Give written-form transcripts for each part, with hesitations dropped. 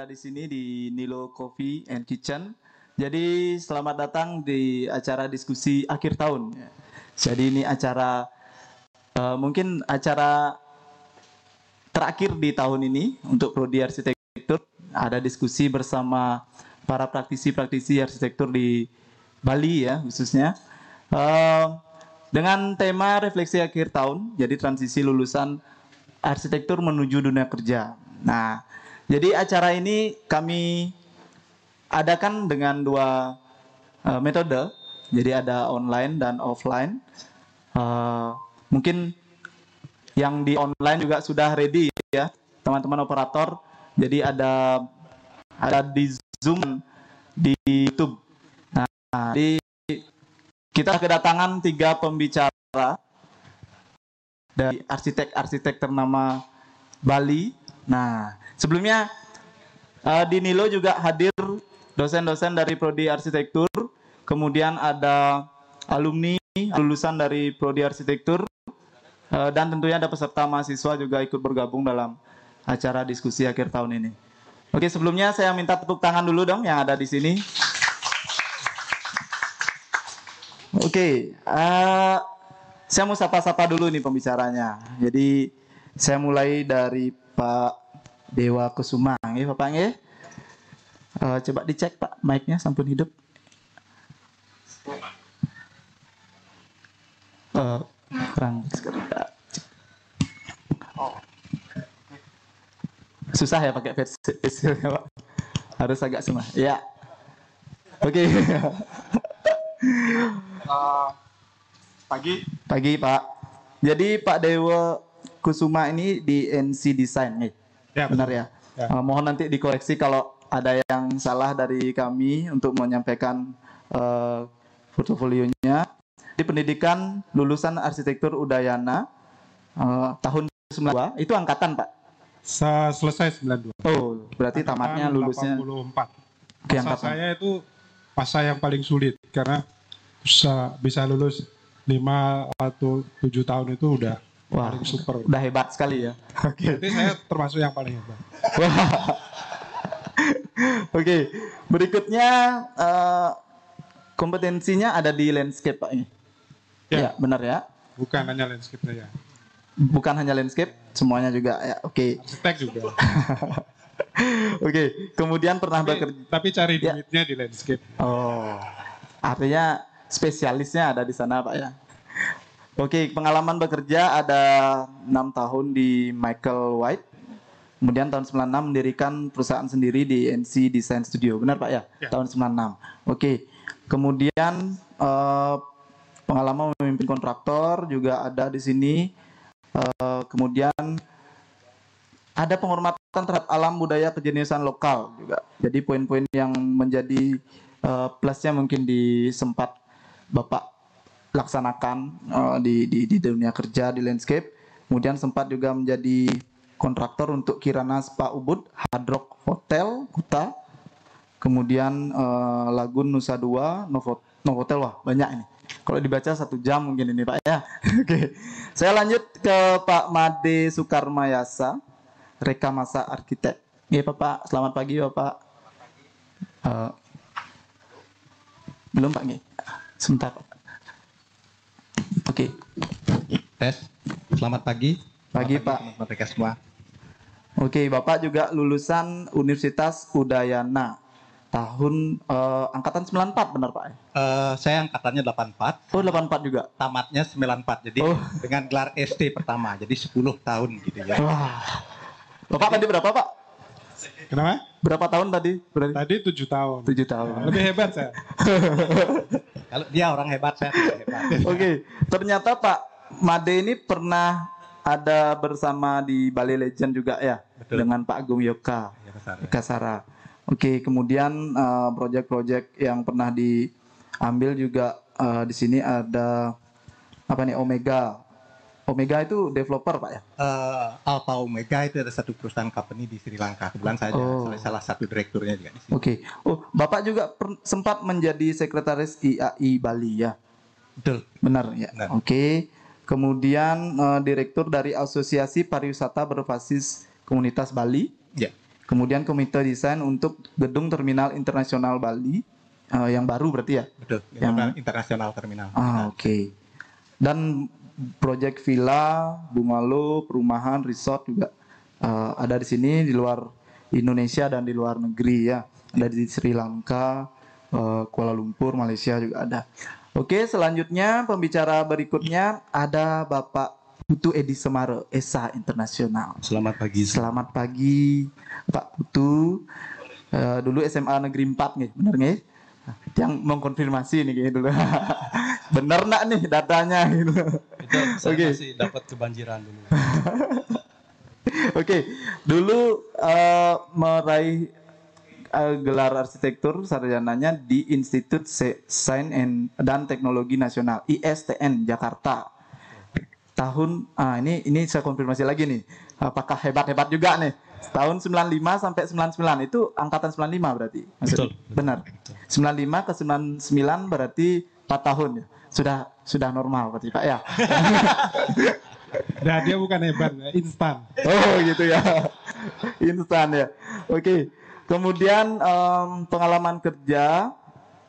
di sini di Nilo Coffee and Kitchen. Jadi selamat datang di acara diskusi akhir tahun. Jadi ini acara mungkin acara terakhir di tahun ini untuk prodi arsitektur. Ada diskusi bersama para praktisi-praktisi arsitektur di Bali ya khususnya. Dengan tema refleksi akhir tahun, jadi transisi lulusan arsitektur menuju dunia kerja. Nah, jadi acara ini kami adakan dengan dua metode, jadi ada online dan offline. Mungkin yang di online juga sudah ready ya, teman-teman operator. Jadi ada di Zoom, di YouTube. Nah, di kita kedatangan 3 pembicara dari arsitek-arsitek ternama Bali. Nah, sebelumnya di Nilo juga hadir dosen-dosen dari prodi arsitektur, kemudian ada alumni lulusan dari prodi arsitektur, dan tentunya ada peserta mahasiswa juga ikut bergabung dalam acara diskusi akhir tahun ini. Oke, sebelumnya saya minta tepuk tangan dulu dong yang ada di sini. Oke, saya mau sapa-sapa dulu nih pembicaranya. Jadi saya mulai dari Pak Dewa Kusuma, ya Bapak ya. Coba dicek Pak, mic-nya sampun hidup. Kurang sekarang. Susah ya pakai versi Pak. Harus agak semua. Ya. Oke. Pagi Pak. Jadi Pak Dewa Kusuma ini di NC Design nih. Ya, benar ya. Mohon nanti dikoreksi kalau ada yang salah dari kami untuk menyampaikan portofolionya. Di pendidikan lulusan arsitektur Udayana tahun 92. Itu angkatan Pak? Selesai 92. Oh, berarti tamatnya lulusnya 84. Masa saya itu masa yang paling sulit karena bisa lulus 5 atau 7 tahun itu udah paling super. Udah hebat sekali ya. Oke. Jadi saya termasuk yang paling hebat. Oke. Berikutnya kompetensinya ada di landscape Pak ini. Ya, benar ya. Bukan hanya landscape saya. Bukan hanya landscape, semuanya juga ya. Oke. Arsitek juga. Oke. Kemudian pernah bekerja. Tapi cari duitnya di landscape. Oh. Artinya spesialisnya ada di sana Pak ya. Oke, pengalaman bekerja ada 6 tahun di Michael White. Kemudian tahun 96 mendirikan perusahaan sendiri di NC Design Studio. Benar Pak ya? Tahun 96. Oke. Kemudian pengalaman memimpin kontraktor juga ada di sini. Kemudian ada penghormatan terhadap alam budaya kejeniusan lokal juga. Jadi poin-poin yang menjadi plusnya mungkin sempat Bapak laksanakan di dunia kerja di landscape. Kemudian sempat juga menjadi kontraktor untuk Kirana Spa Ubud, Hard Rock Hotel Kuta, kemudian Lagun Nusa Dua, Novotel. Wah banyak ini. Kalau dibaca 1 jam mungkin ini Pak ya. Oke. Saya lanjut ke Pak Made Sukarmayasa, Reka Masa Arsitek. Ya Bapak, selamat pagi Bapak. Belum Pak nih. Sebentar Pak. Oke. Tes. Selamat pagi. Pagi Pak. Mereka semua. Oke, Bapak juga lulusan Universitas Udayana tahun angkatan 94 benar Pak? Saya angkatannya 84. Oh 84 juga. Tamatnya 94. Jadi dengan gelar ST pertama. Jadi 10 tahun gitu ya. Wah. Bapak tadi berapa Pak? Kenapa? Berapa tahun tadi? Tadi 7 tahun. 7 tahun. Lebih hebat saya. Kalau dia orang hebat, saya tidak hebat. Oke, ternyata Pak Made ini pernah ada bersama di Bali Legend juga ya. Betul. Dengan Pak Agung Yoka Kasara. Oke, kemudian proyek-proyek yang pernah diambil juga di sini ada apa nih Omega. Omega itu developer Pak ya? Alpha Omega itu ada satu perusahaan company di Sri Lanka. Kebetulan saya salah satu direkturnya juga di sini. Oke. Oh, Bapak juga sempat menjadi sekretaris IAI Bali ya? Betul. Benar ya. Benar. Oke. Kemudian direktur dari Asosiasi Pariwisata Berbasis Komunitas Bali. Ya. Kemudian komite desain untuk gedung terminal internasional Bali yang baru berarti ya? Betul. Yang internasional terminal. Oke. Dan proyek villa, bungalow, perumahan, resort juga ada di sini di luar Indonesia dan di luar negeri ya. Ada di Sri Lanka, Kuala Lumpur, Malaysia juga ada. Oke, selanjutnya pembicara berikutnya ada Bapak Putu Edi Semaro, ESA Internasional. Selamat pagi. Selamat pagi, Pak Putu. Dulu SMA Negeri 4 nih, bener nggak? Yang mengkonfirmasi nih kayaknya dulu. Bener nggak nih datanya gitu. Itu saya masih dapat kebanjiran dulu. Oke, dulu meraih gelar arsitektur sarjananya di Institut Sains dan Teknologi Nasional ISTN Jakarta. Tahun ini saya konfirmasi lagi nih. Apakah hebat-hebat juga nih? Tahun 95 sampai 99 itu angkatan 95 berarti. Betul. Benar. Betul. 95 ke 99 berarti 4 tahun ya. Sudah normal berarti Pak ya. Nah, dia bukan hebat, instan. Oh gitu ya. Instan ya. Oke. Kemudian pengalaman kerja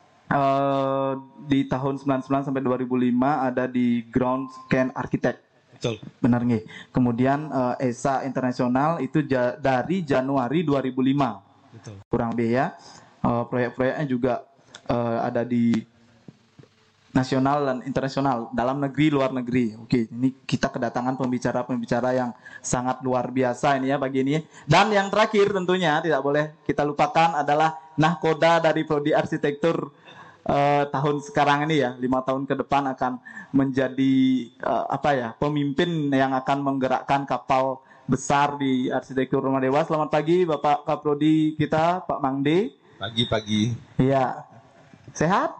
di tahun 99 sampai 2005 ada di Ground Scan Architect. Betul. Benar nggih. Kemudian ESA Internasional itu dari Januari 2005. Betul. Kurang lebih ya. Proyek-proyeknya juga ada di nasional dan internasional, dalam negeri, luar negeri. Oke, ini kita kedatangan pembicara-pembicara yang sangat luar biasa ini ya pagi ini. Dan yang terakhir tentunya tidak boleh kita lupakan adalah nahkoda dari Prodi Arsitektur tahun sekarang ini ya, 5 tahun ke depan akan menjadi pemimpin yang akan menggerakkan kapal besar di arsitektur rumah dewa. Selamat pagi Bapak Kaprodi kita, Pak Mangde. Pagi-pagi. Iya. Sehat?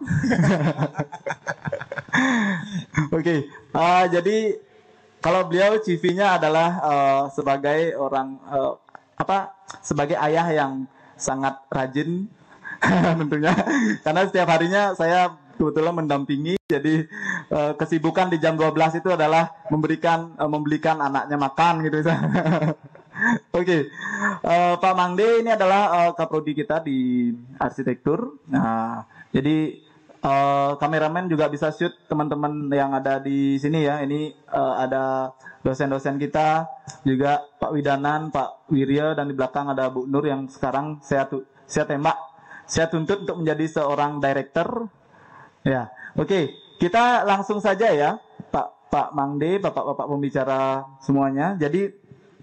Oke. Jadi kalau beliau CV-nya adalah sebagai orang sebagai ayah yang sangat rajin tentunya, karena setiap harinya saya kebetulan mendampingi. Jadi kesibukan di jam 12 itu adalah membelikan anaknya makan gitu. Oke. Pak Mangde ini adalah kaprodi kita di arsitektur. Nah, jadi kameramen juga bisa shoot teman-teman yang ada di sini ya. Ini ada dosen-dosen kita juga, Pak Widanan, Pak Wirya, dan di belakang ada Bu Nur yang sekarang saya tuntut untuk menjadi seorang director. Ya, oke. Kita langsung saja ya, Pak Mangde, Bapak-bapak pembicara semuanya. Jadi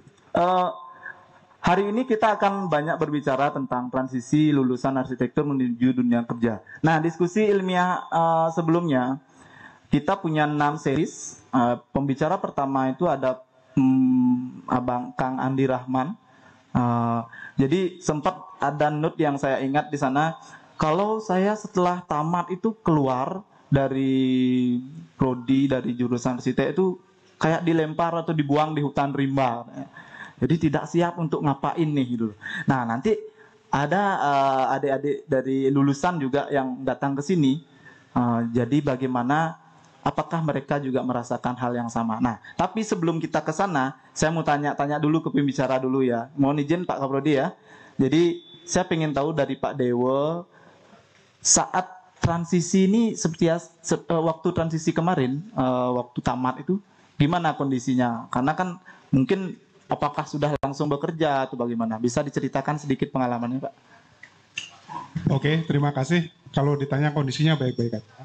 hari ini kita akan banyak berbicara tentang transisi lulusan arsitektur menuju dunia kerja. Nah, diskusi ilmiah sebelumnya kita punya 6 series. Pembicara pertama itu ada Abang Kang Andi Rahman. Jadi sempat ada note yang saya ingat di sana, kalau saya setelah tamat itu keluar dari prodi, dari jurusan arsitek itu kayak dilempar atau dibuang di hutan rimba. Jadi tidak siap untuk ngapain nih gitu. Nah, nanti ada adik-adik dari lulusan juga yang datang ke sini. Jadi bagaimana, apakah mereka juga merasakan hal yang sama? Nah, tapi sebelum kita ke sana, saya mau tanya dulu ke pembicara dulu ya. Mohon izin Pak Kaprodi ya. Jadi saya ingin tahu dari Pak Dewo, saat transisi ini seperti waktu transisi kemarin, waktu tamat itu gimana kondisinya? Karena kan mungkin apakah sudah langsung bekerja atau bagaimana? Bisa diceritakan sedikit pengalamannya, Pak? Oke, terima kasih. Kalau ditanya kondisinya baik-baik aja.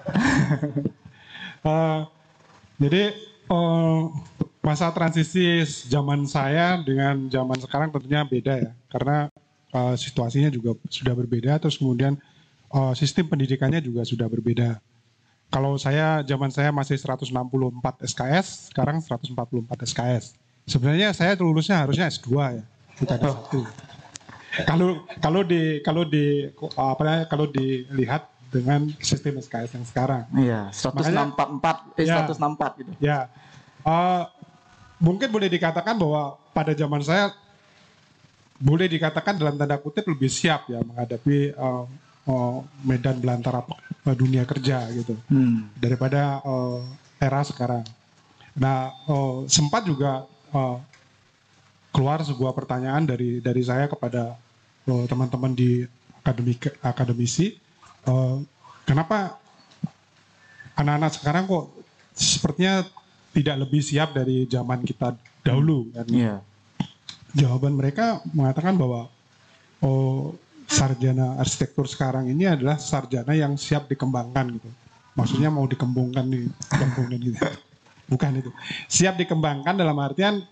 Jadi masa transisi zaman saya dengan zaman sekarang tentunya beda ya. Karena situasinya juga sudah berbeda. Terus kemudian sistem pendidikannya juga sudah berbeda. Kalau zaman saya masih 164 SKS, sekarang 144 SKS. Sebenarnya saya lulusnya harusnya S2 ya, bukan S1. Kalau dilihat dengan sistem SKS yang sekarang. Iya, 164 gitu. Ya. Mungkin boleh dikatakan bahwa pada zaman saya boleh dikatakan dalam tanda kutip lebih siap ya menghadapi medan belantara dunia kerja gitu. Daripada era sekarang. Nah, sempat juga keluar sebuah pertanyaan dari saya kepada teman-teman di akademisi, kenapa anak-anak sekarang kok sepertinya tidak lebih siap dari zaman kita dahulu kan? Iya. Jawaban mereka mengatakan bahwa sarjana arsitektur sekarang ini adalah sarjana yang siap dikembangkan gitu. Maksudnya mau dikembangkan nih, gitu. Bukan itu. Siap dikembangkan dalam artian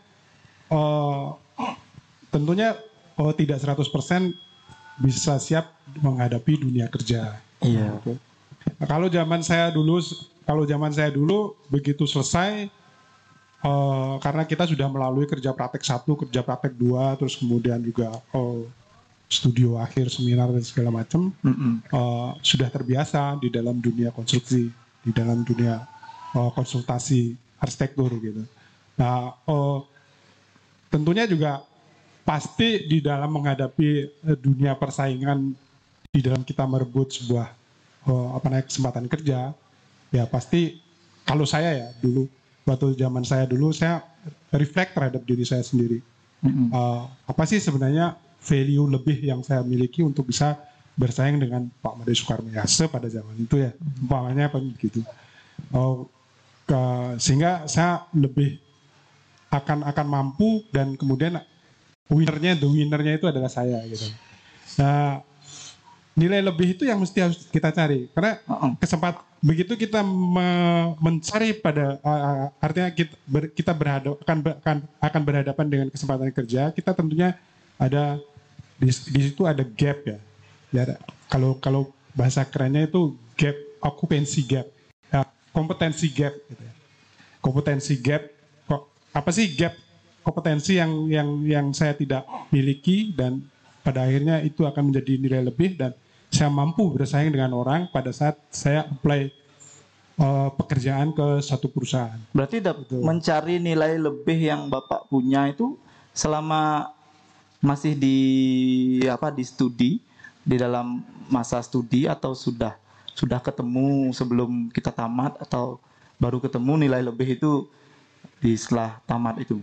tentunya tidak 100% bisa siap menghadapi dunia kerja. Iya. Gitu. Nah, kalau zaman saya dulu begitu selesai, karena kita sudah melalui kerja praktek 1, kerja praktek 2, terus kemudian juga studio akhir, seminar dan segala macam, sudah terbiasa di dalam dunia konstruksi, di dalam dunia konsultasi arsitektur gitu. Nah, tentunya juga pasti di dalam menghadapi dunia persaingan, di dalam kita merebut sebuah kesempatan kerja, ya pasti kalau saya ya dulu, waktu zaman saya dulu, saya reflect terhadap diri saya sendiri. Apa sih sebenarnya value lebih yang saya miliki untuk bisa bersaing dengan Pak Made Soekarno-Yase pada zaman itu ya, umpamanya apa gitu. Sehingga saya lebih akan mampu, dan kemudian the winnernya itu adalah saya gitu. Nah, nilai lebih itu yang mesti harus kita cari, karena begitu kita mencari pada artinya kita akan berhadapan dengan kesempatan kerja, kita tentunya ada di situ ada gap ya. Kalau bahasa kerennya itu gap, occupancy gap, ya, kompetensi gap gitu ya. Kompetensi gap, apa sih gap kompetensi yang saya tidak miliki, dan pada akhirnya itu akan menjadi nilai lebih, dan saya mampu bersaing dengan orang pada saat saya apply pekerjaan ke satu perusahaan. Berarti mencari nilai lebih yang Bapak punya itu selama masih di studi, di dalam masa studi, atau sudah ketemu sebelum kita tamat, atau baru ketemu nilai lebih itu di setelah tamat itu?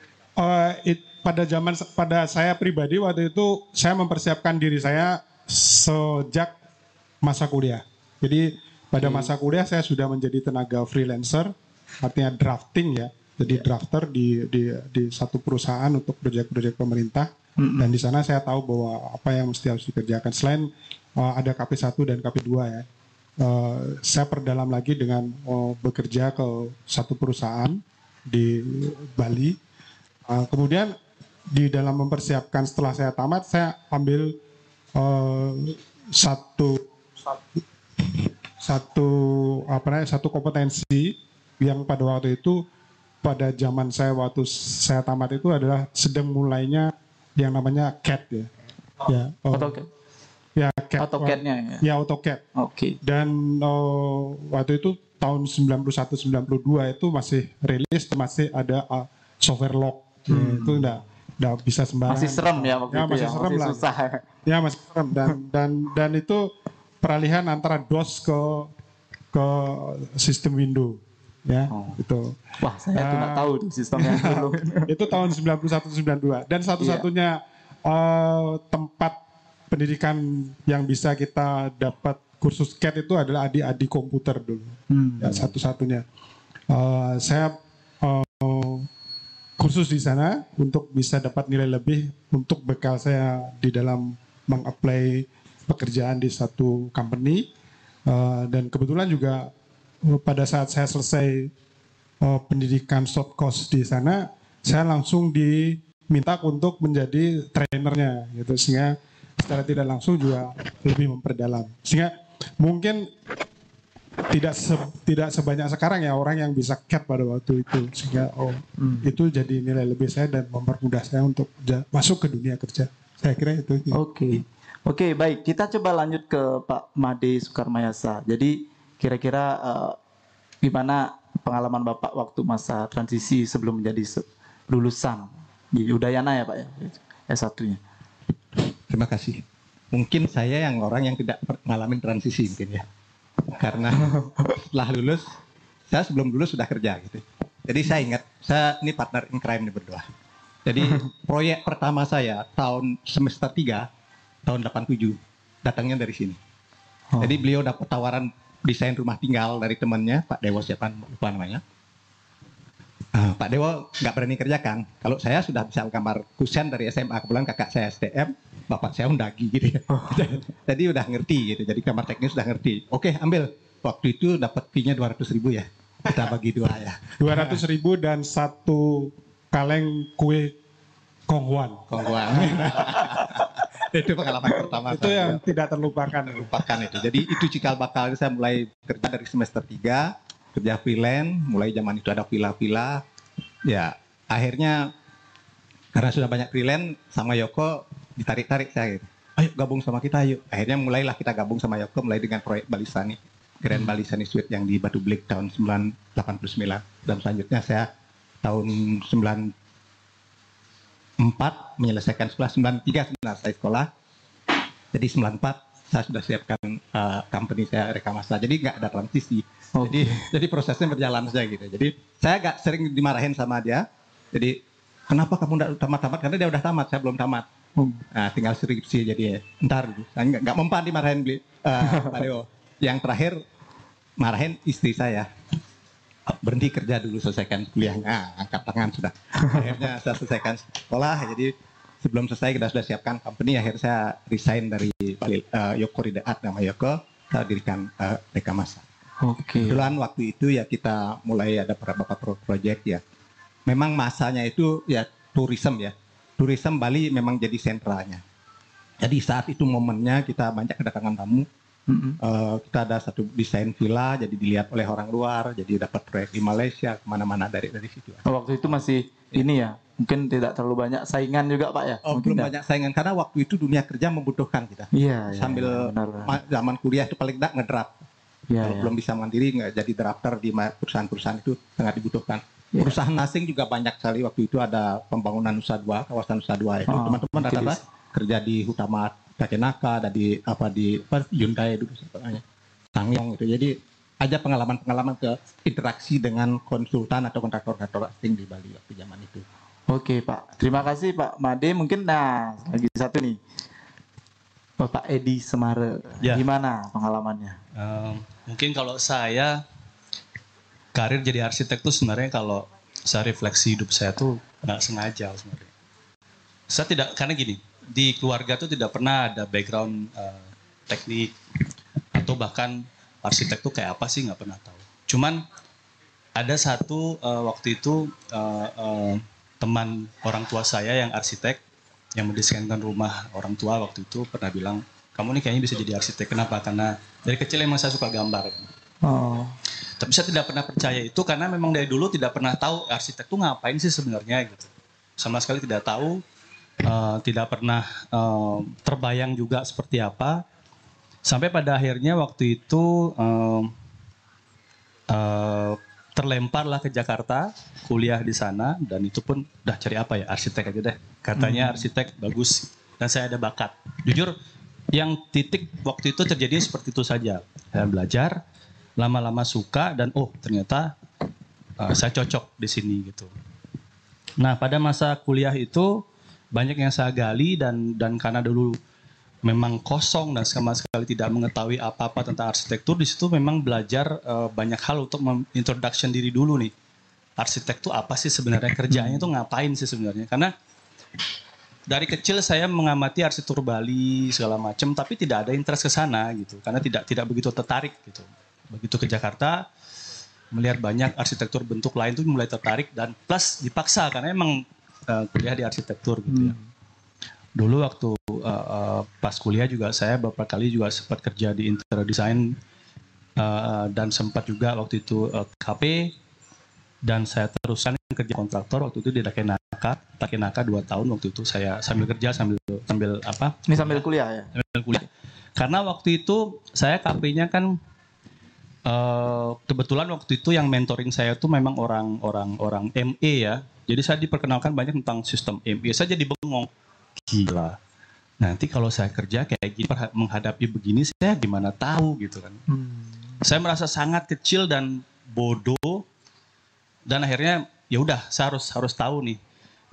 Pada saya pribadi waktu itu saya mempersiapkan diri saya sejak masa kuliah. Jadi pada masa kuliah saya sudah menjadi tenaga freelancer, artinya drafting ya. Jadi drafter di satu perusahaan untuk proyek-proyek pemerintah. Dan di sana saya tahu bahwa apa yang mesti harus dikerjakan. Selain ada KP1 dan KP2 ya, saya perdalam lagi dengan bekerja ke satu perusahaan di Bali. Kemudian di dalam mempersiapkan setelah saya tamat, saya ambil satu kompetensi yang pada waktu itu, pada zaman saya waktu saya tamat itu adalah sedang mulainya yang namanya CAD ya. AutoCAD. Ya, CAD. AutoCAD-nya ya. Ya, AutoCAD. Oke. Dan waktu itu tahun 91-92 itu masih rilis, masih ada software lock. Itu udah bisa sembarangan. Masih serem ya waktu itu masih ya. Serem masih lah. susah. Ya, masih serem, dan itu peralihan antara DOS ke sistem Windows. Ya, itu. Wah, saya tuh nggak tahu tuh sistemnya dulu. Itu tahun 91-92, dan satu-satunya tempat pendidikan yang bisa kita dapat kursus CAD itu adalah adik-adik komputer dulu. Ya, satu-satunya. Saya kursus di sana untuk bisa dapat nilai lebih untuk bekal saya di dalam meng-apply pekerjaan di satu company, dan kebetulan juga pada saat saya selesai pendidikan short course di sana, saya langsung diminta untuk menjadi trainernya gitu, sehingga secara tidak langsung juga lebih memperdalam, sehingga mungkin tidak sebanyak sekarang ya orang yang bisa CAD pada waktu itu, sehingga itu jadi nilai lebih saya dan mempermudah saya untuk masuk ke dunia kerja. Saya kira itu. Oke, baik, kita coba lanjut ke Pak Made Soekarno-Yase. Jadi kira-kira gimana pengalaman Bapak waktu masa transisi sebelum menjadi lulusan di Udayana ya Pak ya, S1-nya? Terima kasih. Mungkin saya yang orang yang tidak mengalami transisi mungkin ya. Karena setelah lulus, saya sebelum lulus sudah kerja gitu. Jadi saya ingat, saya ini partner in crime nih berdua. Jadi proyek pertama saya tahun semester 3 tahun 87 datangnya dari sini. Jadi beliau dapat tawaran desain rumah tinggal dari temannya Pak Dewo, siapa lupa namanya. Pak Dewo nggak berani kerjakan. Kalau saya sudah bisa gambar kusen dari SMA, kebetulan kakak saya STM, bapak saya undagi gitu ya. Jadi udah ngerti gitu. Jadi gambar teknis sudah ngerti. Oke, ambil. Waktu itu dapat fee-nya 200.000 ya. Kita bagi 2 ya. 200.000 dan 1 kaleng kue Konghuan. Kongguan. Itu pengalaman pertama Itu saya. yang tidak terlupakan. Lupakan itu. Jadi itu cikal bakal saya mulai kerja dari semester 3, kerja freelance, mulai zaman itu ada villa-villa. Ya, akhirnya karena sudah banyak freelance sama Yoko ditarik-tarik saya gitu. Ayo gabung sama kita yuk. Akhirnya mulailah kita gabung sama Yoko mulai dengan proyek Balisani. Grand Balisani Suite yang di Batu Blik tahun 1989. Dan selanjutnya saya tahun 94 menyelesaikan sekolah, 93 sebenarnya saya sekolah. Jadi 94 saya sudah siapkan company saya Rekamasa. Jadi nggak ada transisi. Jadi prosesnya berjalan saja gitu. Jadi saya agak sering dimarahin sama dia. Jadi kenapa kamu nggak tamat-tamat? Karena dia udah tamat, saya belum tamat. Nah, tinggal skripsi jadi ntar gitu. Saya nggak mempan dimarahin Pak Dewo. Yang terakhir marahin istri saya. Berhenti kerja dulu, selesaikan kuliahnya, angkat tangan sudah. Akhirnya saya selesaikan sekolah, jadi sebelum selesai kita sudah siapkan company. Akhirnya saya resign dari Yoko Ridaat, nama Yoko, saya dirikan Rekamasa. Kebetulan waktu itu ya kita mulai ada beberapa project ya. Memang masanya itu ya tourism ya. Tourism Bali memang jadi sentranya. Jadi saat itu momennya kita banyak kedatangan tamu. Kita ada satu desain villa jadi dilihat oleh orang luar, jadi dapat proyek di Malaysia, kemana-mana dari situ. Waktu itu masih ini ya, mungkin tidak terlalu banyak saingan juga Pak ya? Belum banyak saingan karena waktu itu dunia kerja membutuhkan kita. Iya. Sambil zaman kuliah itu paling tidak ngedraft. Kalau belum bisa mandiri nggak jadi drafter di perusahaan-perusahaan itu sangat dibutuhkan. Perusahaan asing juga banyak sekali waktu itu ada pembangunan Nusa Dua, kawasan Nusa Dua itu teman-teman rata-rata kerja di Huthama Takenaka, ada di Hyundai dulu sebenarnya, Sangyong itu. Jadi ada pengalaman-pengalaman ke interaksi dengan konsultan atau kontraktor asing di Bali waktu zaman itu. Oke Pak, terima kasih Pak Made. Mungkin lagi satu nih, Bapak Edi Semare, gimana pengalamannya? Mungkin kalau saya karir jadi arsitek tuh sebenarnya kalau saya refleksi hidup saya tuh nggak sengaja sebenarnya. Saya tidak, karena gini, di keluarga tuh tidak pernah ada background teknik atau bahkan arsitek tuh kayak apa sih nggak pernah tahu. Cuman ada satu waktu itu teman orang tua saya yang arsitek yang mendesainkan rumah orang tua waktu itu pernah bilang, kamu nih kayaknya bisa jadi arsitek. Kenapa? Karena dari kecil emang saya suka gambar. Tapi saya tidak pernah percaya itu karena memang dari dulu tidak pernah tahu arsitek tuh ngapain sih sebenarnya gitu. Sama sekali tidak tahu. Tidak pernah terbayang juga seperti apa sampai pada akhirnya waktu itu terlemparlah ke Jakarta, kuliah di sana, dan itu pun udah cari apa ya, arsitek aja deh, katanya arsitek bagus dan saya ada bakat. Jujur yang titik waktu itu terjadi seperti itu saja, saya belajar lama-lama suka dan ternyata saya cocok di sini gitu. Nah pada masa kuliah itu banyak yang saya gali dan karena dulu memang kosong dan sama sekali tidak mengetahui apa-apa tentang arsitektur, di situ memang belajar banyak hal untuk introduction diri dulu nih. Arsitek itu apa sih sebenarnya, kerjanya itu ngapain sih sebenarnya? Karena dari kecil saya mengamati arsitektur Bali segala macam, tapi tidak ada interest ke sana gitu, karena tidak begitu tertarik gitu. Begitu ke Jakarta melihat banyak arsitektur bentuk lain tuh mulai tertarik dan plus dipaksa karena emang kuliah di arsitektur gitu ya. Dulu waktu pas kuliah juga saya beberapa kali juga sempat kerja di interior design dan sempat juga waktu itu KP dan saya teruskan kerja kontraktor waktu itu di Takenaka 2 tahun waktu itu saya sambil kerja sambil apa? Ini sambil kuliah ya? Sambil kuliah. Karena waktu itu saya KP-nya kan kebetulan waktu itu yang mentoring saya tuh memang orang ME ya. Jadi saya diperkenalkan banyak tentang sistem ME. Saya jadi bengong. Gila. Nanti kalau saya kerja kayak gini menghadapi begini saya gimana tahu gitu kan. Saya merasa sangat kecil dan bodoh dan akhirnya ya udah saya harus tahu nih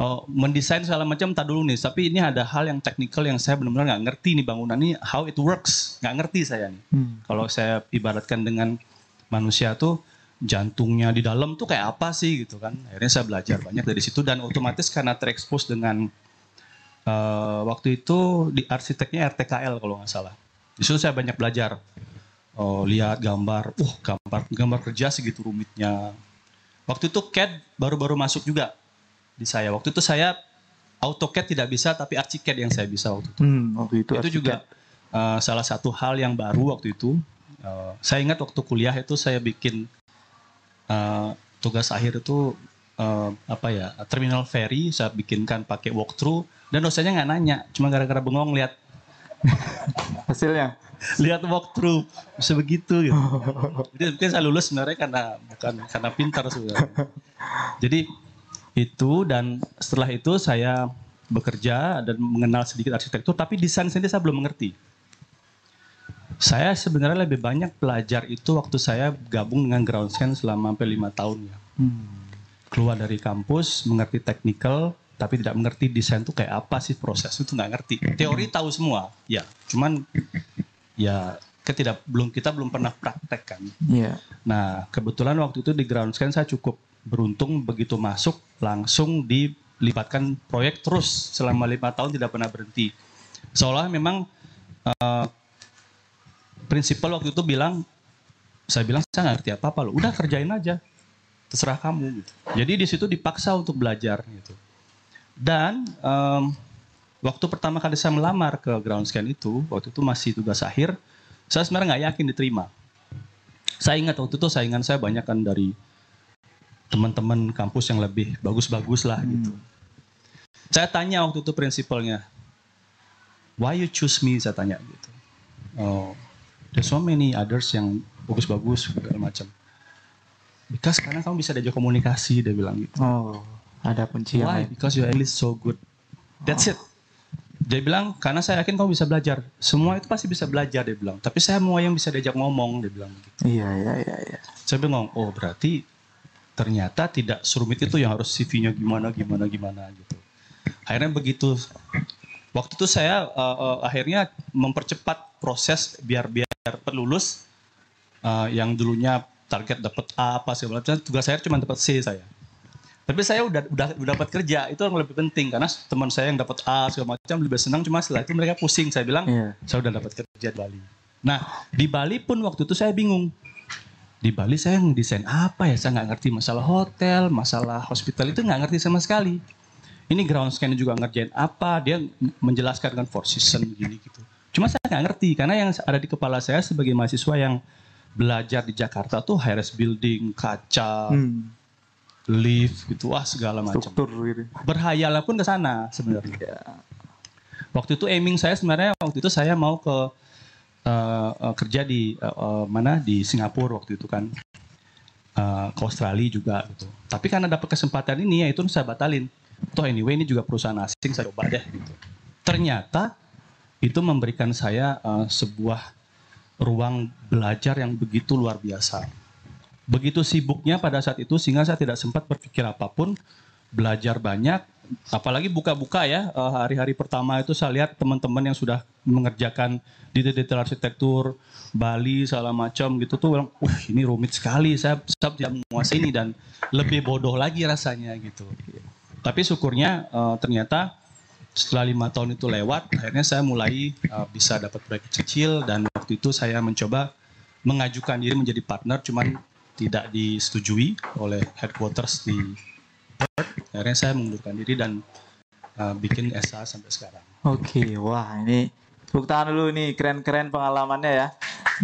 mendesain segala macam tak dulu nih. Tapi ini ada hal yang teknikal yang saya benar-benar nggak ngerti nih bangunan ini, how it works, nggak ngerti saya nih. Kalau saya ibaratkan dengan manusia tuh jantungnya di dalam tuh kayak apa sih gitu kan. Akhirnya saya belajar banyak dari situ dan otomatis karena terekspos dengan waktu itu di arsiteknya RTKL kalau nggak salah. Di situ saya banyak belajar. Lihat gambar, gambar kerja segitu rumitnya. Waktu itu CAD baru-baru masuk juga di saya. Waktu itu saya AutoCAD tidak bisa, tapi ArchiCAD yang saya bisa waktu itu. Waktu itu juga salah satu hal yang baru waktu itu. Saya ingat waktu kuliah itu saya bikin tugas akhir itu terminal ferry saya bikinkan pakai walkthrough dan dosennya nggak nanya, cuma gara-gara bengong lihat hasilnya. Lihat walkthrough bisa begitu gitu. Jadi mungkin saya lulus sebenarnya bukan karena pintar sebenarnya. Jadi itu dan setelah itu saya bekerja dan mengenal sedikit arsitektur, tapi desain sendiri saya belum mengerti. Saya sebenarnya lebih banyak belajar itu waktu saya gabung dengan Groundscan selama sampai 5 tahun ya. Keluar dari kampus, mengerti technical, tapi tidak mengerti desain itu kayak apa sih, proses itu nggak ngerti. Teori tahu semua, ya. Cuman ya kita belum pernah praktek kan. Nah kebetulan waktu itu di Groundscan saya cukup beruntung, begitu masuk langsung dilibatkan proyek terus selama 5 tahun tidak pernah berhenti. Seolah memang prinsipal waktu itu saya bilang saya nggak ngerti apa-apa loh, udah kerjain aja, terserah kamu. Gitu. Jadi di situ dipaksa untuk belajar gitu. Dan waktu pertama kali saya melamar ke Groundscan itu, waktu itu masih tugas akhir, saya sebenarnya nggak yakin diterima. Saya ingat waktu itu saingan saya banyak kan dari teman-teman kampus yang lebih bagus-bagus lah gitu. Saya tanya waktu itu prinsipalnya, why you choose me, saya tanya gitu. There's so many others yang bagus-bagus segala macam. Because karena kamu bisa diajak komunikasi, dia bilang gitu. Ada kuncinya. Why? Because your English so good. That's it. Dia bilang, karena saya yakin kamu bisa belajar. Semua itu pasti bisa belajar, dia bilang. Tapi saya mau yang bisa diajak ngomong, dia bilang begitu. Iya. Saya bilang, berarti ternyata tidak serumit itu yang harus CV-nya gimana gitu. Akhirnya begitu. Waktu itu saya akhirnya mempercepat proses biar lulus. Yang dulunya target dapat A apa segala macam, tugas saya cuma dapat C saya. Tapi saya udah dapat kerja, itu yang lebih penting karena teman saya yang dapat A segala macam lebih senang, cuma setelah itu mereka pusing. Saya bilang, saya udah dapat kerja di Bali. Nah, di Bali pun waktu itu saya bingung. Di Bali saya ngedesain apa ya? Saya nggak ngerti masalah hotel, masalah hospital itu nggak ngerti sama sekali. Ini Groundscan juga ngerjain apa? Dia menjelaskan kan Four Seasons gini gitu. Cuma saya nggak ngerti karena yang ada di kepala saya sebagai mahasiswa yang belajar di Jakarta tuh high-rise building, kaca, lift gitu, segala macam. Struktur gitu. Berhayal pun ke sana sebenarnya. Waktu itu aiming saya sebenarnya waktu itu saya mau ke kerja di di Singapura waktu itu kan, ke Australia juga gitu. Tapi karena dapat kesempatan ini ya itu saya batalin. Toh anyway ini juga perusahaan asing, saya coba deh gitu. Ternyata itu memberikan saya sebuah ruang belajar yang begitu luar biasa. Begitu sibuknya pada saat itu sehingga saya tidak sempat berpikir apapun, belajar banyak, apalagi buka-buka ya, hari-hari pertama itu saya lihat teman-teman yang sudah mengerjakan detail arsitektur Bali segala macam gitu tuh bilang, ini rumit sekali, saya tidak menguasai ini dan lebih bodoh lagi rasanya gitu. Tapi syukurnya ternyata setelah 5 tahun itu lewat, akhirnya saya mulai bisa dapat proyek kecil dan waktu itu saya mencoba mengajukan diri menjadi partner, cuman tidak disetujui oleh headquarters di Perth. Akhirnya saya mengundurkan diri dan bikin SA sampai sekarang. Oke, wah ini tepuk tangan dulu nih, keren-keren pengalamannya ya.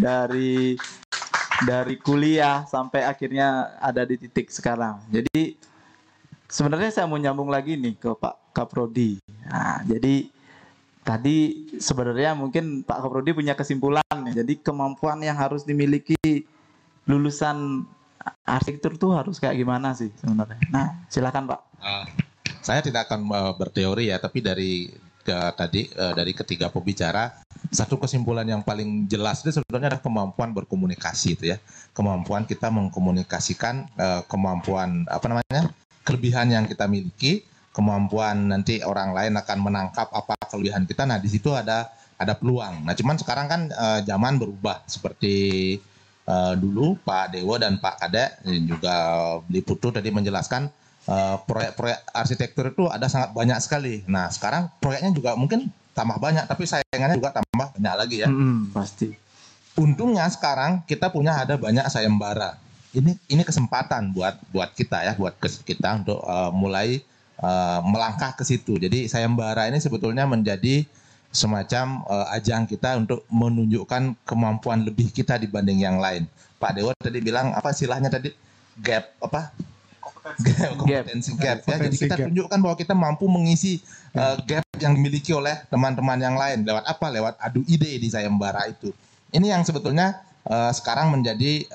Dari kuliah sampai akhirnya ada di titik sekarang. Jadi sebenarnya saya mau nyambung lagi nih ke Pak Kaprodi. Nah, jadi tadi sebenarnya mungkin Pak Kaprodi punya kesimpulan. Jadi kemampuan yang harus dimiliki lulusan arsitektur tuh harus kayak gimana sih sebenarnya? Nah, silakan Pak. Saya tidak akan berteori ya, tapi dari ketiga pembicara, satu kesimpulan yang paling jelas itu sebenarnya adalah kemampuan berkomunikasi itu ya. Kemampuan kita mengkomunikasikan kemampuan kelebihan yang kita miliki, kemampuan nanti orang lain akan menangkap apa kelebihan kita. Nah di situ ada peluang. Nah cuman sekarang kan zaman berubah seperti dulu Pak Dewo dan Pak Kadek dan juga Beli Putu tadi menjelaskan proyek-proyek arsitektur itu ada sangat banyak sekali. Nah sekarang proyeknya juga mungkin tambah banyak, tapi saingannya juga tambah banyak lagi ya. Pasti. Untungnya sekarang kita ada banyak sayembara. Ini kesempatan buat kita ya, buat kita untuk mulai melangkah ke situ. Jadi sayembara ini sebetulnya menjadi semacam ajang kita untuk menunjukkan kemampuan lebih kita dibanding yang lain. Pak Dewo tadi bilang apa istilahnya tadi, gap apa? Kompetensi gap ya. Jadi kita tunjukkan bahwa kita mampu mengisi gap yang dimiliki oleh teman-teman yang lain lewat apa? Lewat adu ide di sayembara itu. Ini yang sebetulnya sekarang menjadi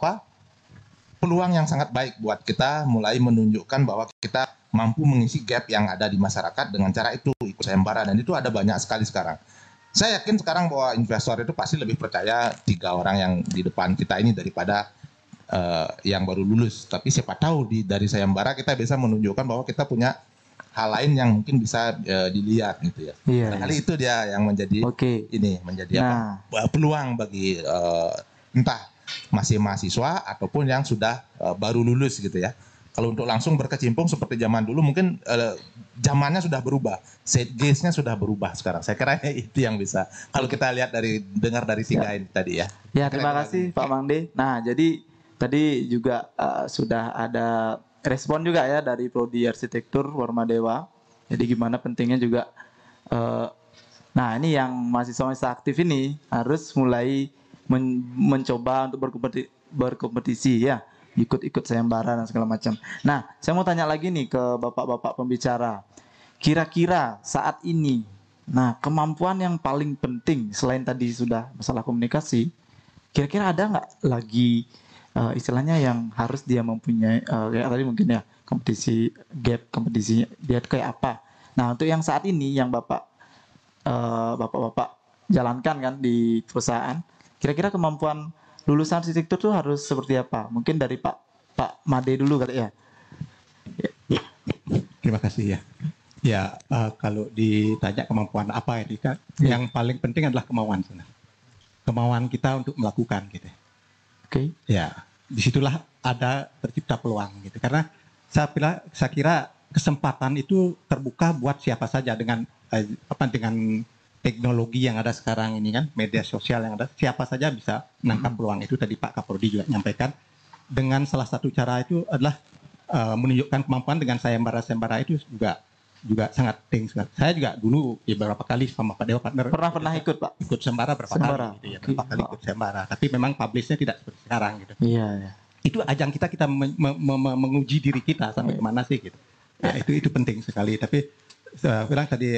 peluang yang sangat baik buat kita mulai menunjukkan bahwa kita mampu mengisi gap yang ada di masyarakat dengan cara itu, ikut sayembara, dan itu ada banyak sekali sekarang. Saya yakin sekarang bahwa investor itu pasti lebih percaya 3 orang yang di depan kita ini daripada yang baru lulus. Tapi siapa tahu dari sayembara kita bisa menunjukkan bahwa kita punya hal lain yang mungkin bisa dilihat gitu ya. Kali itu dia yang menjadi menjadi peluang bagi entah masih mahasiswa ataupun yang sudah baru lulus gitu ya. Kalau untuk langsung berkecimpung seperti zaman dulu mungkin zamannya sudah berubah, set gaze-nya sudah berubah sekarang. Saya kira itu yang bisa kalau kita lihat dengar dari 3 ini tadi ya. Ya, terima kasih Pak Mangde. Nah, jadi tadi juga sudah ada respon juga ya dari Prodi Arsitektur Warmadewa. Jadi gimana pentingnya juga nah ini yang mahasiswa aktif ini harus mulai mencoba untuk berkompetisi ya, ikut sayembara dan segala macam. Nah, saya mau tanya lagi nih ke bapak-bapak pembicara. Kira-kira saat ini, nah kemampuan yang paling penting selain tadi sudah masalah komunikasi, kira-kira ada nggak lagi istilahnya yang harus dia mempunyai kayak tadi mungkin ya kompetisi gap, kompetisi dia kayak apa? Nah untuk yang saat ini yang bapak-bapak jalankan kan di perusahaan, kira-kira kemampuan lulusan arsitektur itu harus seperti apa? Mungkin dari Pak Made dulu kali ya. Terima kasih ya. Ya kalau ditanya kemampuan apa ini kan, yang paling penting adalah kemauan sebenarnya. Kemauan kita untuk melakukan gitu. Oke. Ya, disitulah ada tercipta peluang gitu. Karena saya kira kesempatan itu terbuka buat siapa saja dengan dengan teknologi yang ada sekarang ini kan, media sosial yang ada, siapa saja bisa menangkap peluang itu. Tadi Pak Kaprodi juga menyampaikan, dengan salah satu cara itu adalah menunjukkan kemampuan dengan sayembara itu juga sangat penting. Saya juga dulu beberapa kali sama Pak Dewa partner. Pernah ikut Pak? Ikut sayembara berapa kali gitu ya, berapa kali ikut sayembara. Tapi memang publishnya tidak seperti sekarang gitu. Iya. Itu ajang kita menguji diri kita sampai kemana sih gitu. Nah itu penting sekali. Tapi saya bilang tadi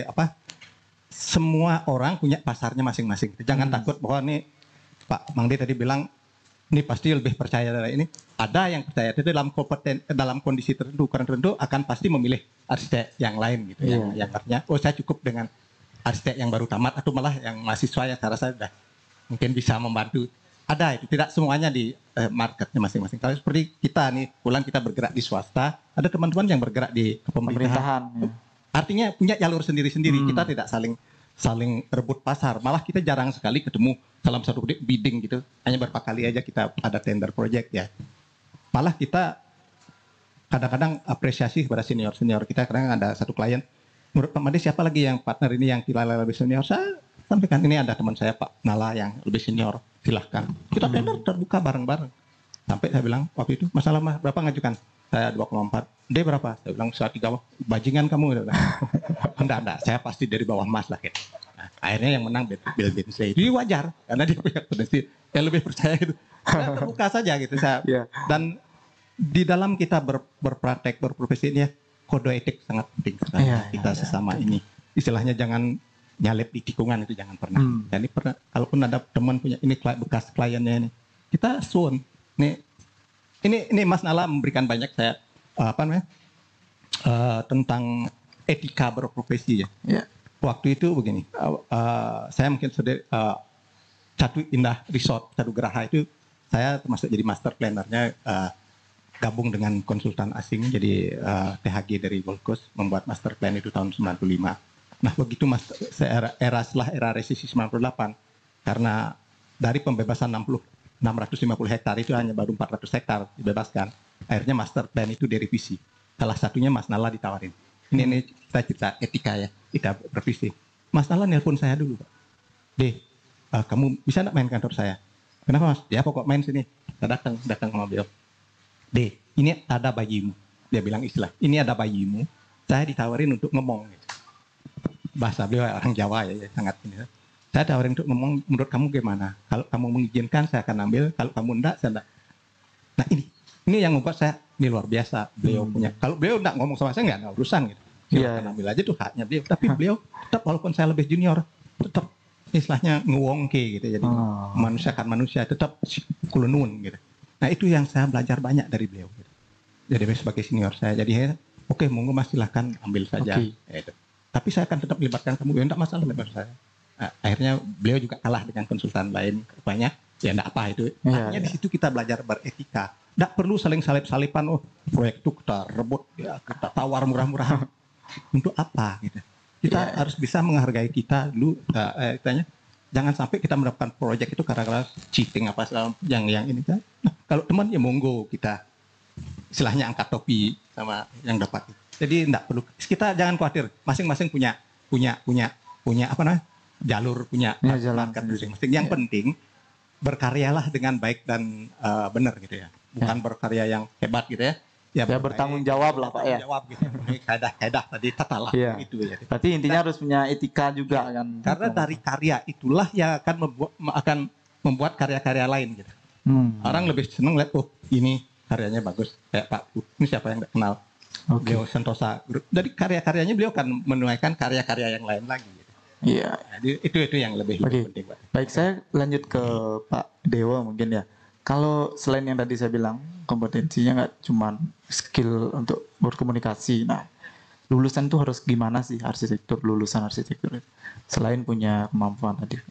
semua orang punya pasarnya masing-masing. Jangan takut bahwa nih Pak Mangde tadi bilang ini pasti lebih percaya dari ini. Ada yang percaya itu dalam kondisi tertentu akan pasti memilih arsitek yang lain gitu. Yang artinya saya cukup dengan arsitek yang baru tamat atau malah yang mahasiswa yang saya rasa sudah mungkin bisa membantu. Ada itu, tidak semuanya di marketnya masing-masing. Kalau seperti kita nih, kita bergerak di swasta, ada teman-teman yang bergerak di pemerintahan. Artinya punya jalur sendiri-sendiri. Kita tidak saling rebut pasar. Malah kita jarang sekali ketemu dalam satu bidding gitu. Hanya beberapa kali aja kita ada tender project ya. Malah kita kadang-kadang apresiasi kepada senior-senior kita. Kadang ada satu klien, menurut Pak Made siapa lagi yang partner ini yang nilai lebih senior? Saya sampaikan, ini ada teman saya Pak Nala yang lebih senior. Silahkan. Kita tender terbuka bareng-bareng. Sampai saya bilang waktu itu, masalah berapa ngajukan? Saya 2,4. Dia berapa? Saya bilang 1,3. Bajingan kamu. Enggak. Saya pasti dari bawah Mas lah. Gitu. Nah, akhirnya yang menang Bill Binsley. Itu wajar. Karena dia punya potensi. Yang lebih percaya gitu. Saya terbuka saja gitu. Dan di dalam kita berpraktek, berprofesi ini, kode etik sangat penting sekali. Kita sesama ini. Istilahnya jangan nyalip di tikungan, itu jangan pernah. Jadi kalaupun ada teman punya ini bekas kliennya ini, kita suun. Ini Mas Nala memberikan banyak saya tentang etika berprofesi ya. Waktu itu begini, saya mungkin sudah satu Indah Resort, satu Geraha itu saya termasuk jadi master plannernya gabung dengan konsultan asing, jadi THG dari Gold Coast membuat master plan itu tahun 95. Nah begitu setelah era resesi 98, karena dari pembebasan 650 hektar itu hanya baru 400 hektar dibebaskan, akhirnya master plan itu direvisi. Salah satunya Mas Nalla ditawarin. Ini kita cerita etika ya, kita bervisi. Mas Nalla nelpon saya dulu, Pak. Kamu bisa nggak main kantor saya? Kenapa Mas? Ya pokok main sini. Saya datang sama beliau. Ini ada bayimu. Dia bilang istilah, ini ada bayimu. Saya ditawarin untuk ngomong. Bahasa beliau orang Jawa ya sangat ini. Saya tawarin untuk ngomong, menurut kamu gimana? Kalau kamu mengizinkan saya akan ambil, kalau kamu enggak saya enggak. Nah ini yang membuat saya, ini luar biasa beliau punya. Kalau beliau enggak ngomong sama saya, enggak ada urusan gitu. Silakan ambil aja tuh haknya beliau. Tapi beliau tetap walaupun saya lebih junior, tetap istilahnya ngewongke gitu. Jadi manusia kan manusia, tetap kulunun gitu. Nah itu yang saya belajar banyak dari beliau. Gitu. Jadi sebagai senior saya, jadi oke, monggo Mas silahkan ambil saja. Gitu. Tapi saya akan tetap melibatkan kamu, ya enggak masalah lebar saya. Nah, akhirnya beliau juga kalah dengan konsultan lain, rupanya ya enggak apa itu. Akhirnya di situ kita belajar beretika. Enggak perlu saling salip-salipan, proyek itu kita rebut, ya, kita tawar murah-murahan. Untuk apa gitu. Kita harus bisa menghargai kita dulu, jangan sampai kita mendapatkan proyek itu karena cheating apa yang ini kan. Nah, kalau teman ya monggo kita istilahnya angkat topi sama yang dapat. Jadi enggak perlu, kita jangan khawatir, masing-masing punya apa namanya? Jalur, punya jalan masing-masing. Yang penting berkaryalah dengan baik dan benar gitu ya. Bukan berkarya yang hebat gitu ya. Ya bertanggung jawab lah Pak ya. Jawab gitu. Kaedah tadi tata lah gitu ya. Berarti intinya harus punya etika juga kan. Karena dari karya itulah yang akan membuat karya-karya lain gitu. Orang lebih seneng lihat ini karyanya bagus kayak Pak ini siapa yang enggak kenal. Beliau Sentosa Group. Jadi karya-karyanya beliau akan menuaikan karya-karya yang lain lagi gitu. Iya. Jadi itu yang lebih penting Pak. Baik, saya lanjut ke Pak Dewa mungkin ya. Kalau selain yang tadi saya bilang, kompetensinya nggak cuma skill untuk berkomunikasi. Nah, lulusan tuh harus gimana sih lulusan arsitektur itu? Selain punya kemampuan tadi.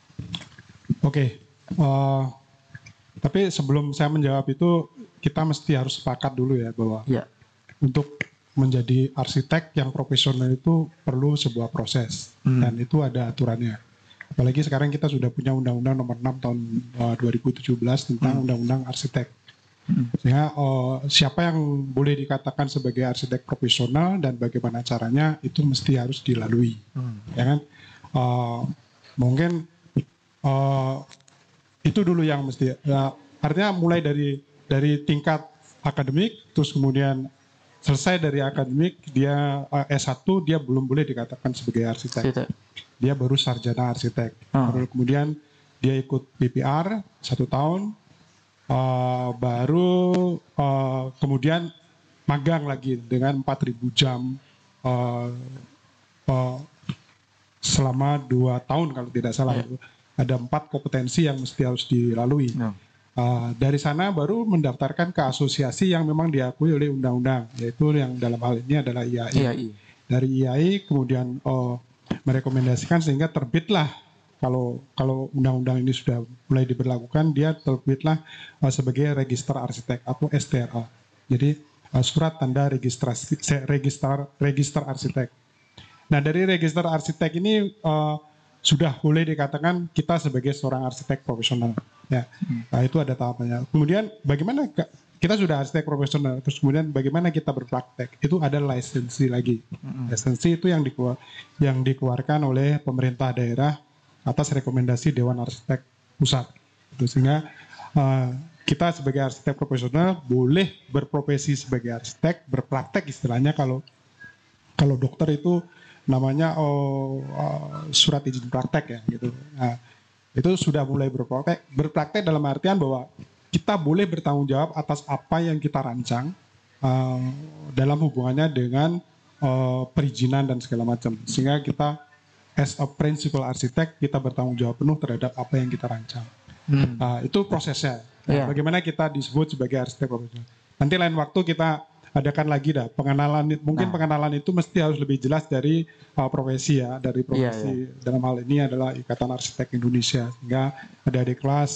Tapi sebelum saya menjawab itu, kita mesti harus sepakat dulu ya bahwa untuk menjadi arsitek yang profesional itu perlu sebuah proses dan itu ada aturannya. Apalagi sekarang kita sudah punya Undang-Undang Nomor 6 tahun 2017 tentang Undang-Undang Arsitek. Sehingga siapa yang boleh dikatakan sebagai arsitek profesional dan bagaimana caranya itu mesti harus dilalui. Ya kan? Mungkin itu dulu yang mesti. Artinya mulai dari tingkat akademik, terus kemudian selesai dari akademik, dia S1 dia belum boleh dikatakan sebagai arsitek. Dia baru sarjana arsitek. Kemudian dia ikut PPR 1 tahun, baru kemudian magang lagi dengan 4.000 jam selama 2 tahun kalau tidak salah. Ada 4 kompetensi yang mesti harus dilalui. Dari sana baru mendaftarkan ke asosiasi yang memang diakui oleh undang-undang, yaitu yang dalam hal ini adalah IAI. Dari IAI kemudian merekomendasikan sehingga terbitlah kalau undang-undang ini sudah mulai diberlakukan, dia terbitlah sebagai register arsitek atau STRA. Jadi surat tanda register arsitek. Nah dari register arsitek ini sudah boleh dikatakan kita sebagai seorang arsitek profesional. Ya, nah, itu ada tahapannya. Kemudian bagaimana kita sudah arsitek profesional, terus kemudian bagaimana kita berpraktek? Itu ada lisensi lagi. Lisensi itu yang dikeluarkan oleh pemerintah daerah atas rekomendasi Dewan Arsitek Pusat. Sehingga kita sebagai arsitek profesional boleh berprofesi sebagai arsitek, berpraktek istilahnya kalau dokter itu namanya surat izin praktek ya gitu. Nah, itu sudah mulai berpraktek dalam artian bahwa kita boleh bertanggung jawab atas apa yang kita rancang dalam hubungannya dengan perizinan dan segala macam. Sehingga kita as a principal arsitek kita bertanggung jawab penuh terhadap apa yang kita rancang. Itu prosesnya. Bagaimana kita disebut sebagai arsitek profesional. Nanti lain waktu kita adakan lagi pengenalan. Mungkin pengenalan itu mesti harus lebih jelas dari profesi ya, dari profesi. Dalam hal ini adalah Ikatan Arsitek Indonesia. Sehingga adik-adik kelas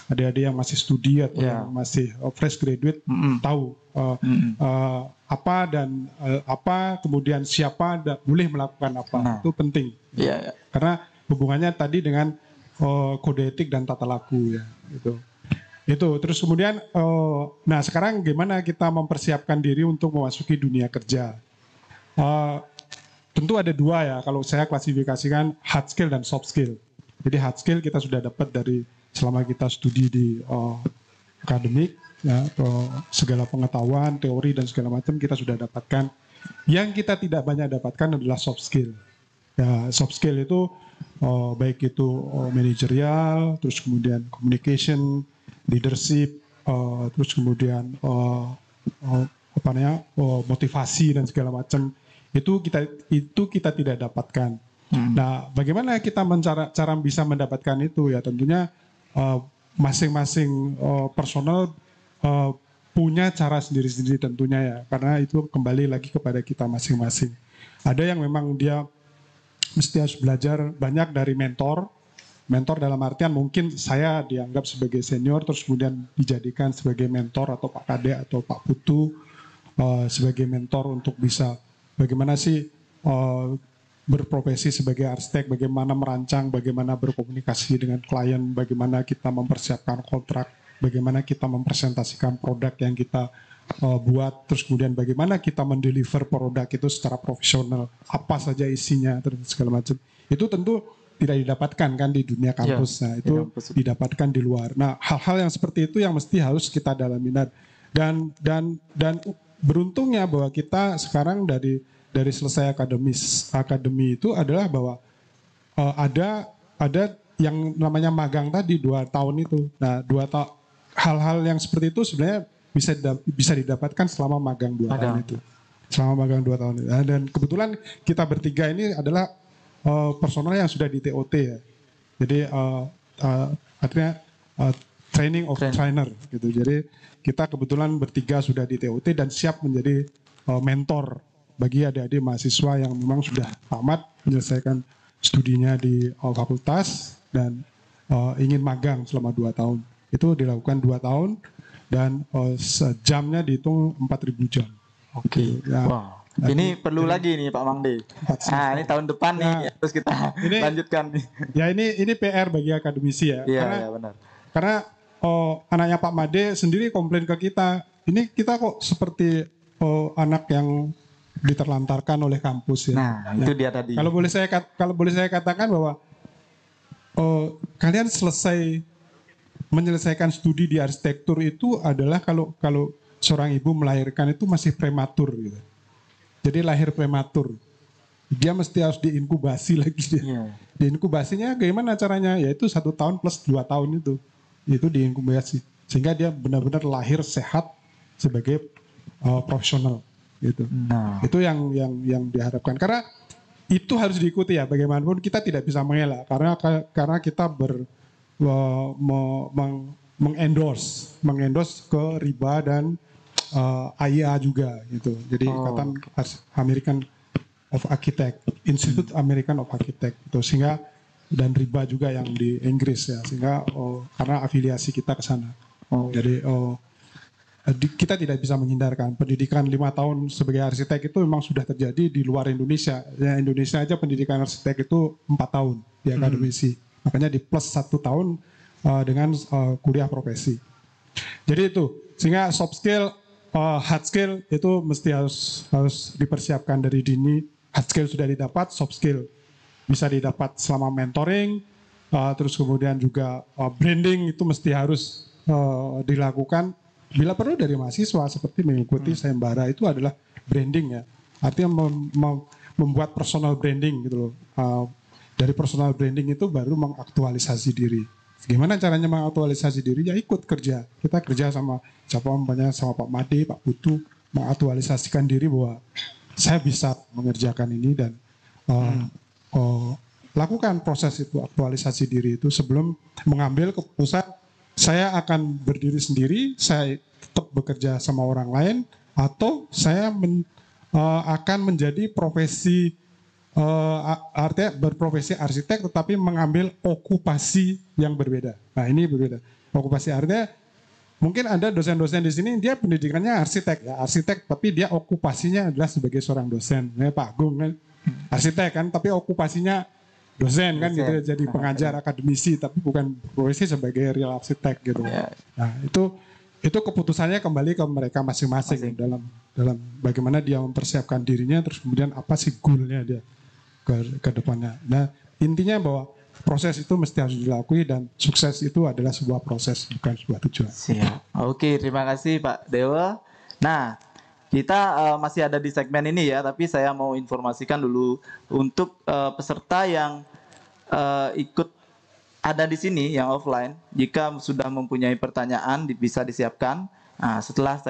adik-adik yang masih studi atau Ya. yang masih fresh graduate tahu apa dan apa, kemudian siapa boleh melakukan apa. Nah. Itu penting. Iya, iya. Karena hubungannya tadi dengan kode etik dan tata laku ya. Itu terus kemudian nah sekarang gimana kita mempersiapkan diri untuk memasuki dunia kerja. Tentu ada dua ya, kalau saya klasifikasikan hard skill dan soft skill. Jadi hard skill kita sudah dapat dari selama kita studi di akademik, ya, segala pengetahuan, teori dan segala macam kita sudah dapatkan. Yang kita tidak banyak dapatkan adalah soft skill. Ya, soft skill itu baik itu manajerial, terus kemudian communication, leadership, terus kemudian motivasi dan segala macam. Itu kita tidak dapatkan. Nah, bagaimana kita cara bisa mendapatkan itu ya, tentunya masing-masing personal punya cara sendiri-sendiri tentunya ya, karena itu kembali lagi kepada kita masing-masing. Ada yang memang dia mesti harus belajar banyak dari mentor dalam artian mungkin saya dianggap sebagai senior terus kemudian dijadikan sebagai mentor, atau Pak Kade atau Pak Putu sebagai mentor untuk bisa bagaimana sih berprofesi sebagai arsitek, bagaimana merancang, bagaimana berkomunikasi dengan klien, bagaimana kita mempersiapkan kontrak, bagaimana kita mempresentasikan produk yang kita buat, terus kemudian bagaimana kita mendeliver produk itu secara profesional, apa saja isinya, terus segala macam. Itu tentu tidak didapatkan kan di dunia kampus. Nah, itu didapatkan di luar. Nah, hal-hal yang seperti itu yang mesti harus kita dalami. Dan beruntungnya bahwa kita sekarang dari selesai akademi itu adalah bahwa ada yang namanya magang tadi 2 tahun itu. Nah, hal-hal yang seperti itu sebenarnya bisa didapatkan selama magang 2 tahun itu. Selama magang 2 tahun itu. Nah, dan kebetulan kita bertiga ini adalah personal yang sudah di TOT ya. Jadi artinya training of trainer gitu. Jadi kita kebetulan bertiga sudah di TOT dan siap menjadi mentor bagi adik-adik mahasiswa yang memang sudah tamat menyelesaikan studinya di fakultas dan ingin magang selama 2 tahun. Itu dilakukan 2 tahun dan jamnya dihitung 4.000 jam. Oke. Ya. Wow. Ini perlu lagi nih Pak Mangde. Nah, ini tahun depan nih terus kita lanjutkan nih. Ya ini PR bagi akademisi ya. Iya, benar. Karena anaknya Pak Made sendiri komplain ke kita, ini kita kok seperti anak yang diterlantarkan oleh kampus ya. Nah, itu dia tadi. Kalau boleh saya katakan bahwa kalian menyelesaikan studi di arsitektur itu adalah kalau seorang ibu melahirkan itu masih prematur gitu. Jadi lahir prematur. Dia mesti harus diinkubasi lagi. Iya. Diinkubasinya bagaimana caranya? Yaitu 1 tahun plus 2 tahun itu diinkubasi. Sehingga dia benar-benar lahir sehat sebagai profesional gitu. Nah, Itu yang diharapkan. Karena itu harus diikuti ya. Bagaimanapun kita tidak bisa mengelak karena kita mengendorse ke RIBA dan AIA juga gitu. Jadi Ikatan American of Architect, Institute American of Architect itu, sehingga dan RIBA juga yang di Inggris ya, sehingga karena afiliasi kita ke sana. Jadi kita tidak bisa menghindarkan pendidikan 5 tahun sebagai arsitek itu memang sudah terjadi di luar Indonesia. Ya, Indonesia aja pendidikan arsitek itu 4 tahun di akademisi. Makanya di plus 1 tahun dengan kuliah profesi. Jadi itu, sehingga soft skill, hard skill itu mesti harus dipersiapkan dari dini. Hard skill sudah didapat, soft skill bisa didapat selama mentoring, terus kemudian juga branding itu mesti harus dilakukan. Bila perlu dari mahasiswa seperti mengikuti sayembara itu adalah branding ya. Artinya membuat personal branding gitu loh. Dari personal branding itu baru mengaktualisasi diri. Gimana caranya mengaktualisasi diri? Ya ikut kerja. Kita kerja sama siapa umpamanya sama Pak Made, Pak Putu, mengaktualisasikan diri bahwa saya bisa mengerjakan ini dan lakukan proses itu, aktualisasi diri itu sebelum mengambil keputusan saya akan berdiri sendiri, saya tetap bekerja sama orang lain, atau saya akan menjadi profesi Artinya berprofesi arsitek tetapi mengambil okupasi yang berbeda. Nah ini berbeda. Okupasi artinya mungkin ada dosen-dosen di sini dia pendidikannya arsitek ya arsitek tapi dia okupasinya adalah sebagai seorang dosen. Pak Agung kan arsitek kan tapi okupasinya dosen kan gitu jadi pengajar akademisi tapi bukan profesi sebagai real arsitek gitu. Nah itu keputusannya kembali ke mereka masing-masing dalam bagaimana dia mempersiapkan dirinya terus kemudian apa sih goalnya dia ke depannya. Nah intinya bahwa proses itu mesti harus dilalui dan sukses itu adalah sebuah proses bukan sebuah tujuan. Siap. Oke, terima kasih Pak Dewa. Nah, kita masih ada di segmen ini ya, tapi saya mau informasikan dulu untuk peserta yang ikut ada di sini yang offline. Jika sudah mempunyai pertanyaan bisa disiapkan. Nah, setelah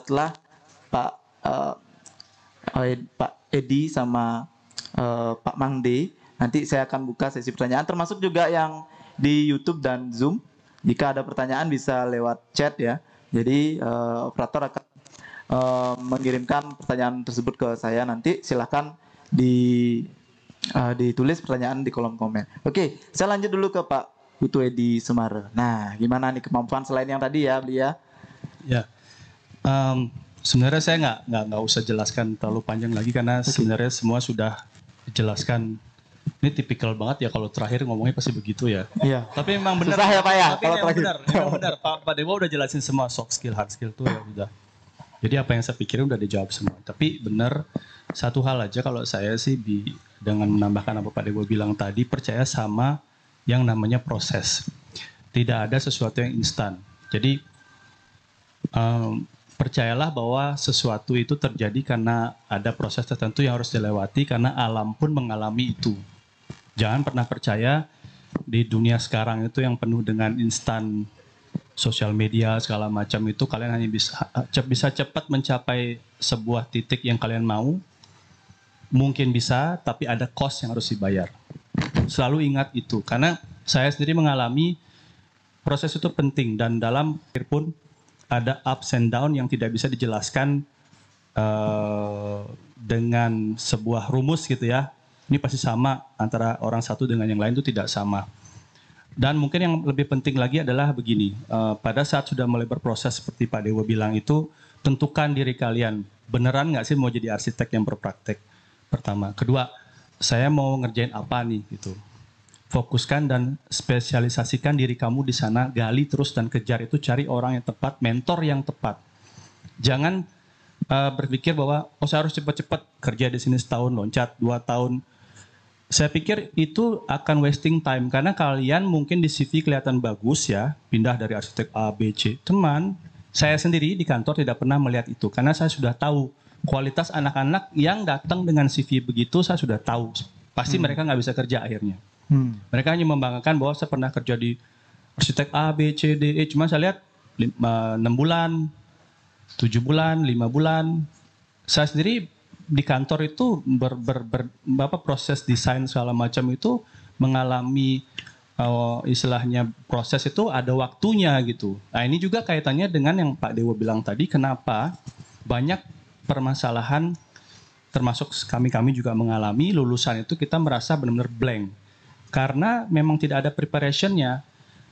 Pak Edi sama Pak Mangde, nanti saya akan buka sesi pertanyaan, termasuk juga yang di YouTube dan Zoom. Jika ada pertanyaan bisa lewat chat ya. Jadi operator akan mengirimkan pertanyaan tersebut ke saya nanti. Silahkan ditulis pertanyaan di kolom komen. Oke, saya lanjut dulu ke Pak Putu Edi Sumare. Nah, gimana nih kemampuan selain yang tadi ya, Blia? Ya. Sebenarnya saya nggak usah jelaskan terlalu panjang lagi karena sebenarnya semua sudah dijelaskan. Ini tipikal banget ya kalau terakhir ngomongnya pasti begitu ya. Iya. Tapi memang benar. Susah ya Pak ya Tapi kalau memang terakhir. benar. Pak Dewa udah jelasin semua soft skill, hard skill tuh ya udah. Jadi apa yang saya pikirin udah dijawab semua. Tapi benar satu hal aja kalau saya sih dengan menambahkan apa Pak Dewa bilang tadi, percaya sama yang namanya proses. Tidak ada sesuatu yang instan. Jadi percayalah bahwa sesuatu itu terjadi karena ada proses tertentu yang harus dilewati karena alam pun mengalami itu. Jangan pernah percaya di dunia sekarang itu yang penuh dengan instan sosial media segala macam itu kalian hanya bisa cepat mencapai sebuah titik yang kalian mau. Mungkin bisa, tapi ada cost yang harus dibayar. Selalu ingat itu karena saya sendiri mengalami proses itu penting dan dalam akhir pun ada ups and down yang tidak bisa dijelaskan dengan sebuah rumus gitu ya. Ini pasti sama antara orang satu dengan yang lain itu tidak sama. Dan mungkin yang lebih penting lagi adalah begini, pada saat sudah mulai berproses seperti Pak Dewa bilang itu, tentukan diri kalian, beneran nggak sih mau jadi arsitek yang berpraktek? Pertama. Kedua, saya mau ngerjain apa nih gitu. Fokuskan dan spesialisasikan diri kamu di sana, gali terus dan kejar itu, cari orang yang tepat, mentor yang tepat. Jangan berpikir bahwa saya harus cepat-cepat kerja di sini setahun, loncat 2 tahun. Saya pikir itu akan wasting time karena kalian mungkin di CV kelihatan bagus ya, pindah dari arsitek A, B, C. Teman, saya sendiri di kantor tidak pernah melihat itu karena saya sudah tahu kualitas anak-anak yang datang dengan CV begitu saya sudah tahu. Pasti mereka nggak bisa kerja akhirnya. Mereka hanya membanggakan bahwa saya pernah kerja di arsitek A, B, C, D, E. Cuma saya lihat 6 bulan, 7 bulan, 5 bulan. Saya sendiri di kantor itu proses desain segala macam itu mengalami istilahnya proses itu ada waktunya gitu. Nah ini juga kaitannya dengan yang Pak Dewa bilang tadi, kenapa banyak permasalahan termasuk kami juga mengalami lulusan itu kita merasa benar-benar blank. Karena memang tidak ada preparationnya,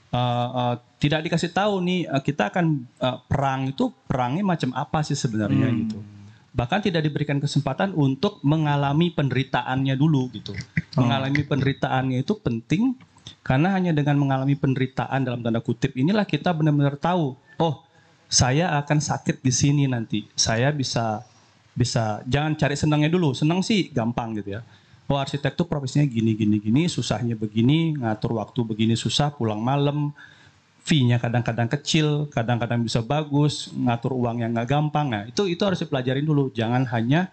tidak dikasih tahu nih kita akan perang itu perangnya macam apa sih sebenarnya gitu. Bahkan tidak diberikan kesempatan untuk mengalami penderitaannya dulu gitu. Mengalami penderitaannya itu penting karena hanya dengan mengalami penderitaan dalam tanda kutip inilah kita benar-benar tahu, oh saya akan sakit di sini nanti. Saya bisa jangan cari senangnya dulu. Senang sih gampang gitu ya. Oh arsitek tuh profesinya gini, susahnya begini, ngatur waktu begini susah, pulang malam, fee-nya kadang-kadang kecil, kadang-kadang bisa bagus, ngatur uang yang nggak gampang. Nah itu harus dipelajarin dulu. Jangan hanya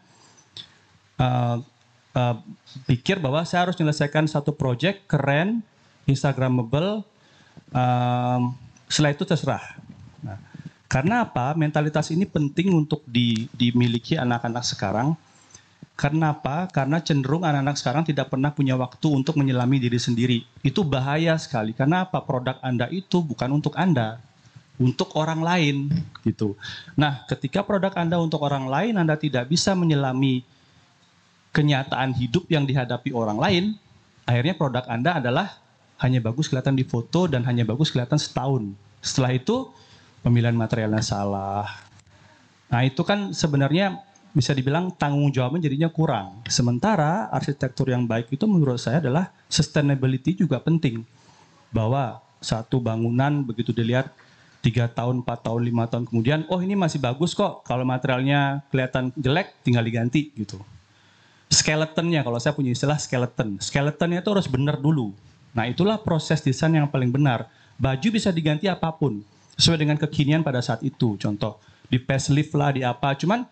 pikir bahwa saya harus menyelesaikan satu project keren, instagramable, setelah itu terserah. Nah, karena apa? Mentalitas ini penting untuk dimiliki anak-anak sekarang. Karena apa? Karena cenderung anak-anak sekarang tidak pernah punya waktu untuk menyelami diri sendiri. Itu bahaya sekali. Karena apa? Produk Anda itu bukan untuk Anda, untuk orang lain gitu. Nah, ketika produk Anda untuk orang lain, Anda tidak bisa menyelami kenyataan hidup yang dihadapi orang lain, akhirnya produk Anda adalah hanya bagus kelihatan di foto dan hanya bagus kelihatan setahun. Setelah itu pemilihan materialnya salah. Nah itu kan sebenarnya bisa dibilang tanggung jawabnya jadinya kurang. Sementara arsitektur yang baik itu menurut saya adalah sustainability juga penting. Bahwa satu bangunan begitu dilihat 3 tahun, 4 tahun, 5 tahun kemudian, oh ini masih bagus kok. Kalau materialnya kelihatan jelek, tinggal diganti gitu. Skeletonnya, kalau saya punya istilah skeleton. Skeletonnya itu harus benar dulu. Nah itulah proses desain yang paling benar. Baju bisa diganti apapun, sesuai dengan kekinian pada saat itu. Contoh, di facelift lah, di apa. Cuman,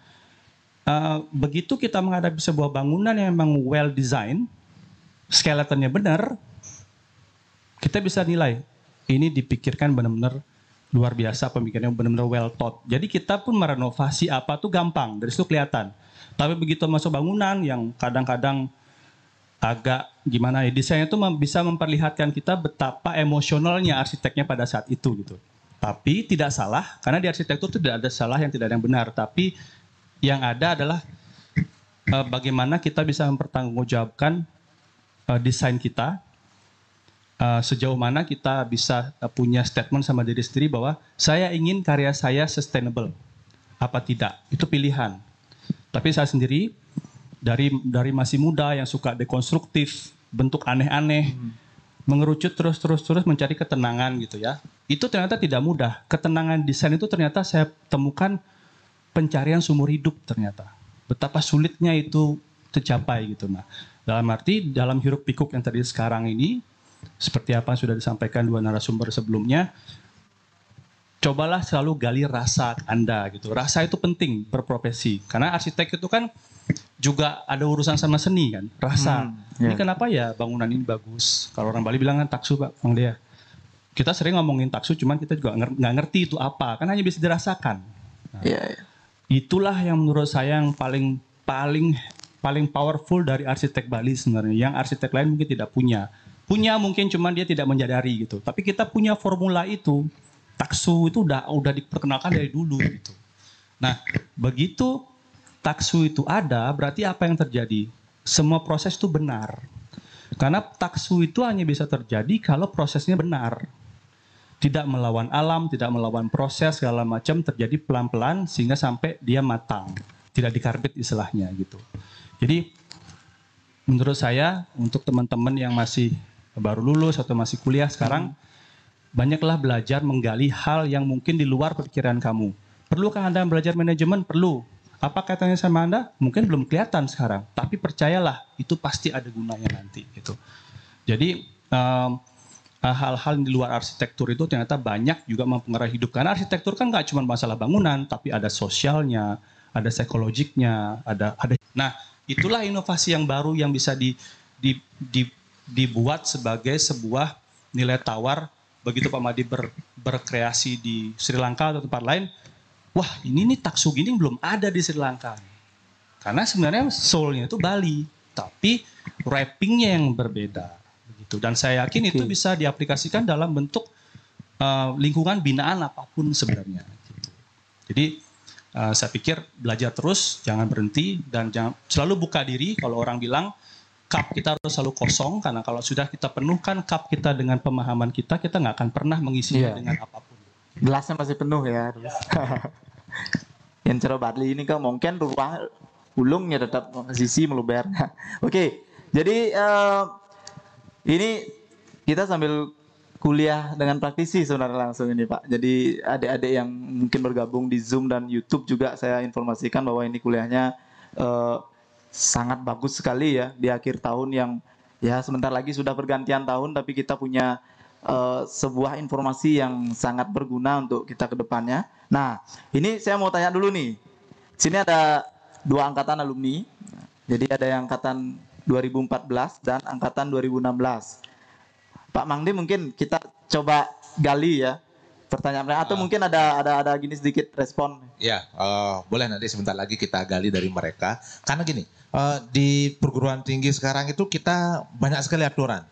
begitu kita menghadapi sebuah bangunan yang memang well design, skeletonnya benar, kita bisa nilai, ini dipikirkan benar-benar luar biasa, pemikirannya benar-benar well thought. Jadi kita pun merenovasi apa tuh gampang, dari situ kelihatan. Tapi begitu masuk bangunan yang kadang-kadang agak gimana ya, desainnya tuh bisa memperlihatkan kita betapa emosionalnya arsiteknya pada saat itu gitu. Tapi tidak salah, karena di arsitektur itu tidak ada salah yang tidak ada yang benar. Tapi yang ada adalah bagaimana kita bisa mempertanggungjawabkan desain kita, sejauh mana kita bisa punya statement sama diri sendiri bahwa saya ingin karya saya sustainable. Apa tidak? Itu pilihan. Tapi saya sendiri dari masih muda yang suka dekonstruktif, bentuk aneh-aneh, mengerucut terus mencari ketenangan gitu ya. Itu ternyata tidak mudah. Ketenangan desain itu ternyata saya temukan pencarian seumur hidup ternyata. Betapa sulitnya itu tercapai gitu. Nah, dalam arti dalam hiruk pikuk yang tadi sekarang ini, seperti apa yang sudah disampaikan dua narasumber sebelumnya, cobalah selalu gali rasa Anda gitu. Rasa itu penting berprofesi. Karena arsitek itu kan juga ada urusan sama seni kan, rasa. Ini kenapa ya bangunan ini bagus? Kalau orang Bali bilang kan taksu Pak, Bang Dea. Kita sering ngomongin taksu, cuman kita juga nggak ngerti itu apa. Kan hanya bisa dirasakan. Nah, itulah yang menurut saya yang paling powerful dari arsitek Bali sebenarnya. Yang arsitek lain mungkin tidak punya. Punya mungkin cuman dia tidak menyadari gitu. Tapi kita punya formula itu. Taksu itu udah diperkenalkan dari dulu gitu. Nah, begitu taksu itu ada, berarti apa yang terjadi? Semua proses itu benar. Karena taksu itu hanya bisa terjadi kalau prosesnya benar. Tidak melawan alam, tidak melawan proses, segala macam terjadi pelan-pelan sehingga sampai dia matang. Tidak dikarbit istilahnya gitu. Jadi menurut saya untuk teman-teman yang masih baru lulus atau masih kuliah sekarang, banyaklah belajar menggali hal yang mungkin di luar pikiran kamu. Perlukah Anda belajar manajemen? Perlu. Apa kaitannya sama Anda? Mungkin belum kelihatan sekarang. Tapi percayalah, itu pasti ada gunanya nanti. Gitu. Jadi hal-hal di luar arsitektur itu ternyata banyak juga mempengaruhi hidup. Karena arsitektur kan nggak cuma masalah bangunan, tapi ada sosialnya, ada psikologiknya, ada. Nah, itulah inovasi yang baru yang bisa dibuat sebagai sebuah nilai tawar. Begitu Pak Madi berkreasi di Sri Lanka atau tempat lain, wah ini nih taksu gini belum ada di Sri Lanka. Karena sebenarnya soul-nya itu Bali, tapi wrapping-nya yang berbeda. Begitu. Dan saya yakin itu bisa diaplikasikan dalam bentuk lingkungan binaan apapun sebenarnya. Gitu. Jadi saya pikir belajar terus, jangan berhenti, dan jangan selalu buka diri. Kalau orang bilang, cup kita harus selalu kosong, karena kalau sudah kita penuhkan cup kita dengan pemahaman kita nggak akan pernah mengisinya dengan apapun. Gelasnya masih penuh ya. Yang cerah Bali ini kan mungkin ruang ulungnya tetap sisi melubernya. Oke, jadi ini kita sambil kuliah dengan praktisi sebenarnya langsung ini Pak. Jadi adik-adik yang mungkin bergabung di Zoom dan YouTube juga saya informasikan bahwa ini kuliahnya sangat bagus sekali ya di akhir tahun yang ya sebentar lagi sudah pergantian tahun, tapi kita punya sebuah informasi yang sangat berguna untuk kita ke depannya. Nah, ini saya mau tanya dulu nih. Sini ada 2 angkatan alumni. Jadi ada yang angkatan 2014 dan angkatan 2016. Pak Mangdi mungkin kita coba gali ya pertanyaan mereka, atau mungkin ada gini sedikit respon. Ya, boleh nanti sebentar lagi kita gali dari mereka. Karena gini, di perguruan tinggi sekarang itu kita banyak sekali aturan.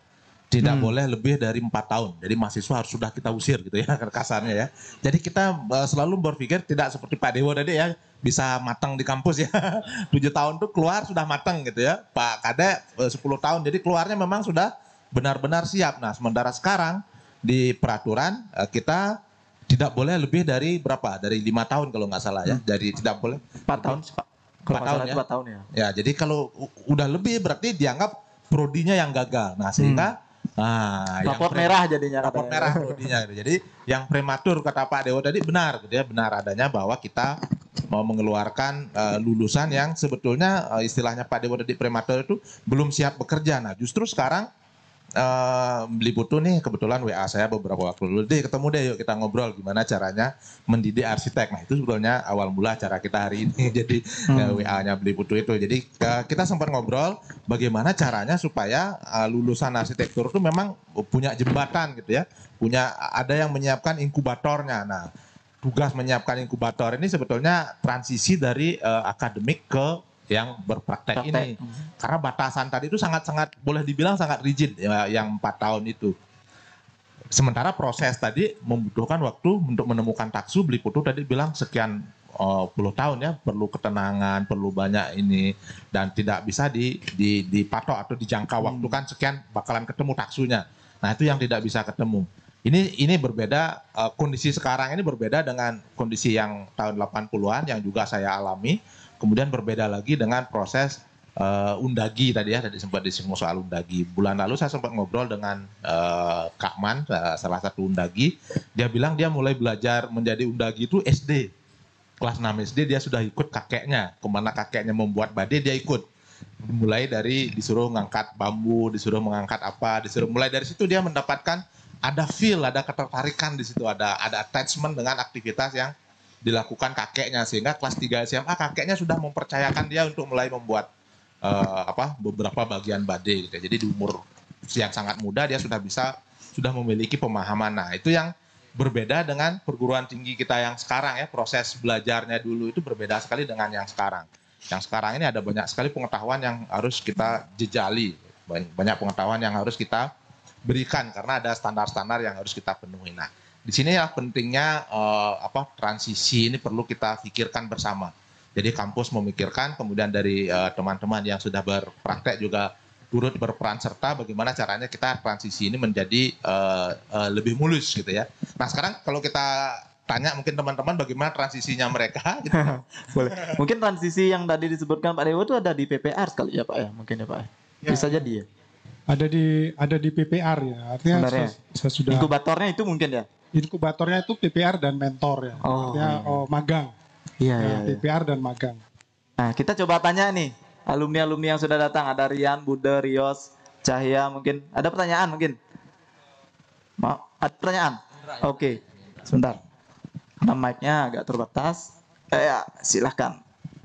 tidak boleh lebih dari 4 tahun. Jadi mahasiswa harus sudah kita usir gitu ya kasarnya ya. Jadi kita selalu berpikir tidak seperti Pak Dewo tadi ya, bisa matang di kampus ya. 7 tahun tuh keluar sudah matang gitu ya. Pak Kade 10 tahun, jadi keluarnya memang sudah benar-benar siap. Nah sementara sekarang di peraturan kita tidak boleh lebih dari berapa? Dari 5 tahun kalau nggak salah ya. Jadi tidak boleh 4 tahun sih, Pak. Kalau 4 tahun ya. 4 tahun ya. Ya, jadi kalau udah lebih berarti dianggap prodinya yang gagal. Nah, sehingga Raport merah jadinya raport katanya. merah prodinya gitu. Jadi yang prematur kata Pak Dewo tadi benar gitu ya, benar adanya bahwa kita mau mengeluarkan lulusan yang sebetulnya istilahnya Pak Dewo tadi prematur itu belum siap bekerja. Nah, justru sekarang Beli Putu nih kebetulan WA saya beberapa waktu lalu, deh ketemu deh yuk kita ngobrol gimana caranya mendidik arsitek. Nah itu sebetulnya awal mula acara kita hari ini. Jadi WA-nya Beli Putu itu. Jadi kita sempat ngobrol bagaimana caranya supaya lulusan arsitektur itu memang punya jembatan gitu ya, punya ada yang menyiapkan inkubatornya. Nah tugas menyiapkan inkubator ini sebetulnya transisi dari akademik ke yang berpraktek ini. Karena batasan tadi itu sangat-sangat boleh dibilang sangat rigid ya, yang 4 tahun itu. Sementara proses tadi membutuhkan waktu untuk menemukan taksu. Beli Putu tadi bilang sekian puluh tahun ya, perlu ketenangan, perlu banyak ini, dan tidak bisa dipatok atau dijangka waktu kan sekian bakalan ketemu taksunya. Nah itu yang tidak bisa ketemu. Ini berbeda, kondisi sekarang ini berbeda dengan kondisi yang tahun 80-an yang juga saya alami. Kemudian berbeda lagi dengan proses undagi tadi ya, tadi sempat disinggung soal undagi. Bulan lalu saya sempat ngobrol dengan Kak Man, salah satu undagi. Dia bilang dia mulai belajar menjadi undagi itu SD. Kelas 6 SD dia sudah ikut kakeknya. Kemana kakeknya membuat badai dia ikut. Mulai dari disuruh mengangkat bambu, disuruh mengangkat apa, mulai dari situ dia mendapatkan ada feel, ada ketertarikan di situ, ada attachment dengan aktivitas yang dilakukan kakeknya, sehingga kelas 3 SMA kakeknya sudah mempercayakan dia untuk mulai membuat beberapa bagian badai gitu. Jadi di umur yang sangat muda dia sudah memiliki pemahaman. Nah, itu yang berbeda dengan perguruan tinggi kita yang sekarang ya. Proses belajarnya dulu itu berbeda sekali dengan yang sekarang. Yang sekarang ini ada banyak sekali pengetahuan yang harus kita jejali. Banyak pengetahuan yang harus kita berikan karena ada standar-standar yang harus kita penuhi. Nah, di sini ya pentingnya transisi ini perlu kita pikirkan bersama. Jadi kampus memikirkan, kemudian dari teman-teman yang sudah berpraktek juga turut berperan serta bagaimana caranya kita transisi ini menjadi lebih mulus gitu ya. Nah sekarang kalau kita tanya mungkin teman-teman bagaimana transisinya mereka gitu. Boleh. Mungkin transisi yang tadi disebutkan Pak Dewo itu ada di PPR sekali ya Pak ya, mungkin ya Pak. Bisa jadi ya. Ada di PPR ya. Artinya saya sudah inkubatornya itu mungkin ya. Inkubatornya itu PPR dan mentor ya. Artinya magang. Iya. PPR dan magang. Nah, kita coba tanya nih alumni-alumni yang sudah datang. Ada Rian, Bude, Rios, Cahya mungkin. Ada pertanyaan mungkin? Mau? Ada pertanyaan? Oke. Sebentar. Karena mic-nya agak terbatas. Ya, silahkan.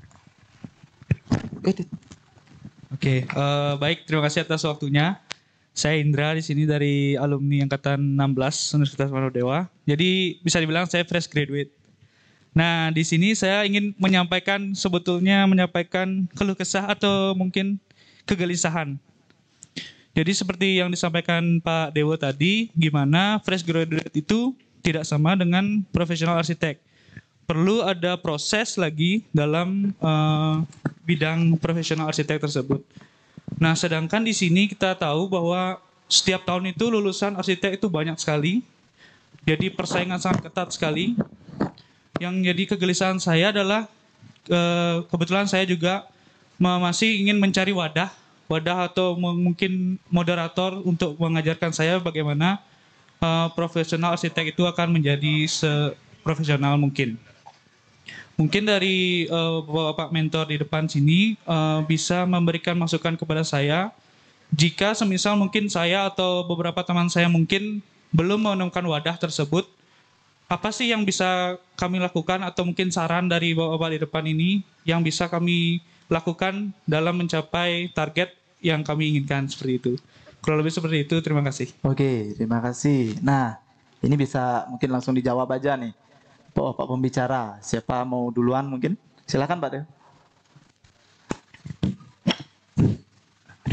Oke, baik, terima kasih atas waktunya. Saya Indra di sini dari alumni angkatan 16 Universitas Manodewa. Jadi bisa dibilang saya fresh graduate. Nah, di sini saya ingin menyampaikan keluh kesah atau mungkin kegelisahan. Jadi seperti yang disampaikan Pak Dewo tadi, gimana fresh graduate itu tidak sama dengan profesional arsitek. Perlu ada proses lagi dalam bidang profesional arsitek tersebut. Nah, sedangkan di sini kita tahu bahwa setiap tahun itu lulusan arsitek itu banyak sekali. Jadi persaingan sangat ketat sekali. Yang jadi kegelisahan saya adalah kebetulan saya juga masih ingin mencari wadah atau mungkin moderator untuk mengajarkan saya bagaimana profesional arsitek itu akan menjadi seprofesional mungkin. Mungkin dari Bapak mentor di depan sini bisa memberikan masukan kepada saya. Jika semisal mungkin saya atau beberapa teman saya mungkin belum menemukan wadah tersebut, apa sih yang bisa kami lakukan atau mungkin saran dari Bapak di depan ini yang bisa kami lakukan dalam mencapai target yang kami inginkan seperti itu. Kurang lebih seperti itu, terima kasih. Oke, terima kasih. Nah, ini bisa mungkin langsung dijawab aja nih. Pak pembicara, siapa mau duluan mungkin? Silakan Pak Dew.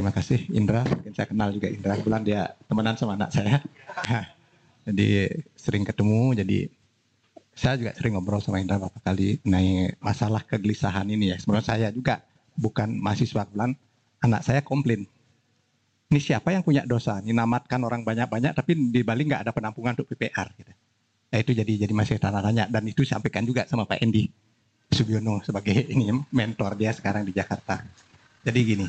Terima kasih Indra. Mungkin saya kenal juga Indra. Kebetulan dia temenan sama anak saya. Jadi sering ketemu. Jadi saya juga sering ngobrol sama Indra beberapa kali mengenai masalah kegelisahan ini ya. Sebenarnya saya juga bukan mahasiswa, kebetulan anak saya komplain. Ini siapa yang punya dosa? Ini namatkan orang banyak-banyak tapi di Bali nggak ada penampungan untuk PPR. Gitu. Ya itu jadi masih tanya dan itu disampaikan juga sama Pak Endi Subiono sebagai ini mentor dia sekarang di Jakarta. Jadi gini,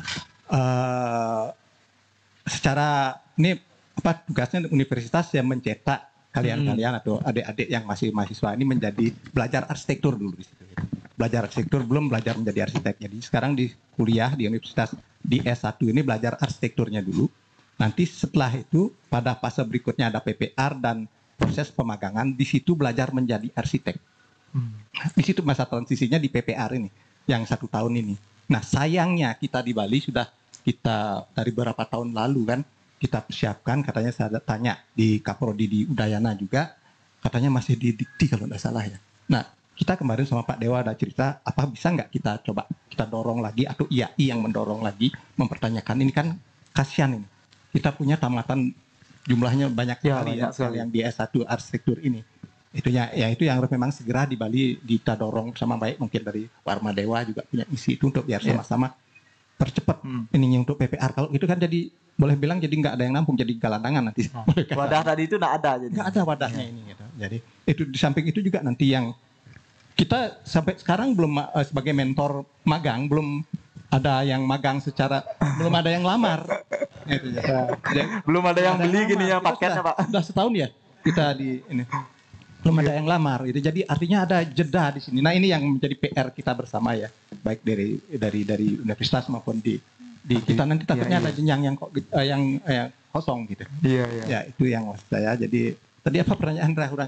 secara ini apa tugasnya universitas yang mencetak kalian-kalian atau adik-adik yang masih mahasiswa ini menjadi belajar arsitektur dulu di situ. Belajar arsitektur belum belajar menjadi arsitek. Jadi sekarang di kuliah di universitas di S1 ini belajar arsitekturnya dulu. Nanti setelah itu pada fase berikutnya ada PPR dan proses pemagangan, di situ belajar menjadi arsitek. Di situ masa transisinya di PPR ini yang 1 tahun ini. Nah sayangnya kita di Bali sudah kita dari beberapa tahun lalu kan kita persiapkan, katanya saya tanya di Kaprodi di Udayana juga, katanya masih di Dikti kalau tidak salah ya. Nah kita kemarin sama Pak Dewa ada cerita, apa bisa nggak kita coba kita dorong lagi atau IAI yang mendorong lagi mempertanyakan ini kan kasihan ini. Kita punya tamatan jumlahnya banyak sekali ya, yang di S1 arsitektur ini. Itu ya itu yang memang segera di Bali kita dorong sama baik mungkin dari Warma Dewa juga punya misi itu untuk biar sama-sama percepat ininya untuk PPR. Kalau itu kan jadi boleh bilang jadi nggak ada yang nampung, jadi galandangan nanti. Wadah tadi itu nggak ada jadi. Nggak ada wadahnya ini gitu. Jadi itu di samping itu juga nanti yang kita sampai sekarang belum sebagai mentor magang belum ada yang magang secara belum ada yang lamar. Gitu, ya. Belum ada yang beli gini ya paketnya Pak. Sudah setahun ya kita di ini. Belum ada yang lamar itu. Jadi artinya ada jeda di sini. Nah, ini yang menjadi PR kita bersama ya. Baik dari universitas maupun di kita nanti takutnya ada jenjang yang kosong gitu. Iya. Ya, itu yang maksud saya. Jadi tadi apa pertanyaan Rahura?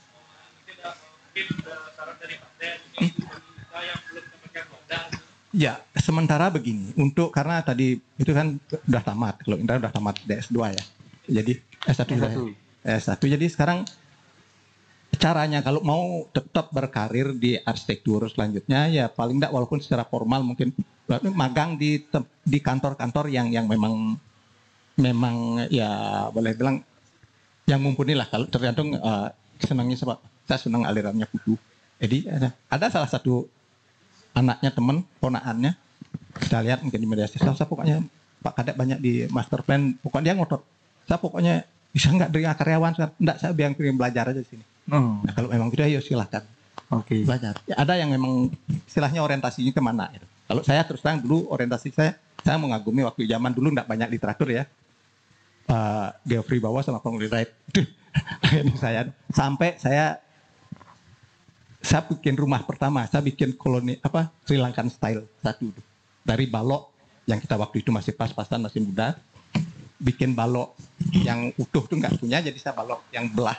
Ya, sementara begini. Untuk karena tadi itu kan udah tamat. Kalau Indra udah tamat DS2 ya. Jadi S1 sudah. S1. Jadi sekarang caranya kalau mau tetap berkarir di arsitektur selanjutnya ya paling enggak walaupun secara formal mungkin magang di kantor-kantor yang memang ya boleh bilang yang mumpuni lah. Kalau tergantung senangnya saya senang alirannya kudu. Jadi ada salah satu anaknya teman ponakannya kita lihat mungkin di media sosial, saya pokoknya Pak Kadek banyak di master plan, pokoknya dia ngotot saya pokoknya bisa nggak dari karyawan, enggak saya biar pengen belajar aja di sini. Nah, kalau memang gitu ayo silahkan belajar. Ya, ada yang memang istilahnya orientasinya kemana gitu. Kalau saya terus terang dulu orientasi saya mengagumi waktu zaman dulu enggak banyak literatur ya. Geoffrey Bawa sama Pong Wright. Saya sampai saya bikin rumah pertama, saya bikin koloni Sri Lankan style satu dari balok yang kita waktu itu masih pas-pasan masih muda, bikin balok yang utuh tuh nggak punya, jadi saya balok yang belah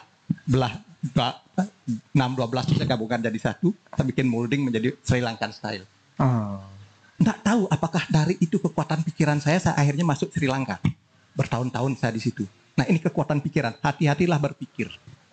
6-12 saya gabungkan jadi satu, saya bikin molding menjadi Sri Lankan style. Nggak tahu apakah dari itu kekuatan pikiran saya akhirnya masuk Sri Lanka. Bertahun-tahun saya di situ. Nah ini kekuatan pikiran, hati-hatilah berpikir.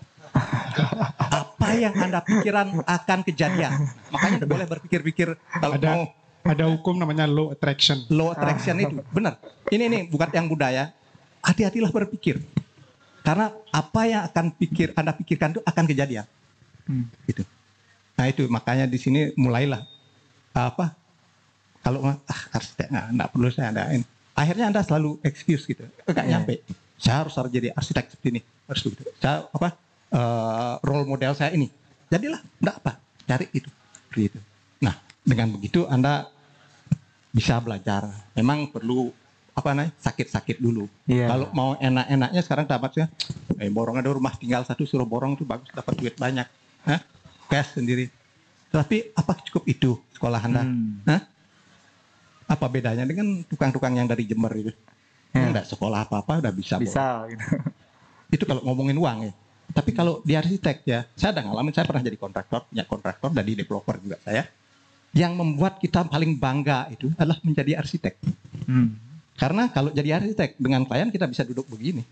Apa yang Anda pikiran akan kejadian. Makanya boleh berpikir-pikir kalau ada hukum namanya law attraction. Law attraction itu benar. Ini bukan yang budaya. Hati-hatilah berpikir. Karena apa yang Anda pikirkan itu akan kejadian. Gitu. Nah itu makanya di sini mulailah kalau arsitek nggak perlu saya adain. Akhirnya Anda selalu excuse gitu. Enggak nyampe. Saya harus jadi arsitek seperti ini. Harus gitu. Saya role model saya ini. Jadilah, enggak apa, cari itu. Gitu. Nah, dengan begitu Anda bisa belajar. Memang perlu sakit-sakit dulu. Kalau mau enak-enaknya sekarang dapatnya borong ada rumah tinggal satu suruh borong itu bagus, dapat duit banyak. Cash sendiri. Tapi apa cukup itu sekolah Anda? Apa bedanya dengan tukang-tukang yang dari Jember itu? Enggak sekolah apa-apa udah bisa. Bisa gitu. Itu kalau ngomongin uang ya. Tapi kalau di arsitek ya, saya ada ngalamin, saya pernah jadi kontraktor, punya kontraktor dan di developer juga saya. Yang membuat kita paling bangga itu adalah menjadi arsitek. Karena kalau jadi arsitek dengan klien kita bisa duduk begini.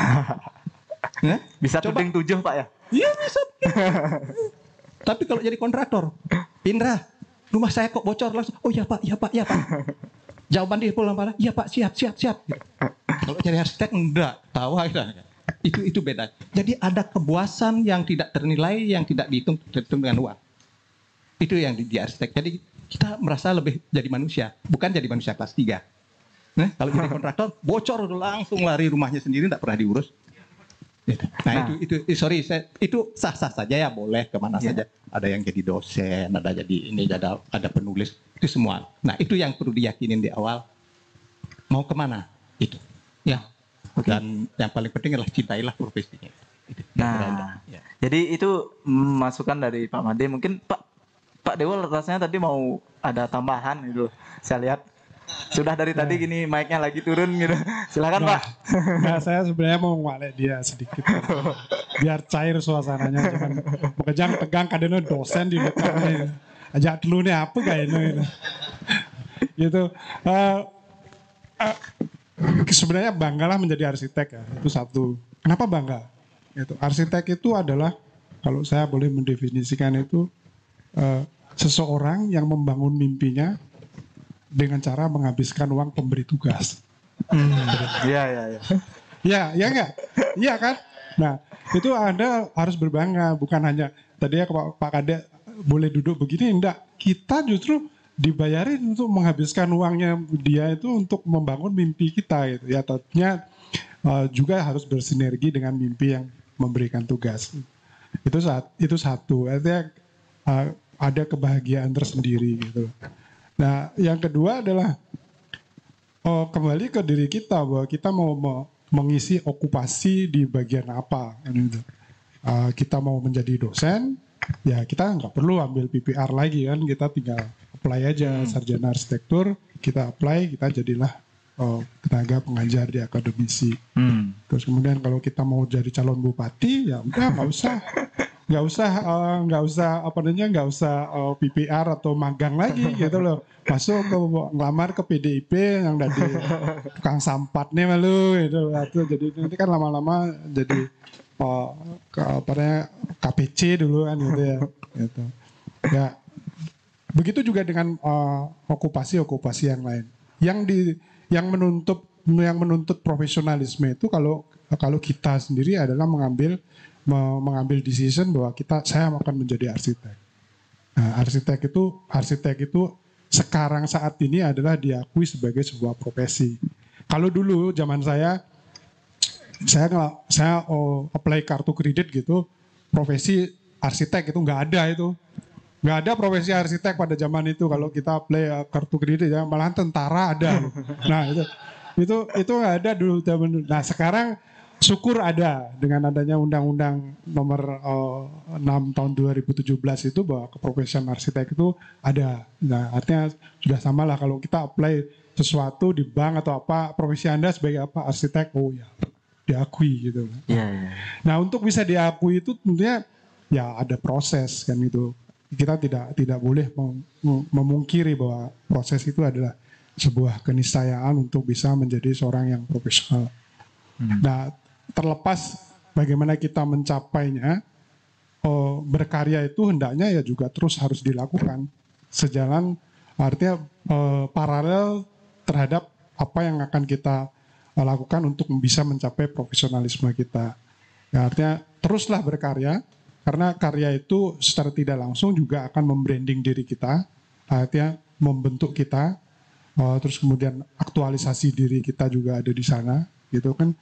Bisa tuding 7 Pak ya? Iya bisa. Tapi kalau jadi kontraktor, Indra, rumah saya kok bocor langsung. Oh ya Pak, ya Pak, ya Pak. Jawaban dia pulang pada, iya Pak, siap. Kalau cari arsitek enggak, tawa kita. Itu beda. Jadi ada kepuasan yang tidak ternilai, yang tidak dihitung dengan uang. Itu yang di arsitek. Jadi kita merasa lebih jadi manusia, bukan jadi manusia kelas 3. Nah, kalau jadi kontraktor, bocor langsung lari rumahnya sendiri, tidak pernah diurus. Gitu. Nah, itu sah-sah saja ya, boleh kemana saja. Ada yang jadi dosen, ada jadi ini, ada penulis, itu semua. Nah, itu yang perlu diyakinin di awal. Mau kemana? Itu. Ya. Dan yang paling penting adalah cintailah profesinya. Itu. Nah, jadi itu masukan dari Pak Made. Mungkin Pak Dewa rasanya tadi mau ada tambahan gitu. Saya lihat sudah dari tadi gini mic-nya lagi turun gitu. Silakan Pak. Nah, saya sebenarnya mau ngwalek dia sedikit. Biar cair suasananya. Jangan tegang kadang dosen di belakangnya. Ajak dulu nih apa kayaknya. Gitu. Sebenarnya banggalah menjadi arsitek ya. Itu satu. Kenapa bangga? Gitu. Arsitek itu adalah, kalau saya boleh mendefinisikan itu, seseorang yang membangun mimpinya dengan cara menghabiskan uang pemberi tugas. Iya. Ya enggak? Iya kan? Nah, itu Anda harus berbangga, bukan hanya tadi ya Pak Kadek boleh duduk begini, enggak. Kita justru dibayarin untuk menghabiskan uangnya dia itu untuk membangun mimpi kita gitu. Ya tentunya juga harus bersinergi dengan mimpi yang memberikan tugas. Itu satu. Artinya ada kebahagiaan tersendiri gitu. Nah, yang kedua adalah kembali ke diri kita, bahwa kita mau mengisi okupasi di bagian apa. Gitu. Kita mau menjadi dosen, ya kita nggak perlu ambil PPR lagi kan, kita tinggal apply aja sarjana arsitektur, kita apply, kita jadilah tenaga pengajar di akademisi. Terus kemudian kalau kita mau jadi calon bupati, ya udah nggak usah PPR atau magang lagi gitu loh. Masuk ke ngelamar ke PDIP yang dari tukang sampat nih malu gitu. Jadi nanti kan lama-lama jadi KPC dulu kan gitu ya. Gitu. Ya begitu juga dengan okupasi lain. Yang menuntut profesionalisme itu kalau kita sendiri adalah mengambil decision bahwa saya akan menjadi arsitek. Nah, arsitek itu sekarang saat ini adalah diakui sebagai sebuah profesi. Kalau dulu zaman saya apply kartu kredit gitu, profesi arsitek itu nggak ada profesi arsitek pada zaman itu. Kalau kita apply kartu kredit ya malahan tentara ada. Nah itu nggak ada dulu zaman dulu. Nah sekarang syukur ada dengan adanya Undang-Undang Nomor 6 Tahun 2017 itu, bahwa keprofesian arsitek itu ada. Nah artinya sudah sama lah kalau kita apply sesuatu di bank atau apa, profesi Anda sebagai apa, arsitek, oh ya diakui gitu. Nah untuk bisa diakui itu tentunya ya ada proses kan itu. Kita tidak boleh memungkiri bahwa proses itu adalah sebuah keniscayaan untuk bisa menjadi seorang yang profesional. Nah terlepas bagaimana kita mencapainya, berkarya itu hendaknya ya juga terus harus dilakukan sejalan, artinya paralel terhadap apa yang akan kita lakukan untuk bisa mencapai profesionalisme kita. Ya, artinya teruslah berkarya, karena karya itu secara tidak langsung juga akan membranding diri kita, artinya membentuk kita, terus kemudian aktualisasi diri kita juga ada di sana, gitu kan.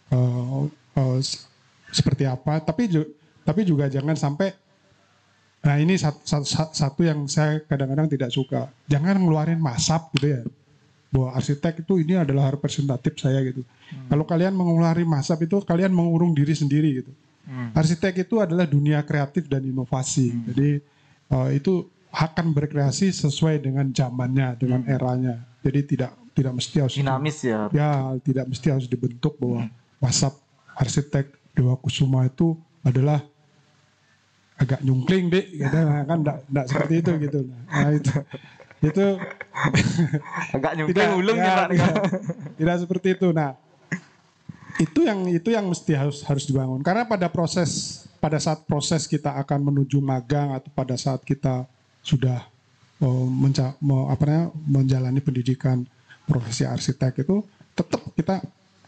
Seperti apa, tapi juga jangan sampai, nah ini satu yang saya kadang-kadang tidak suka, jangan ngeluarin masab gitu ya, bahwa arsitek itu ini adalah representatif saya gitu. Kalau kalian mengeluarkan masab itu kalian mengurung diri sendiri gitu. Arsitek itu adalah dunia kreatif dan inovasi, jadi itu akan berkreasi sesuai dengan zamannya, dengan eranya. Jadi tidak mesti harus dinamis ya. Ya tidak mesti harus dibentuk bahwa masab arsitek Dewa Kusuma itu adalah agak nyungkling deh, gitu. Kan enggak seperti itu gitu. Nah itu agak nyungkling ulung ya, tidak seperti itu. Nah itu yang mesti harus dibangun, karena pada saat proses kita akan menuju magang atau pada saat kita sudah menjalani pendidikan profesi arsitek itu tetap kita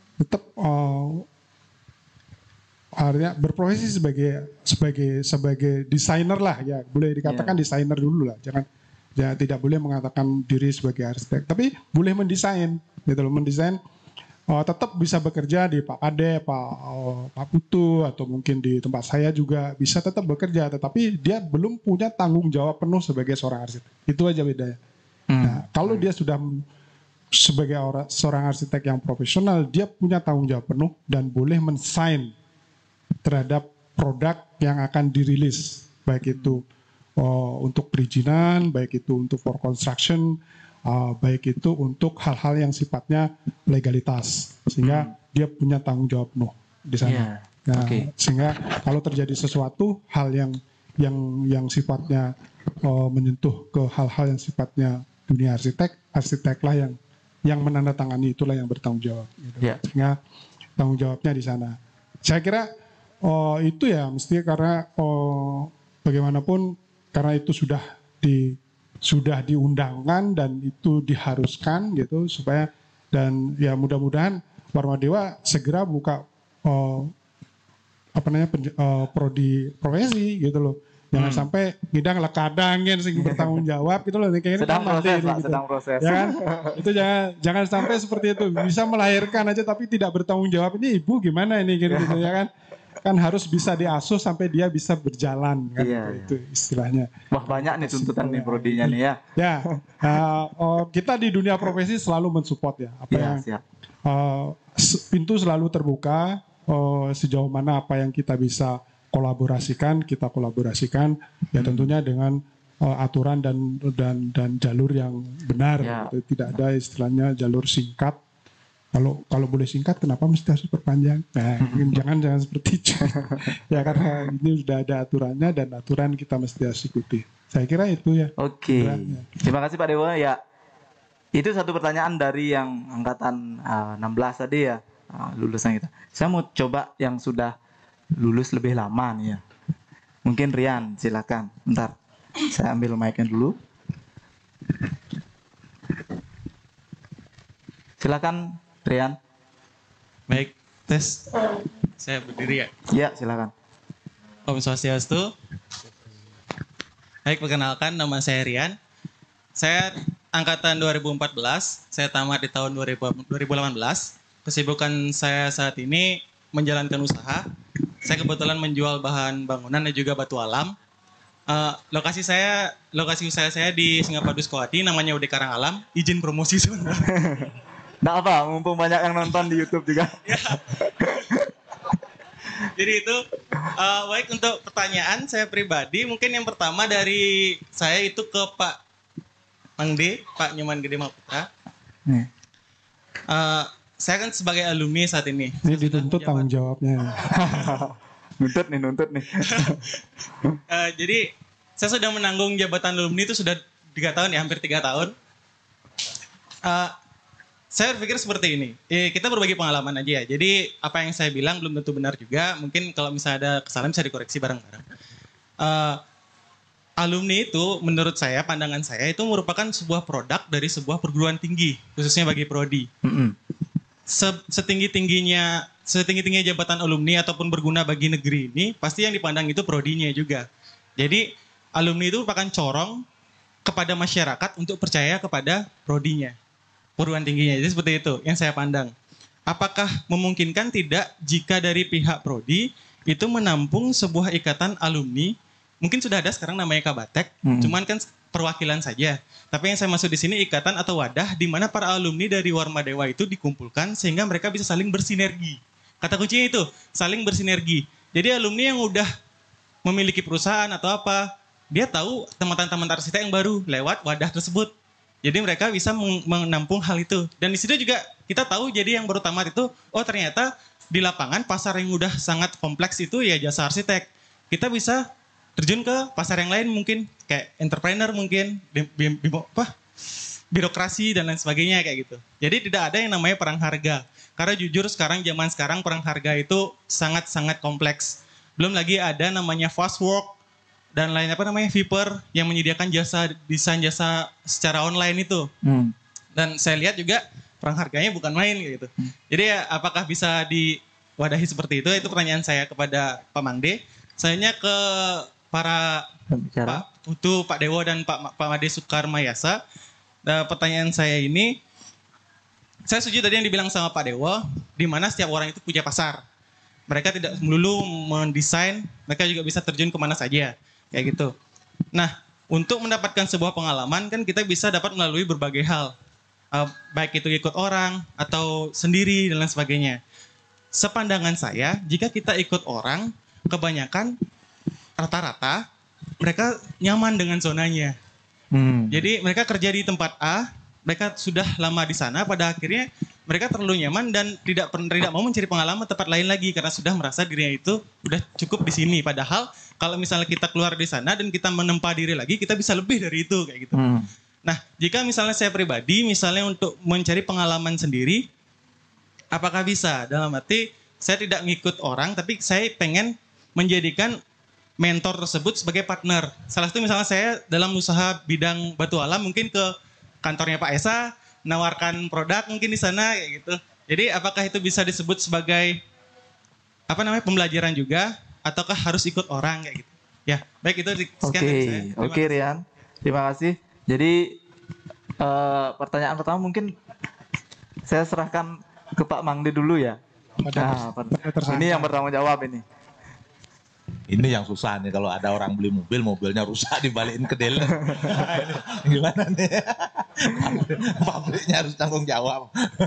artinya berprofesi sebagai desainer lah ya, boleh dikatakan desainer dulu lah, jangan ya, tidak boleh mengatakan diri sebagai arsitek, tapi boleh mendesain gitu loh, mendesain. Tetap bisa bekerja di Pak Kade, Pak Putu, atau mungkin di tempat saya juga bisa tetap bekerja, tetapi dia belum punya tanggung jawab penuh sebagai seorang arsitek. Itu aja bedanya. Nah, kalau dia sudah sebagai seorang arsitek yang profesional, dia punya tanggung jawab penuh dan boleh mensign terhadap produk yang akan dirilis, baik itu untuk perizinan, baik itu untuk for construction, baik itu untuk hal-hal yang sifatnya legalitas, sehingga dia punya tanggung jawab penuh di sana. Nah, sehingga kalau terjadi sesuatu hal yang sifatnya menyentuh ke hal-hal yang sifatnya dunia arsiteklah yang menandatangani, itulah yang bertanggung jawab. Gitu. Sehingga tanggung jawabnya di sana. Saya kira itu ya mesti karena bagaimanapun karena itu sudah diundangkan dan itu diharuskan gitu, supaya dan ya mudah-mudahan Warma Dewa segera buka prodi profesi gitu loh. Jangan sampai ngidang lah kadangin sing bertanggung jawab gitu loh, kayaknya sedang proses Pak, gitu. sedang proses. Ya kan? Itu jangan sampai seperti itu. Bisa melahirkan aja tapi tidak bertanggung jawab. Ini ibu gimana ini gitu ya kan? Kan harus bisa diasuh sampai dia bisa berjalan kan, itu istilahnya. Wah, banyak nih tuntutan nih prodinya nih ya. Ya, kita di dunia profesi selalu mensupport ya. Pintu selalu terbuka, sejauh mana apa yang kita bisa kita kolaborasikan ya, tentunya dengan aturan dan jalur yang benar. Tidak ada istilahnya jalur singkat. Kalau boleh singkat, kenapa mesti harus perpanjang? Nah, jangan seperti itu. Ya karena ini sudah ada aturannya dan aturan kita mesti harus ikuti. Saya kira itu ya. Oke. Terima kasih Pak Dewa ya. Itu satu pertanyaan dari yang angkatan 16 tadi ya, lulusan kita. Saya mau coba yang sudah lulus lebih lama nih ya. Mungkin Rian, silakan. Bentar, saya ambil mic-nya dulu. Silakan Rian. Baik, tes. Saya berdiri ya? Iya, silakan. Om Swastiastu. Baik, perkenalkan nama saya Rian. Saya angkatan 2014, saya tamat di tahun 2018. Kesibukan saya saat ini menjalankan usaha. Saya kebetulan menjual bahan bangunan dan juga batu alam. Lokasi usaha saya di Singapura Duskowati, namanya UD Karang Alam. Izin promosi sebentar. Nggak apa, mumpung banyak yang nonton di YouTube juga. Jadi itu baik, untuk pertanyaan saya pribadi, mungkin yang pertama dari saya itu ke Pak Mangde, Pak Nyoman Gede Maputra. Saya kan sebagai alumni saat ini. Ini dituntut tanggung jawabnya. Nuntut nih. Jadi saya sudah menanggung jabatan alumni itu sudah 3 tahun ya, hampir 3 tahun. Saya berpikir seperti ini, kita berbagi pengalaman aja ya. Jadi apa yang saya bilang belum tentu benar juga. Mungkin kalau misalnya ada kesalahan bisa dikoreksi bareng-bareng. Alumni itu menurut saya, pandangan saya itu merupakan sebuah produk dari sebuah perguruan tinggi, khususnya bagi prodi. Setinggi-tingginya jabatan alumni ataupun berguna bagi negeri ini, pasti yang dipandang itu prodinya juga. Jadi alumni itu merupakan corong kepada masyarakat untuk percaya kepada prodinya, perguruan tingginya. Jadi seperti itu yang saya pandang. Apakah memungkinkan tidak jika dari pihak prodi itu menampung sebuah ikatan alumni? Mungkin sudah ada sekarang namanya Kabatek, cuman kan perwakilan saja. Tapi yang saya maksud di sini ikatan atau wadah di mana para alumni dari Warma Dewa itu dikumpulkan sehingga mereka bisa saling bersinergi. Kata kuncinya itu, saling bersinergi. Jadi alumni yang udah memiliki perusahaan atau apa, dia tahu teman-teman arsitek yang baru lewat wadah tersebut. Jadi mereka bisa menampung hal itu. Dan di situ juga kita tahu, jadi yang baru tamat itu, oh ternyata di lapangan pasar yang udah sangat kompleks itu ya jasa arsitek. Kita bisa terjun ke pasar yang lain, mungkin kayak entrepreneur, mungkin birokrasi dan lain sebagainya kayak gitu. Jadi tidak ada yang namanya perang harga. Karena jujur zaman sekarang perang harga itu sangat-sangat kompleks. Belum lagi ada namanya Fastwork dan lain Viper yang menyediakan jasa desain jasa secara online itu. Dan saya lihat juga perang harganya bukan main gitu. Jadi ya, apakah bisa diwadahi seperti itu? Itu pertanyaan saya kepada Pak Mangde. Sayanya ke para Bicara. Pak Putu, Pak Dewo dan Pak Made Soekarmayasa. Pertanyaan saya ini, saya setuju tadi yang dibilang sama Pak Dewo, di mana setiap orang itu punya pasar. Mereka tidak melulu mendesain, mereka juga bisa terjun kemana saja, kayak gitu. Nah, untuk mendapatkan sebuah pengalaman kan kita bisa dapat melalui berbagai hal. Baik itu ikut orang atau sendiri dan lain sebagainya. Sepandangan saya, jika kita ikut orang, kebanyakan rata-rata mereka nyaman dengan zonanya. Jadi mereka kerja di tempat A, mereka sudah lama di sana, pada akhirnya mereka terlalu nyaman dan tidak mau mencari pengalaman tempat lain lagi karena sudah merasa dirinya itu udah cukup di sini. Padahal kalau misalnya kita keluar di sana dan kita menempa diri lagi, kita bisa lebih dari itu kayak gitu. Nah, jika misalnya saya pribadi, misalnya untuk mencari pengalaman sendiri, apakah bisa? Dalam arti, saya tidak ngikut orang, tapi saya pengen menjadikan mentor tersebut sebagai partner. Salah satu misalnya saya dalam usaha bidang batu alam, mungkin ke kantornya Pak Esa, menawarkan produk mungkin di sana, kayak gitu. Jadi, apakah itu bisa disebut sebagai pembelajaran juga, ataukah harus ikut orang kayak gitu? Ya, baik itu sekian dari saya. Oke, Rian. Terima kasih. Jadi pertanyaan pertama mungkin saya serahkan ke Pak Mangde dulu ya. Ini yang bertanggung jawab ini. Ini yang susah nih kalau ada orang beli mobil, mobilnya rusak dibalikin ke dealer. Gimana nih? Pabriknya harus tanggung jawab.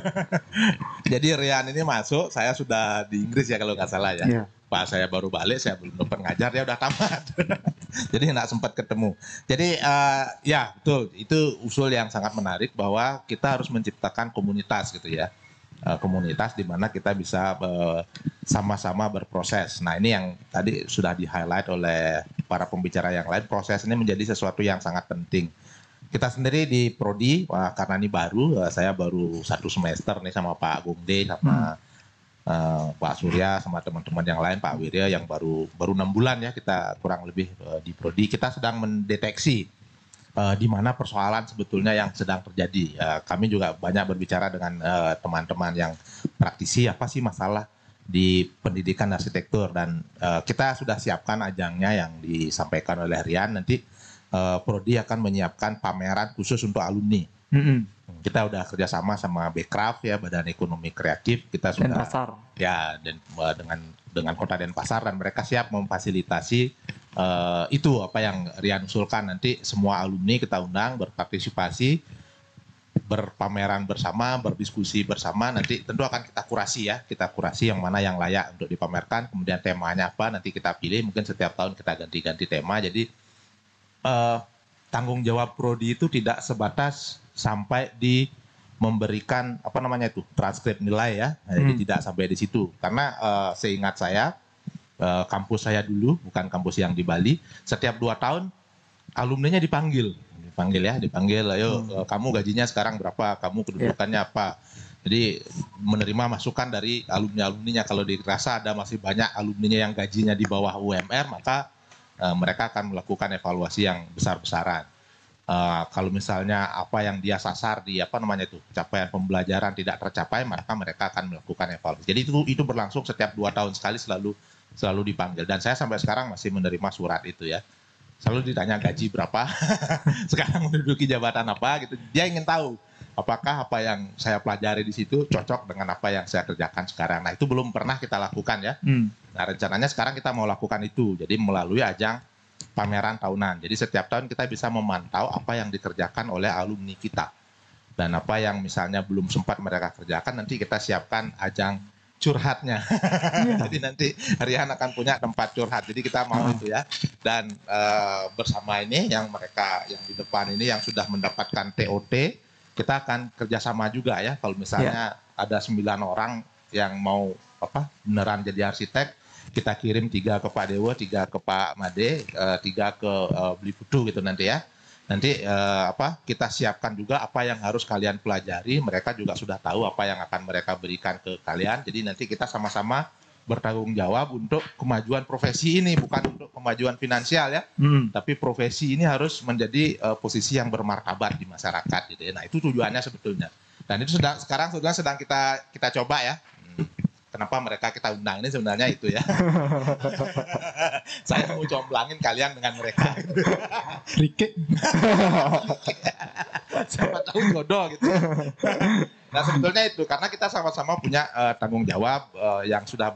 Jadi Rian ini masuk, saya sudah di Inggris ya kalau nggak salah ya. Iya. Pak saya baru balik, saya belum dapat ngajar, dia udah tamat. Jadi nggak sempat ketemu. Jadi ya betul, itu usul yang sangat menarik bahwa kita harus menciptakan komunitas gitu ya. Komunitas di mana kita bisa sama-sama berproses. Nah ini yang tadi sudah di-highlight oleh para pembicara yang lain, proses ini menjadi sesuatu yang sangat penting. Kita sendiri di Prodi, karena ini baru, saya baru 1 semester nih sama Pak Gungde, sama Pak Surya, sama teman-teman yang lain, Pak Wirya yang baru 6 bulan ya kita kurang lebih di Prodi. Kita sedang mendeteksi di mana persoalan sebetulnya yang sedang terjadi. Kami juga banyak berbicara dengan teman-teman yang praktisi, apa sih masalah di pendidikan arsitektur, dan kita sudah siapkan ajangnya yang disampaikan oleh Rian. Nanti Prodi akan menyiapkan pameran khusus untuk alumni. Kita udah kerjasama sama Bekraf ya, Badan Ekonomi Kreatif. Kita sudah Denpasar. Ya, dan dengan Kota Denpasar, dan mereka siap memfasilitasi itu apa yang Rian usulkan. Nanti semua alumni kita undang berpartisipasi, berpameran bersama, berdiskusi bersama. Nanti tentu akan kita kurasi yang mana yang layak untuk dipamerkan, kemudian temanya apa nanti kita pilih. Mungkin setiap tahun kita ganti-ganti tema. Jadi tanggung jawab Prodi itu tidak sebatas sampai di memberikan transkrip nilai ya. Jadi tidak sampai di situ, karena seingat saya kampus saya dulu, bukan kampus yang di Bali, setiap 2 tahun alumninya dipanggil, ayo kamu gajinya sekarang berapa, kamu kedudukannya apa. Jadi menerima masukan dari alumninya. Kalau dirasa ada masih banyak alumninya yang gajinya di bawah UMR, maka mereka akan melakukan evaluasi yang besar-besaran. Kalau misalnya apa yang dia sasar di capaian pembelajaran tidak tercapai, maka mereka akan melakukan evaluasi. Jadi itu berlangsung setiap 2 tahun sekali, selalu dipanggil. Dan saya sampai sekarang masih menerima surat itu ya. Selalu ditanya gaji berapa, sekarang menduduki jabatan apa gitu. Dia ingin tahu apakah apa yang saya pelajari di situ cocok dengan apa yang saya kerjakan sekarang. Nah itu belum pernah kita lakukan ya. Nah rencananya sekarang kita mau lakukan itu. Jadi melalui ajang pameran tahunan. Jadi setiap tahun kita bisa memantau apa yang dikerjakan oleh alumni kita. Dan apa yang misalnya belum sempat mereka kerjakan, nanti kita siapkan ajang curhatnya. Jadi nanti Rian akan punya tempat curhat. Jadi kita mau itu ya. Dan bersama ini yang mereka yang di depan ini yang sudah mendapatkan TOT, kita akan kerjasama juga ya. Kalau misalnya ada 9 orang yang mau beneran jadi arsitek, kita kirim 3 ke Pak Dewo, 3 ke Pak Made, 3 ke Beli Putu gitu nanti ya. Nanti kita siapkan juga apa yang harus kalian pelajari. Mereka juga sudah tahu apa yang akan mereka berikan ke kalian. Jadi nanti kita sama-sama bertanggung jawab untuk kemajuan profesi ini, bukan untuk kemajuan finansial ya, tapi profesi ini harus menjadi posisi yang bermartabat di masyarakat gitu ya. Nah itu tujuannya sebetulnya, dan itu sekarang sedang kita coba ya. Kenapa mereka kita undang ini sebenarnya itu ya. Saya mau comblangin kalian dengan mereka. Rike. Siapa tahu jodoh gitu. Nah sebetulnya itu karena kita sama-sama punya tanggung jawab yang sudah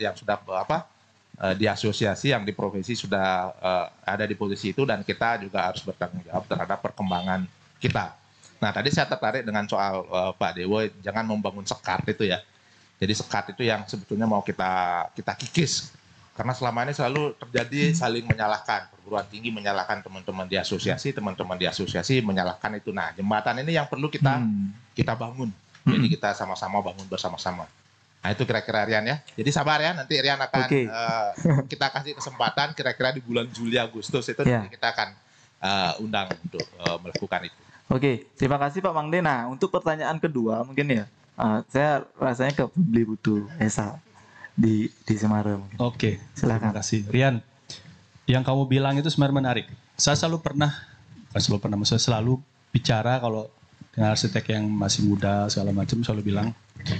di asosiasi yang di profesi sudah ada di posisi itu, dan kita juga harus bertanggung jawab terhadap perkembangan kita. Nah tadi saya tertarik dengan soal Pak Dewo, jangan membangun sekat itu ya. Jadi sekat itu yang sebetulnya mau kita kikis, karena selama ini selalu terjadi saling menyalahkan, perguruan tinggi menyalahkan teman-teman di asosiasi menyalahkan itu. Nah jembatan ini yang perlu kita bangun, jadi kita sama-sama bangun bersama-sama. Nah itu kira-kira Rian ya. Jadi sabar ya, nanti Rian akan kita kasih kesempatan kira-kira di bulan Juli Agustus itu nanti kita akan undang untuk melakukan itu. Oke, terima kasih Pak Mangde. Nah untuk pertanyaan kedua mungkin ya. Saya rasanya ke Publi Putu Esa di Semarang. Oke, silakan. Terima kasih. Rian, yang kamu bilang itu sebenarnya menarik. Saya selalu bicara kalau dengan arsitek yang masih muda segala macam, selalu bilang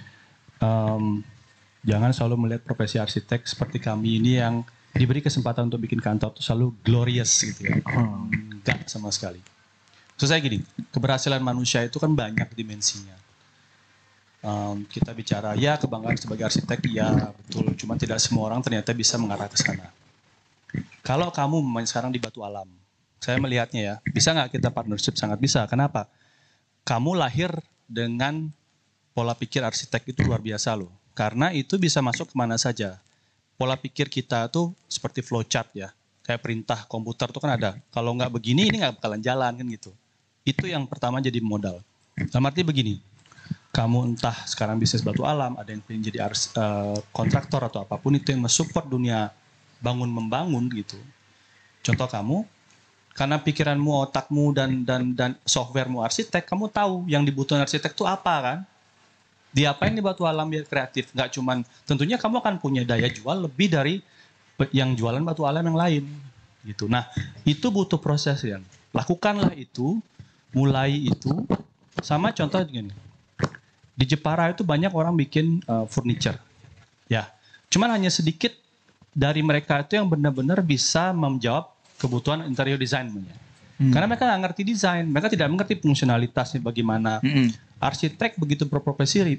jangan selalu melihat profesi arsitek seperti kami ini yang diberi kesempatan untuk bikin kantor itu selalu glorious gitu ya. Enggak sama sekali. So saya gini, keberhasilan manusia itu kan banyak dimensinya. Kita bicara ya kebanggaan sebagai arsitek, ya betul, cuma tidak semua orang ternyata bisa mengarah ke sana. Kalau kamu main sekarang di Batu Alam, saya melihatnya ya, bisa nggak kita partnership? Sangat bisa. Kenapa? Kamu lahir dengan pola pikir arsitek itu luar biasa loh, karena itu bisa masuk kemana saja. Pola pikir kita tuh seperti flowchart ya, kayak perintah komputer tuh kan ada. Kalau nggak begini ini nggak bakalan jalan kan gitu. Itu yang pertama jadi modal. Dalam arti begini. Kamu entah sekarang bisnis Batu Alam, ada yang pengen jadi kontraktor atau apapun itu yang mensupport dunia bangun-membangun gitu. Contoh kamu, karena pikiranmu, otakmu, dan softwaremu arsitek, kamu tahu yang dibutuhkan arsitek itu apa kan? Diapain di Batu Alam biar kreatif? Nggak cuman, tentunya kamu akan punya daya jual lebih dari yang jualan Batu Alam yang lain. Gitu. Nah, itu butuh proses ya. Lakukanlah itu, mulai itu, sama contoh gini. Di Jepara itu banyak orang bikin furniture, ya. Cuman hanya sedikit dari mereka itu yang benar-benar bisa menjawab kebutuhan interior design. Karena mereka nggak ngerti desain, mereka tidak mengerti fungsionalitasnya bagaimana. Arsitek begitu berprofesi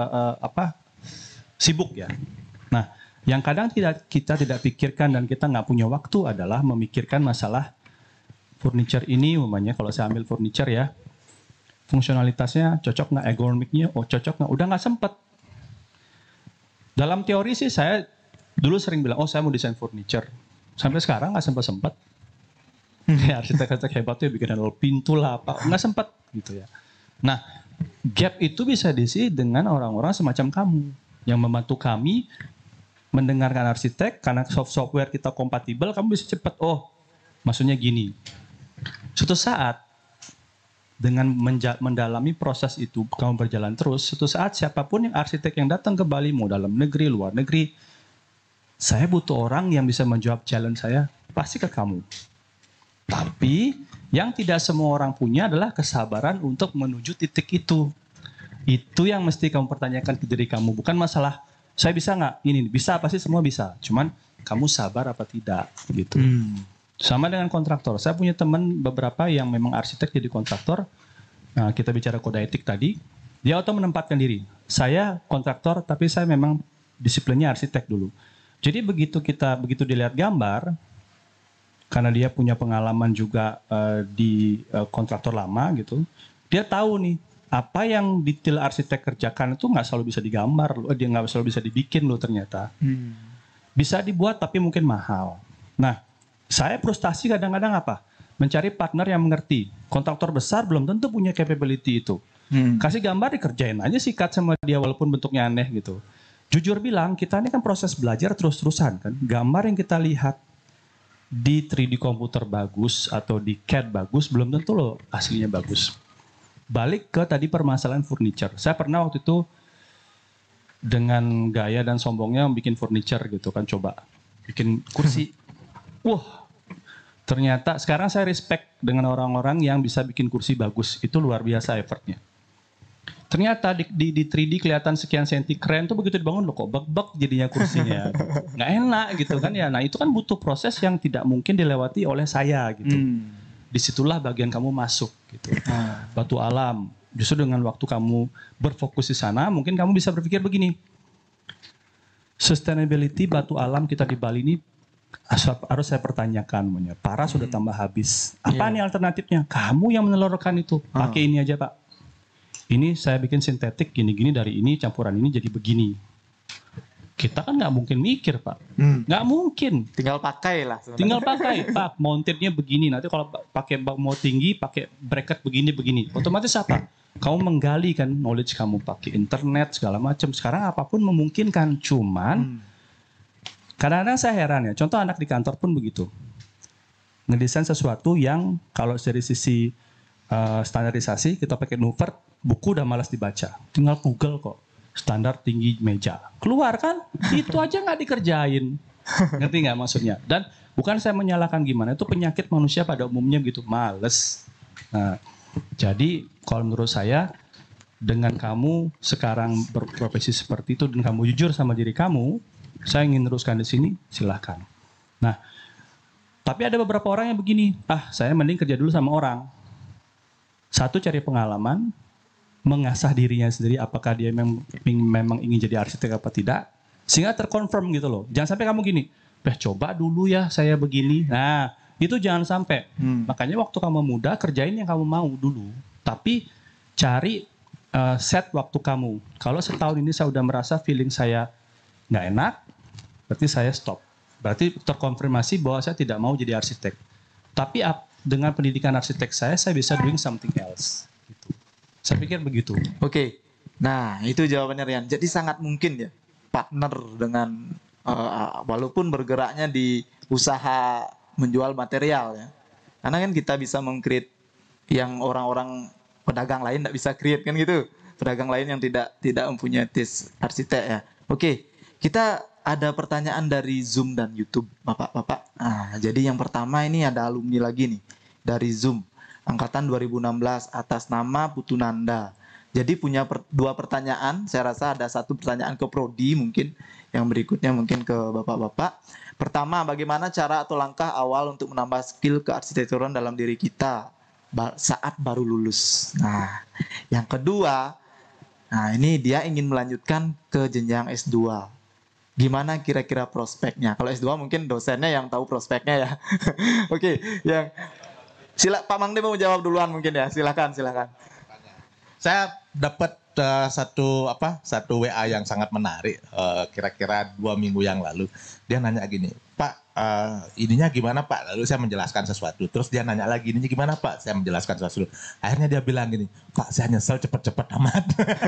sibuk ya. Nah, yang kadang kita tidak pikirkan dan kita nggak punya waktu adalah memikirkan masalah furniture ini, umpamanya kalau saya ambil furniture ya. Fungsionalitasnya cocok nggak, ergonomiknya, cocok nggak, udah nggak sempet. Dalam teori sih saya dulu sering bilang, saya mau desain furniture. Sampai sekarang nggak sempet. Ya arsitek-arsitek hebat tuh bikin handle pintu lah, apa, nggak sempet gitu ya. Nah, gap itu bisa diisi dengan orang-orang semacam kamu yang membantu kami mendengarkan arsitek, karena software kita kompatibel, kamu bisa cepet. Maksudnya gini. Suatu saat dengan mendalami proses itu, kamu berjalan terus, suatu saat siapapun yang arsitek yang datang ke Bali, mau dalam negeri, luar negeri, saya butuh orang yang bisa menjawab challenge saya, pasti ke kamu. Tapi, yang tidak semua orang punya adalah kesabaran untuk menuju titik itu. Itu yang mesti kamu pertanyakan ke diri kamu, bukan masalah, saya bisa nggak? Ini bisa, pasti semua bisa. Cuman, kamu sabar apa tidak, gitu. Sama dengan kontraktor. Saya punya teman beberapa yang memang arsitek jadi kontraktor. Nah, kita bicara kode etik tadi. Dia auto menempatkan diri. Saya kontraktor, tapi saya memang disiplinnya arsitek dulu. Jadi begitu dilihat gambar, karena dia punya pengalaman juga di kontraktor lama gitu, dia tahu nih apa yang detail arsitek kerjakan itu nggak selalu bisa digambar, dia nggak selalu bisa dibikin loh ternyata. Bisa dibuat tapi mungkin mahal. Nah. Saya frustasi kadang-kadang apa? Mencari partner yang mengerti. Kontraktor besar belum tentu punya capability itu. Kasih gambar dikerjain aja sikat sama dia walaupun bentuknya aneh gitu. Jujur bilang, kita ini kan proses belajar terus-terusan kan. Gambar yang kita lihat di 3D komputer bagus atau di CAD bagus, belum tentu loh aslinya bagus. Balik ke tadi permasalahan furniture. Saya pernah waktu itu dengan gaya dan sombongnya bikin furniture gitu kan, coba bikin kursi. Wah, ternyata sekarang saya respect dengan orang-orang yang bisa bikin kursi bagus. Itu luar biasa effortnya. Ternyata di 3D kelihatan sekian senti keren tuh begitu dibangun loh kok bek-bek jadinya kursinya. Nggak enak gitu kan ya. Nah itu kan butuh proses yang tidak mungkin dilewati oleh saya gitu. Disitulah bagian kamu masuk gitu. Batu alam. Justru dengan waktu kamu berfokus di sana, mungkin kamu bisa berpikir begini. Sustainability batu alam kita di Bali ini harus saya pertanyakan. Para sudah tambah habis. Apa nih alternatifnya? Kamu yang menelurkan itu. Pakai ini aja Pak. Ini saya bikin sintetik gini-gini dari ini campuran ini jadi begini. Kita kan nggak mungkin mikir Pak, nggak mungkin. Tinggal pakai lah. Sebenarnya. Tinggal pakai Pak, mounted-nya begini. Nanti kalau pakai mau tinggi, pakai bracket begini. Otomatis apa? Kamu menggali kan knowledge kamu pakai internet segala macam. Sekarang apapun memungkinkan. Cuman kadang-kadang saya heran ya. Contoh anak di kantor pun begitu. Ngedesain sesuatu yang kalau dari sisi standarisasi kita pakai Nuvert, buku udah malas dibaca, tinggal Google kok standar tinggi meja keluar kan, itu aja nggak dikerjain. Ngerti nggak maksudnya? Dan bukan saya menyalahkan gimana, itu penyakit manusia pada umumnya gitu, males. Nah, jadi kalau menurut saya dengan kamu sekarang berprofesi seperti itu dan kamu jujur sama diri kamu, saya ingin teruskan di sini, silahkan. Nah, tapi ada beberapa orang yang begini, saya mending kerja dulu sama orang. Satu, cari pengalaman, mengasah dirinya sendiri apakah dia memang ingin jadi arsitek apa tidak, sehingga terkonfirm gitu loh. Jangan sampai kamu gini, coba dulu ya saya begini. Nah, itu jangan sampai. Makanya waktu kamu muda, kerjain yang kamu mau dulu. Tapi cari set waktu kamu. Kalau setahun ini saya udah merasa feeling saya nggak enak, berarti saya stop. Berarti terkonfirmasi bahwa saya tidak mau jadi arsitek. Tapi dengan pendidikan arsitek saya bisa doing something else. Gitu. Saya pikir begitu. Oke. Nah, itu jawabannya Rian. Jadi sangat mungkin ya partner dengan walaupun bergeraknya di usaha menjual material ya. Karena kan kita bisa meng-create yang orang-orang pedagang lain tidak bisa create kan gitu. Pedagang lain yang tidak mempunyai tes arsitek ya. Oke. Kita ada pertanyaan dari Zoom dan YouTube, Bapak-bapak. Nah, jadi yang pertama ini ada alumni lagi nih dari Zoom, angkatan 2016 atas nama Putu Nanda. Jadi punya dua pertanyaan. Saya rasa ada satu pertanyaan ke Prodi mungkin, yang berikutnya mungkin ke Bapak-bapak. Pertama, bagaimana cara atau langkah awal untuk menambah skill kearsitekturan dalam diri kita saat baru lulus. Nah, yang kedua, ini dia ingin melanjutkan ke jenjang S2. Gimana kira-kira prospeknya? Kalau S2 mungkin dosennya yang tahu prospeknya ya. Oke, yang Pak Mangde mau jawab duluan mungkin ya. Silakan. Saya dapat satu WA yang sangat menarik kira-kira 2 minggu yang lalu. Dia nanya gini, Pak, ininya gimana Pak? Lalu saya menjelaskan sesuatu. Terus dia nanya lagi, ininya gimana Pak? Saya menjelaskan sesuatu. Akhirnya dia bilang gini, Pak, saya nyesel cepet-cepet amat.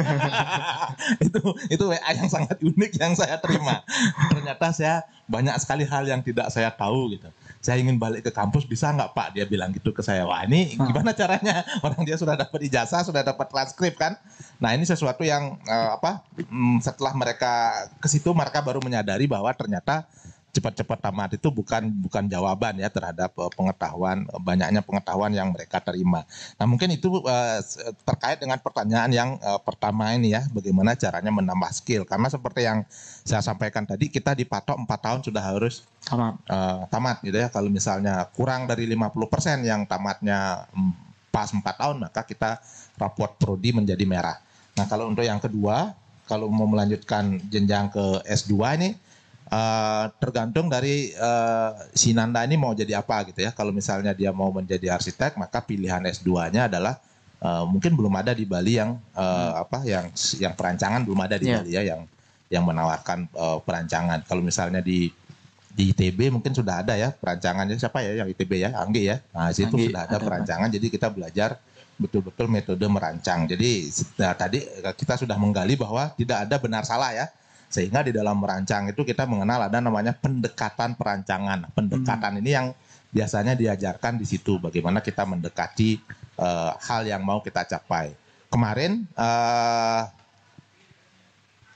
itu WA yang sangat unik yang saya terima. Ternyata saya banyak sekali hal yang tidak saya tahu gitu. Saya ingin balik ke kampus, bisa nggak Pak? Dia bilang gitu ke saya. Wah, ini gimana caranya? Orang dia sudah dapat ijazah, sudah dapat transkrip kan? Nah, ini sesuatu yang setelah mereka ke situ, mereka baru menyadari bahwa ternyata cepat-cepat tamat itu bukan jawaban ya terhadap banyaknya pengetahuan yang mereka terima. Nah, mungkin itu terkait dengan pertanyaan yang pertama ini ya, bagaimana caranya menambah skill. Karena seperti yang saya sampaikan tadi, kita dipatok 4 tahun sudah harus tamat gitu ya. Kalau misalnya kurang dari 50% yang tamatnya pas 4 tahun, maka kita raport prodi menjadi merah. Nah, kalau untuk yang kedua, kalau mau melanjutkan jenjang ke S2 ini, tergantung dari si Nanda ini mau jadi apa gitu ya. Kalau misalnya dia mau menjadi arsitek, maka pilihan S2-nya adalah mungkin belum ada di Bali yang yang perancangan belum ada di Bali ya, yang menawarkan perancangan. Kalau misalnya di ITB mungkin sudah ada ya perancangannya, siapa ya yang ITB ya, Anggi ya. Nah, situ sudah ada perancangan, jadi kita belajar betul-betul metode merancang. Jadi tadi kita sudah menggali bahwa tidak ada benar salah ya. Sehingga di dalam merancang itu kita mengenal ada namanya pendekatan perancangan. Pendekatan ini yang biasanya diajarkan di situ, bagaimana kita mendekati hal yang mau kita capai. Kemarin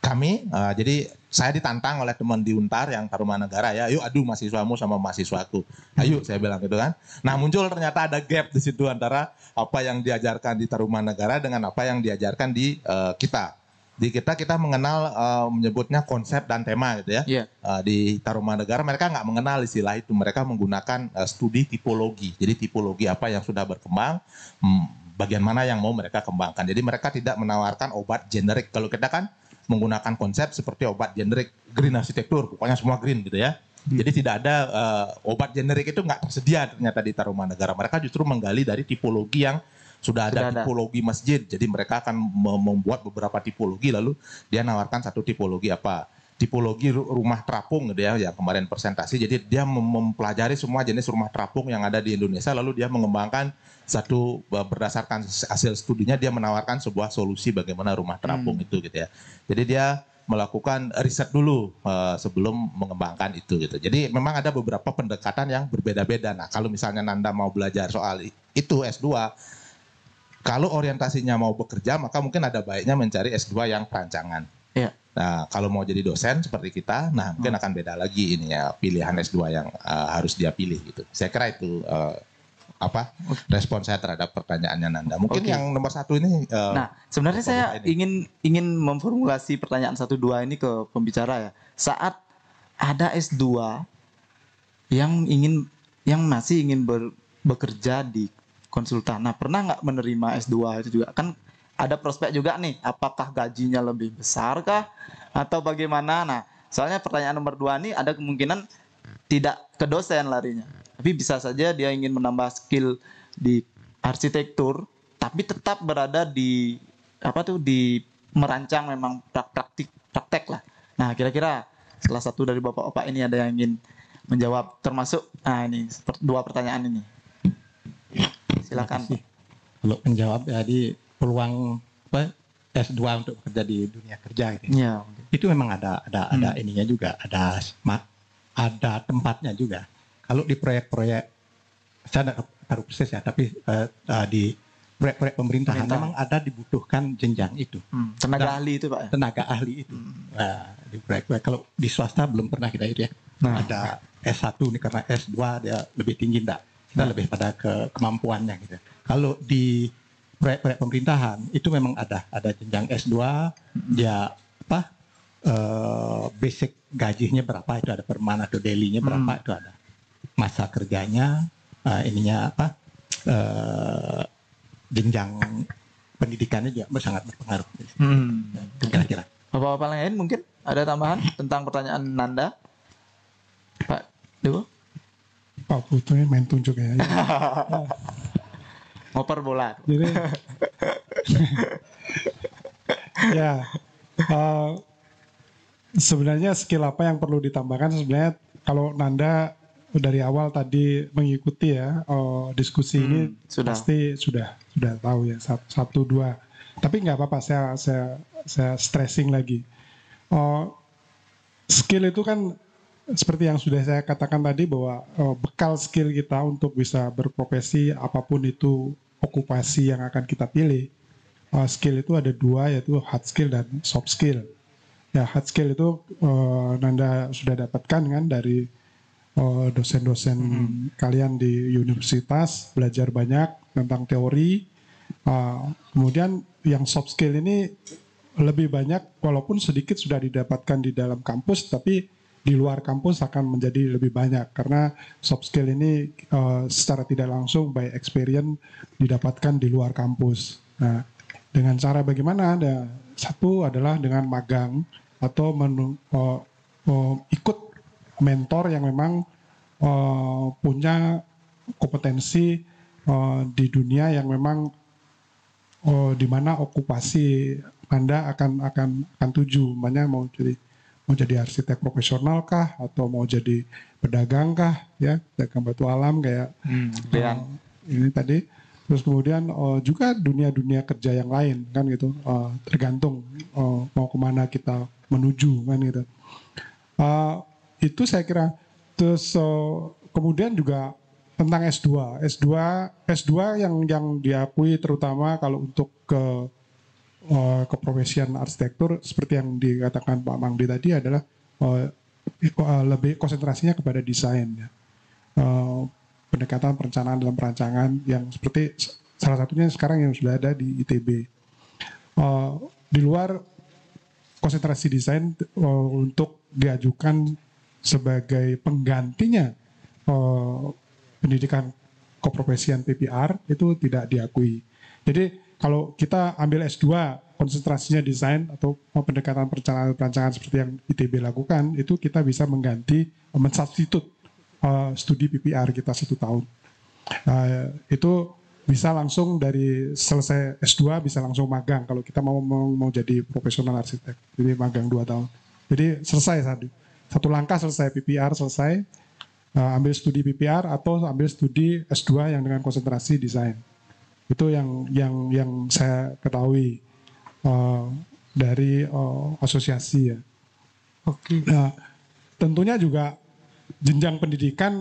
kami, jadi saya ditantang oleh teman di Untar yang Tarumanegara ya, yuk adu mahasiswamu sama mahasiswaku. Ayo saya bilang gitu kan. Nah muncul ternyata ada gap di situ antara apa yang diajarkan di Tarumanegara dengan apa yang diajarkan di kita. Di kita mengenal menyebutnya konsep dan tema gitu ya. Iya. Di Tarumanegara mereka nggak mengenal istilah itu, mereka menggunakan studi tipologi. Jadi tipologi apa yang sudah berkembang, bagian mana yang mau mereka kembangkan. Jadi mereka tidak menawarkan obat generik. Kalau kita kan menggunakan konsep seperti obat generik, green arsitektur, pokoknya semua green gitu ya. Jadi tidak ada obat generik itu nggak tersedia ternyata di Tarumanegara. Mereka justru menggali dari tipologi yang sudah ada tipologi masjid. Jadi mereka akan membuat beberapa tipologi lalu dia nawarkan satu tipologi apa. Tipologi rumah terapung gitu ya yang kemarin presentasi. Jadi dia mempelajari semua jenis rumah terapung yang ada di Indonesia lalu dia mengembangkan satu berdasarkan hasil studinya dia menawarkan sebuah solusi bagaimana rumah terapung itu gitu ya. Jadi dia melakukan riset dulu sebelum mengembangkan itu gitu. Jadi memang ada beberapa pendekatan yang berbeda-beda. Nah, kalau misalnya Nanda mau belajar soal itu S2, kalau orientasinya mau bekerja maka mungkin ada baiknya mencari S2 yang perancangan. Iya. Nah, kalau mau jadi dosen seperti kita, nah mungkin akan beda lagi ininya pilihan S2 yang harus dia pilih gitu. Saya kira itu respon saya terhadap pertanyaannya Nanda. Mungkin yang nomor satu ini. Nah, sebenarnya saya ingin memformulasi pertanyaan 1-2 ini ke pembicara ya. Saat ada S2 yang masih ingin bekerja di konsultan. Nah, pernah nggak menerima S2 itu juga? Kan ada prospek juga nih. Apakah gajinya lebih besar kah? Atau bagaimana? Nah, soalnya pertanyaan nomor 2 ini ada kemungkinan tidak ke dosen larinya. Tapi bisa saja dia ingin menambah skill di arsitektur, tapi tetap berada di di merancang memang praktek lah. Nah, kira-kira salah satu dari bapak-bapak ini ada yang ingin menjawab termasuk ini 2 pertanyaan ini. Silakan. Kalau menjawab ya di peluang S2 untuk bekerja di dunia kerja gitu. Ya, itu memang ada ininya juga, ada tempatnya juga. Kalau di proyek-proyek, saya tidak tahu persis ya, tapi di proyek-proyek pemerintahan memang ada dibutuhkan jenjang itu. Tenaga ahli itu Pak? Tenaga ahli itu. Nah, di proyek-proyek, kalau di swasta belum pernah kita itu ya. Ada S1 nih karena S2 dia lebih tinggi enggak. Kita lebih pada kemampuannya gitu. Kalau di proyek-proyek pemerintahan itu memang ada jenjang S2, dia basic gajinya berapa itu ada per month atau daily-nya berapa itu ada. Masa kerjanya jenjang pendidikannya juga sangat berpengaruh. Kira-kira. Bapak-bapak lain mungkin ada tambahan tentang pertanyaan Nanda? Pak Dewo? Pak Putu main tunjuk ya. Ngoper bola. Jadi ya sebenarnya skill apa yang perlu ditambahkan sebenarnya kalau Nanda dari awal tadi mengikuti ya diskusi ini pasti sudah tahu ya 1-2. Tapi nggak apa-apa saya stressing lagi. Skill itu kan seperti yang sudah saya katakan tadi bahwa bekal skill kita untuk bisa berprofesi apapun itu okupasi yang akan kita pilih. Skill itu ada 2 yaitu hard skill dan soft skill. Ya hard skill itu Nanda sudah dapatkan kan dari dosen-dosen kalian di universitas, belajar banyak tentang teori. Kemudian yang soft skill ini lebih banyak walaupun sedikit sudah didapatkan di dalam kampus, tapi di luar kampus akan menjadi lebih banyak karena soft skill ini secara tidak langsung by experience didapatkan di luar kampus. Nah, dengan cara bagaimana? Ada satu adalah dengan magang atau ikut mentor yang memang punya kompetensi di dunia yang memang di mana okupasi Anda akan tuju, mana mau jadi arsitek profesional kah atau mau jadi pedagang kah ya, pedagang batu alam kayak ini tadi. Terus kemudian juga dunia kerja yang lain kan gitu, tergantung mau kemana kita menuju kan gitu. Itu saya kira. Terus kemudian juga tentang S2 yang diakui terutama kalau untuk ke keprofesian arsitektur seperti yang dikatakan Pak Mangdi tadi adalah lebih konsentrasinya kepada desain ya. Pendekatan perencanaan dalam perancangan yang seperti salah satunya sekarang yang sudah ada di ITB. Di luar konsentrasi desain untuk diajukan sebagai penggantinya pendidikan keprofesian PPR itu tidak diakui. Jadi kalau kita ambil S2 konsentrasinya desain atau pendekatan perencanaan seperti yang ITB lakukan, itu kita bisa mengganti mensubstitut studi PPR kita 1 tahun. Itu bisa langsung dari selesai S2 bisa langsung magang kalau kita mau jadi profesional arsitek. Jadi magang 2 tahun. Jadi selesai satu langkah selesai PPR selesai, ambil studi PPR atau ambil studi S2 yang dengan konsentrasi desain. Itu yang saya ketahui dari asosiasi ya. Oke. Nah, tentunya juga jenjang pendidikan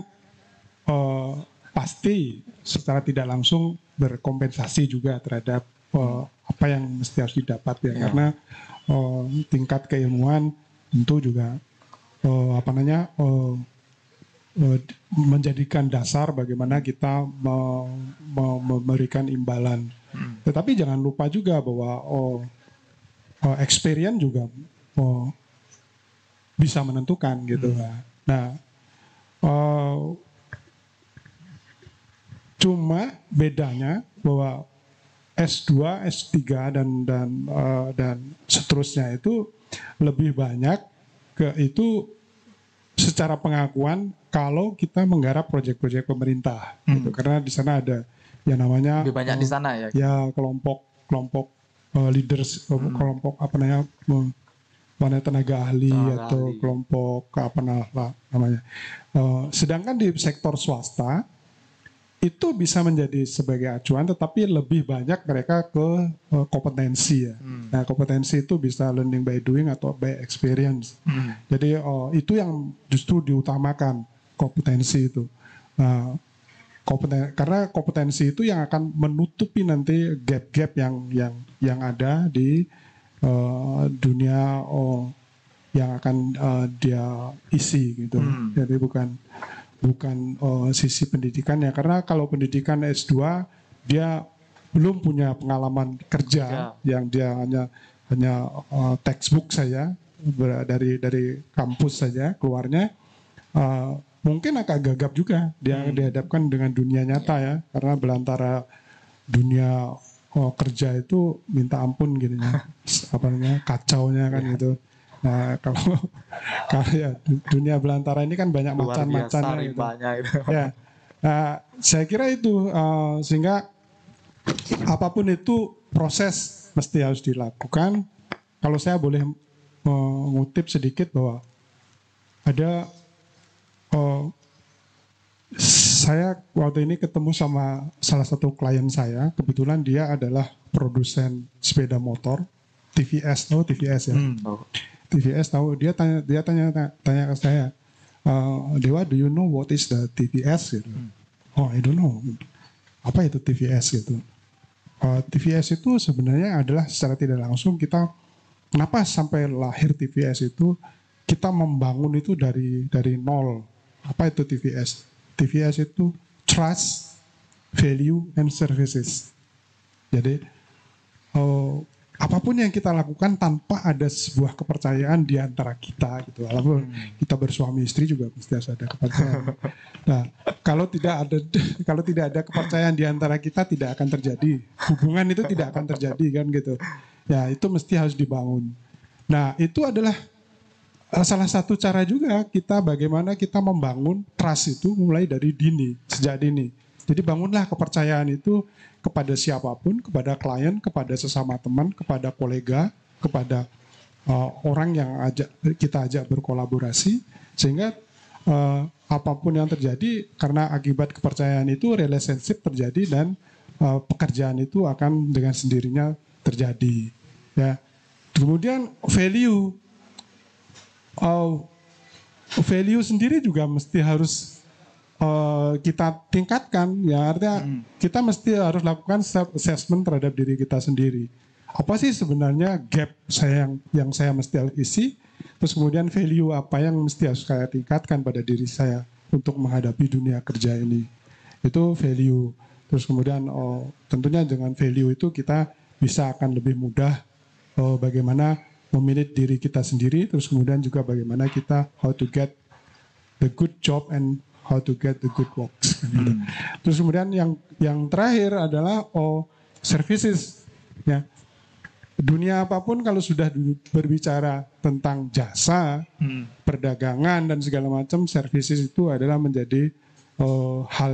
pasti secara tidak langsung berkompensasi juga terhadap apa yang mesti harus didapat ya. Karena tingkat keilmuan tentu juga menjadikan dasar bagaimana kita memberikan imbalan. Tetapi jangan lupa juga bahwa experience juga bisa menentukan gitu. Nah, cuma bedanya bahwa S2, S3 dan seterusnya itu lebih banyak itu secara pengakuan kalau kita menggarap proyek-proyek pemerintah gitu. Karena di sana ada yang namanya Lebih banyak di sana ya. Ya kelompok leaders, kelompok tenaga ahli atau kelompok namanya. Sedangkan di sektor swasta itu bisa menjadi sebagai acuan, tetapi lebih banyak mereka ke kompetensi ya. Nah, kompetensi itu bisa learning by doing atau by experience. Jadi itu yang justru diutamakan, kompetensi itu. Nah, karena kompetensi itu yang akan menutupi nanti gap-gap yang ada di dunia yang akan dia isi gitu. Jadi bukan sisi pendidikannya, karena kalau pendidikan S2 dia belum punya pengalaman kerja yang dia hanya textbook saja dari kampus saja keluarnya, mungkin agak gagap juga dia dihadapkan dengan dunia nyata ya, karena belantara dunia kerja itu minta ampun gitu ya, kacaunya kan gitu. Nah, kalau ya, dunia belantara ini kan banyak macan-macannya gitu. Ya, saya kira itu sehingga apapun itu proses mesti harus dilakukan. Kalau saya boleh mengutip sedikit bahwa ada saya waktu ini ketemu sama salah satu klien saya, kebetulan dia adalah produsen sepeda motor TVS, tahu TVS ya? TVS tahu, dia tanya ke saya, Dewa, do you know what is the TVS gitu? Oh, I don't know. Apa itu TVS gitu? TVS itu sebenarnya adalah secara tidak langsung kenapa sampai lahir TVS itu, kita membangun itu dari nol. Apa itu TVS? TVS itu trust, value, and services. Jadi apapun yang kita lakukan tanpa ada sebuah kepercayaan di antara kita gitu. Walaupun kita bersuami istri juga mesti harus ada kepercayaan. Nah, kalau tidak ada kepercayaan di antara kita, tidak akan terjadi. Hubungan itu tidak akan terjadi kan gitu. Ya, itu mesti harus dibangun. Nah, itu adalah salah satu cara juga bagaimana kita membangun trust itu mulai dari sejak dini. Jadi bangunlah kepercayaan itu kepada siapapun, kepada klien, kepada sesama teman, kepada kolega, kepada orang yang kita ajak berkolaborasi, sehingga apapun yang terjadi karena akibat kepercayaan itu relationship terjadi dan pekerjaan itu akan dengan sendirinya terjadi. Ya. Kemudian value sendiri juga mesti harus kita tingkatkan ya, artinya kita mesti harus lakukan self assessment terhadap diri kita sendiri. apa sih sebenarnya gap saya yang saya mesti isi, terus kemudian value apa yang mesti harus saya tingkatkan pada diri saya untuk menghadapi dunia kerja ini. Itu value. Terus kemudian tentunya dengan value itu kita bisa akan lebih mudah bagaimana memilih diri kita sendiri, terus kemudian juga bagaimana kita how to get the good job and how to get the good works. Terus kemudian yang terakhir adalah services, ya. Dunia apapun kalau sudah berbicara tentang jasa, perdagangan dan segala macam, services itu adalah menjadi hal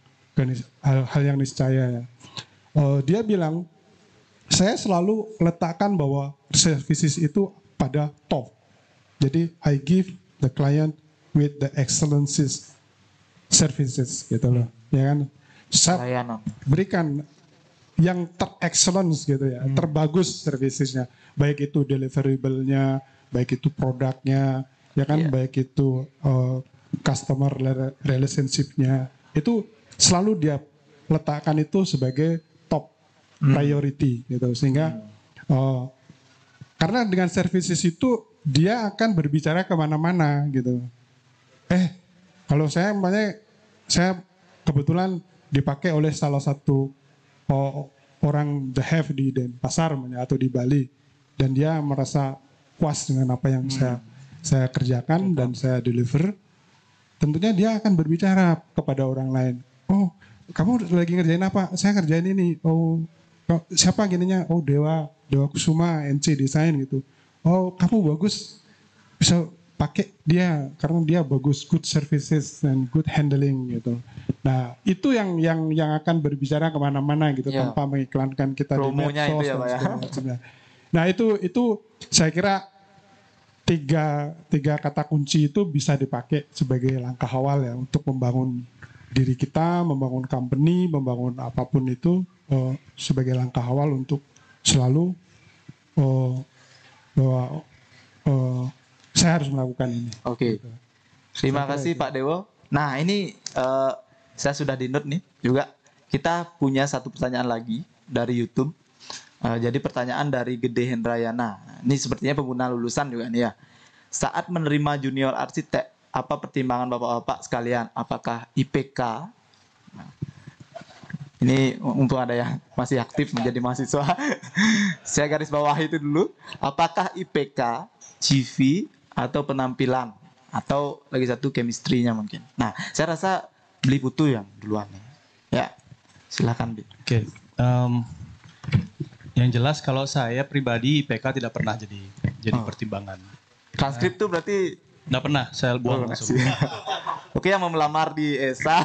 yang niscaya. Ya. Dia bilang, saya selalu letakkan bahwa services itu pada top. Jadi I give the client with the excellences services gitu loh, ya kan? Saya berikan yang ter-excellence gitu ya, terbagus servicesnya, baik itu deliverable-nya, baik itu produknya, ya kan, baik itu customer relationship-nya, itu selalu dia letakkan itu sebagai top priority gitu, sehingga karena dengan services itu dia akan berbicara kemana-mana gitu. Kalau saya kebetulan dipakai oleh salah satu orang the have di Denpasar atau di Bali, dan dia merasa puas dengan apa yang saya kerjakan dan saya deliver, tentunya dia akan berbicara kepada orang lain. Oh, kamu lagi ngerjain apa? Saya ngerjain ini. Oh, siapa gininya? Oh, Dewa Kusuma NC Design gitu. Oh, kamu bagus, bisa pakai dia karena dia bagus, good services and good handling gitu. Nah, itu yang akan berbicara kemana-mana gitu, tanpa mengiklankan kita promonya di medsos itu ya, dan Pak, segala. Nah, itu saya kira tiga kata kunci itu bisa dipakai sebagai langkah awal ya untuk membangun diri kita, membangun company, membangun apapun itu sebagai langkah awal untuk selalu bahwa saya harus melakukan ini. Oke. Terima kasih Pak Dewo. Nah, ini saya sudah di note nih juga. Kita punya satu pertanyaan lagi dari YouTube. Jadi pertanyaan dari Gede Hendrayana. Ini sepertinya pengguna lulusan juga nih ya. Saat menerima junior arsitek, apa pertimbangan Bapak-bapak sekalian? Apakah IPK? Nah, ini untuk ada yang masih aktif menjadi mahasiswa. Saya garis bawahi itu dulu. Apakah IPK, CV, atau penampilan, atau lagi satu chemistry-nya mungkin. Nah, saya rasa beli putu yang duluan nih. Ya, silakan Bi. Oke. Yang jelas kalau saya pribadi IPK tidak pernah jadi pertimbangan. Transkrip tuh berarti Nggak pernah, saya buang langsung. Oke, yang mau melamar di ESA.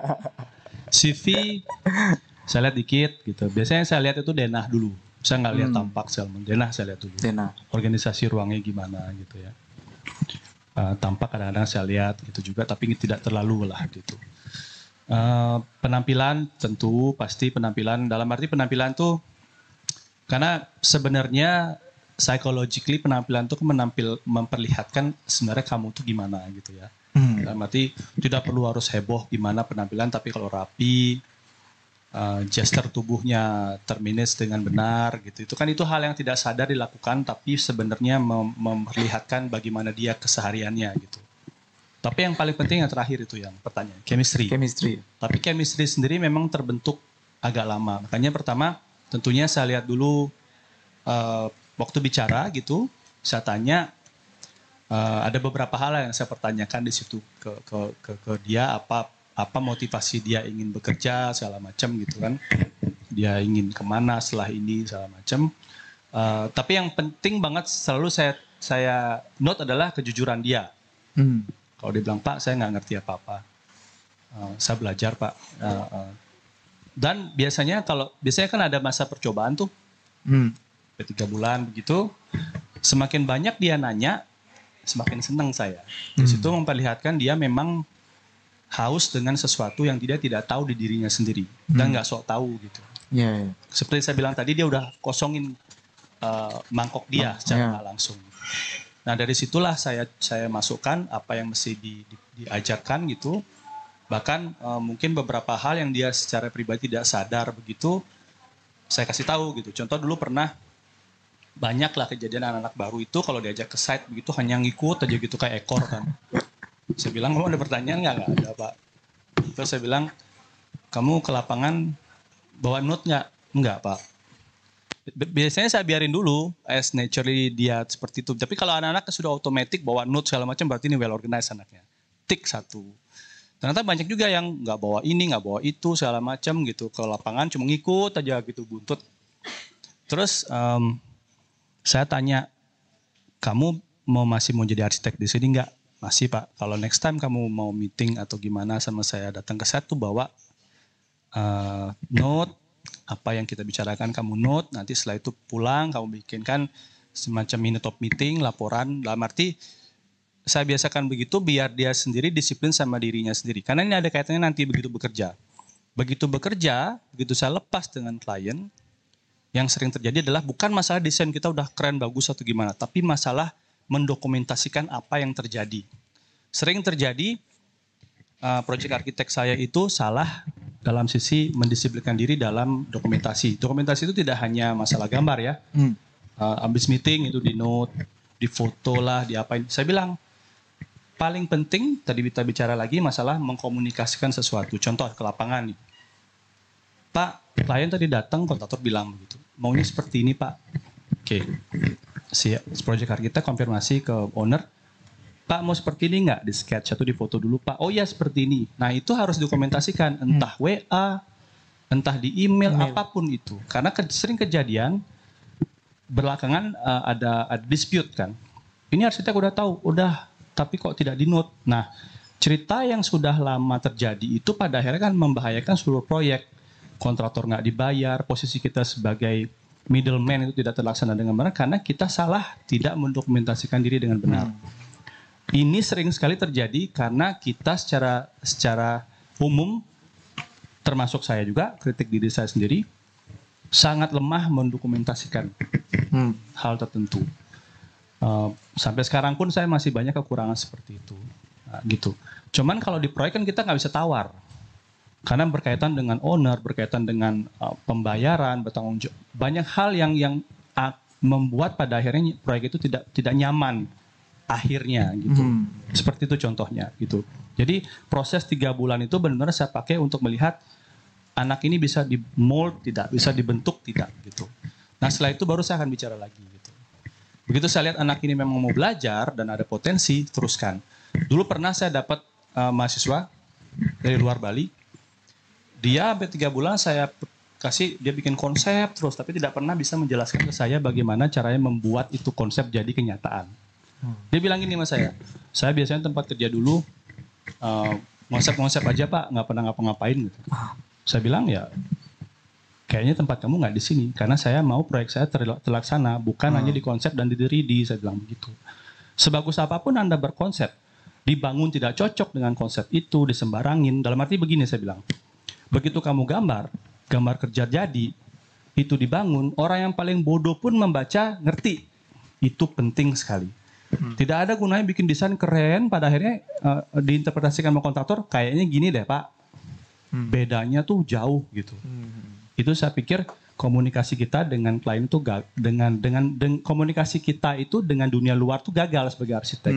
CV saya lihat dikit gitu. Biasanya saya lihat itu denah dulu. Saya nggak lihat tampak salmon. Denah saya lihat dulu. Denah. Organisasi ruangnya gimana gitu ya. Tampak kadang-kadang saya lihat gitu juga, tapi tidak terlalu lah gitu. Penampilan tentu pasti penampilan, dalam arti penampilan tuh karena sebenarnya psychologically penampilan tuh memperlihatkan sebenarnya kamu tuh gimana gitu ya. Dalam arti tidak perlu harus heboh gimana penampilan, tapi kalau rapi, gesture tubuhnya termanage dengan benar gitu. Itu kan itu hal yang tidak sadar dilakukan, tapi sebenarnya memperlihatkan bagaimana dia kesehariannya gitu. Tapi yang paling penting yang terakhir itu yang pertanyaan, chemistry. Tapi chemistry sendiri memang terbentuk agak lama. Makanya pertama tentunya saya lihat dulu waktu bicara gitu, saya tanya ada beberapa hal yang saya pertanyakan di situ ke dia, apa motivasi dia ingin bekerja segala macam gitu kan, dia ingin kemana setelah ini segala macam. Tapi yang penting banget selalu saya note adalah kejujuran dia. Kalau dia bilang, Pak saya nggak ngerti apa-apa, saya belajar Pak. Dan biasanya kan ada masa percobaan tuh, 3 bulan begitu, semakin banyak dia nanya, semakin senang saya. Di situ memperlihatkan dia memang haus dengan sesuatu yang dia tidak tahu di dirinya sendiri dan nggak sok tahu gitu. Yeah. Seperti saya bilang tadi, dia udah kosongin mangkok dia secara nggak langsung. Nah dari situlah saya masukkan apa yang mesti diajarkan gitu. Bahkan mungkin beberapa hal yang dia secara pribadi tidak sadar begitu, saya kasih tahu gitu. Contoh dulu pernah banyak lah kejadian anak-anak baru itu kalau diajak ke site begitu hanya ngikut aja gitu kayak ekor kan. Saya bilang, kamu ada pertanyaan nggak? Nggak ada Pak. Terus saya bilang, kamu ke lapangan bawa note nggak? Nggak Pak. Biasanya saya biarin dulu as naturally dia seperti itu. Tapi kalau anak-anak sudah otomatis bawa note segala macam berarti ini well organized anaknya. Tik satu. Ternyata banyak juga yang nggak bawa ini, nggak bawa itu segala macam gitu ke lapangan cuma ngikut aja gitu buntut. Terus saya tanya, kamu masih mau jadi arsitek di sini nggak? Masih Pak. Kalau next time kamu mau meeting atau gimana sama saya datang ke set tuh bawa note. Apa yang kita bicarakan kamu note, nanti setelah itu pulang kamu bikinkan semacam minute of meeting, laporan. Dalam arti saya biasakan begitu biar dia sendiri disiplin sama dirinya sendiri. Karena ini ada kaitannya nanti begitu bekerja. Begitu bekerja, begitu saya lepas dengan klien, yang sering terjadi adalah bukan masalah desain kita udah keren, bagus atau gimana, tapi masalah mendokumentasikan apa yang terjadi. Sering terjadi proyek arsitek saya itu salah dalam sisi mendisiplinkan diri dalam dokumentasi. Dokumentasi itu tidak hanya masalah gambar ya. Habis meeting itu di note, di foto lah, di apain. Saya bilang paling penting tadi kita bicara lagi masalah mengkomunikasikan sesuatu. Contoh ke lapangan nih. Pak, klien tadi datang, kontraktor bilang begitu. Maunya seperti ini Pak. Oke. Si proyek arsitek konfirmasi ke owner. Pak mau seperti ini nggak? Di sketch atau di foto dulu Pak. Oh ya seperti ini. Nah itu harus dokumentasikan. Entah WA, entah di email, apapun itu. Karena sering kejadian belakangan ada dispute kan. Ini arsitek udah tahu, udah. Tapi kok tidak di note. Nah cerita yang sudah lama terjadi itu pada akhirnya kan membahayakan seluruh proyek. Kontraktor nggak dibayar, posisi kita sebagai middleman itu tidak terlaksana dengan benar karena kita salah tidak mendokumentasikan diri dengan benar. Ini sering sekali terjadi karena kita secara umum, termasuk saya juga, kritik diri saya sendiri, sangat lemah mendokumentasikan hal tertentu. Sampai sekarang pun saya masih banyak kekurangan seperti itu. Nah, gitu. Cuman kalau di proyek kan kita nggak bisa tawar. Karena berkaitan dengan owner, berkaitan dengan pembayaran, bertanggung jawab. Banyak hal yang membuat pada akhirnya proyek itu tidak nyaman. Akhirnya gitu, seperti itu contohnya gitu. Jadi proses 3 bulan itu benar-benar saya pakai untuk melihat anak ini bisa di mold tidak, bisa dibentuk tidak gitu. Nah setelah itu baru saya akan bicara lagi gitu. Begitu saya lihat anak ini memang mau belajar dan ada potensi, teruskan. Dulu pernah saya dapat mahasiswa dari luar Bali, dia sampai 3 bulan saya kasih dia bikin konsep terus, tapi tidak pernah bisa menjelaskan ke saya bagaimana caranya membuat itu konsep jadi kenyataan. Dia bilang gini sama saya biasanya tempat kerja dulu konsep-konsep aja Pak, nggak pernah ngapa-ngapain gitu. Saya bilang ya kayaknya tempat kamu nggak di sini karena saya mau proyek saya terlaksana bukan hanya di konsep dan di 3D, saya bilang begitu. Sebagus apapun Anda berkonsep, dibangun tidak cocok dengan konsep itu, disembarangin. Dalam arti begini saya bilang, begitu kamu gambar kerja jadi, itu dibangun, orang yang paling bodoh pun membaca ngerti. Itu penting sekali. Tidak ada gunanya bikin desain keren, pada akhirnya diinterpretasikan sama kontraktor, kayaknya gini deh Pak. Bedanya tuh jauh gitu. Itu saya pikir komunikasi kita dengan klien itu dengan komunikasi kita itu dengan dunia luar tuh gagal sebagai arsitek.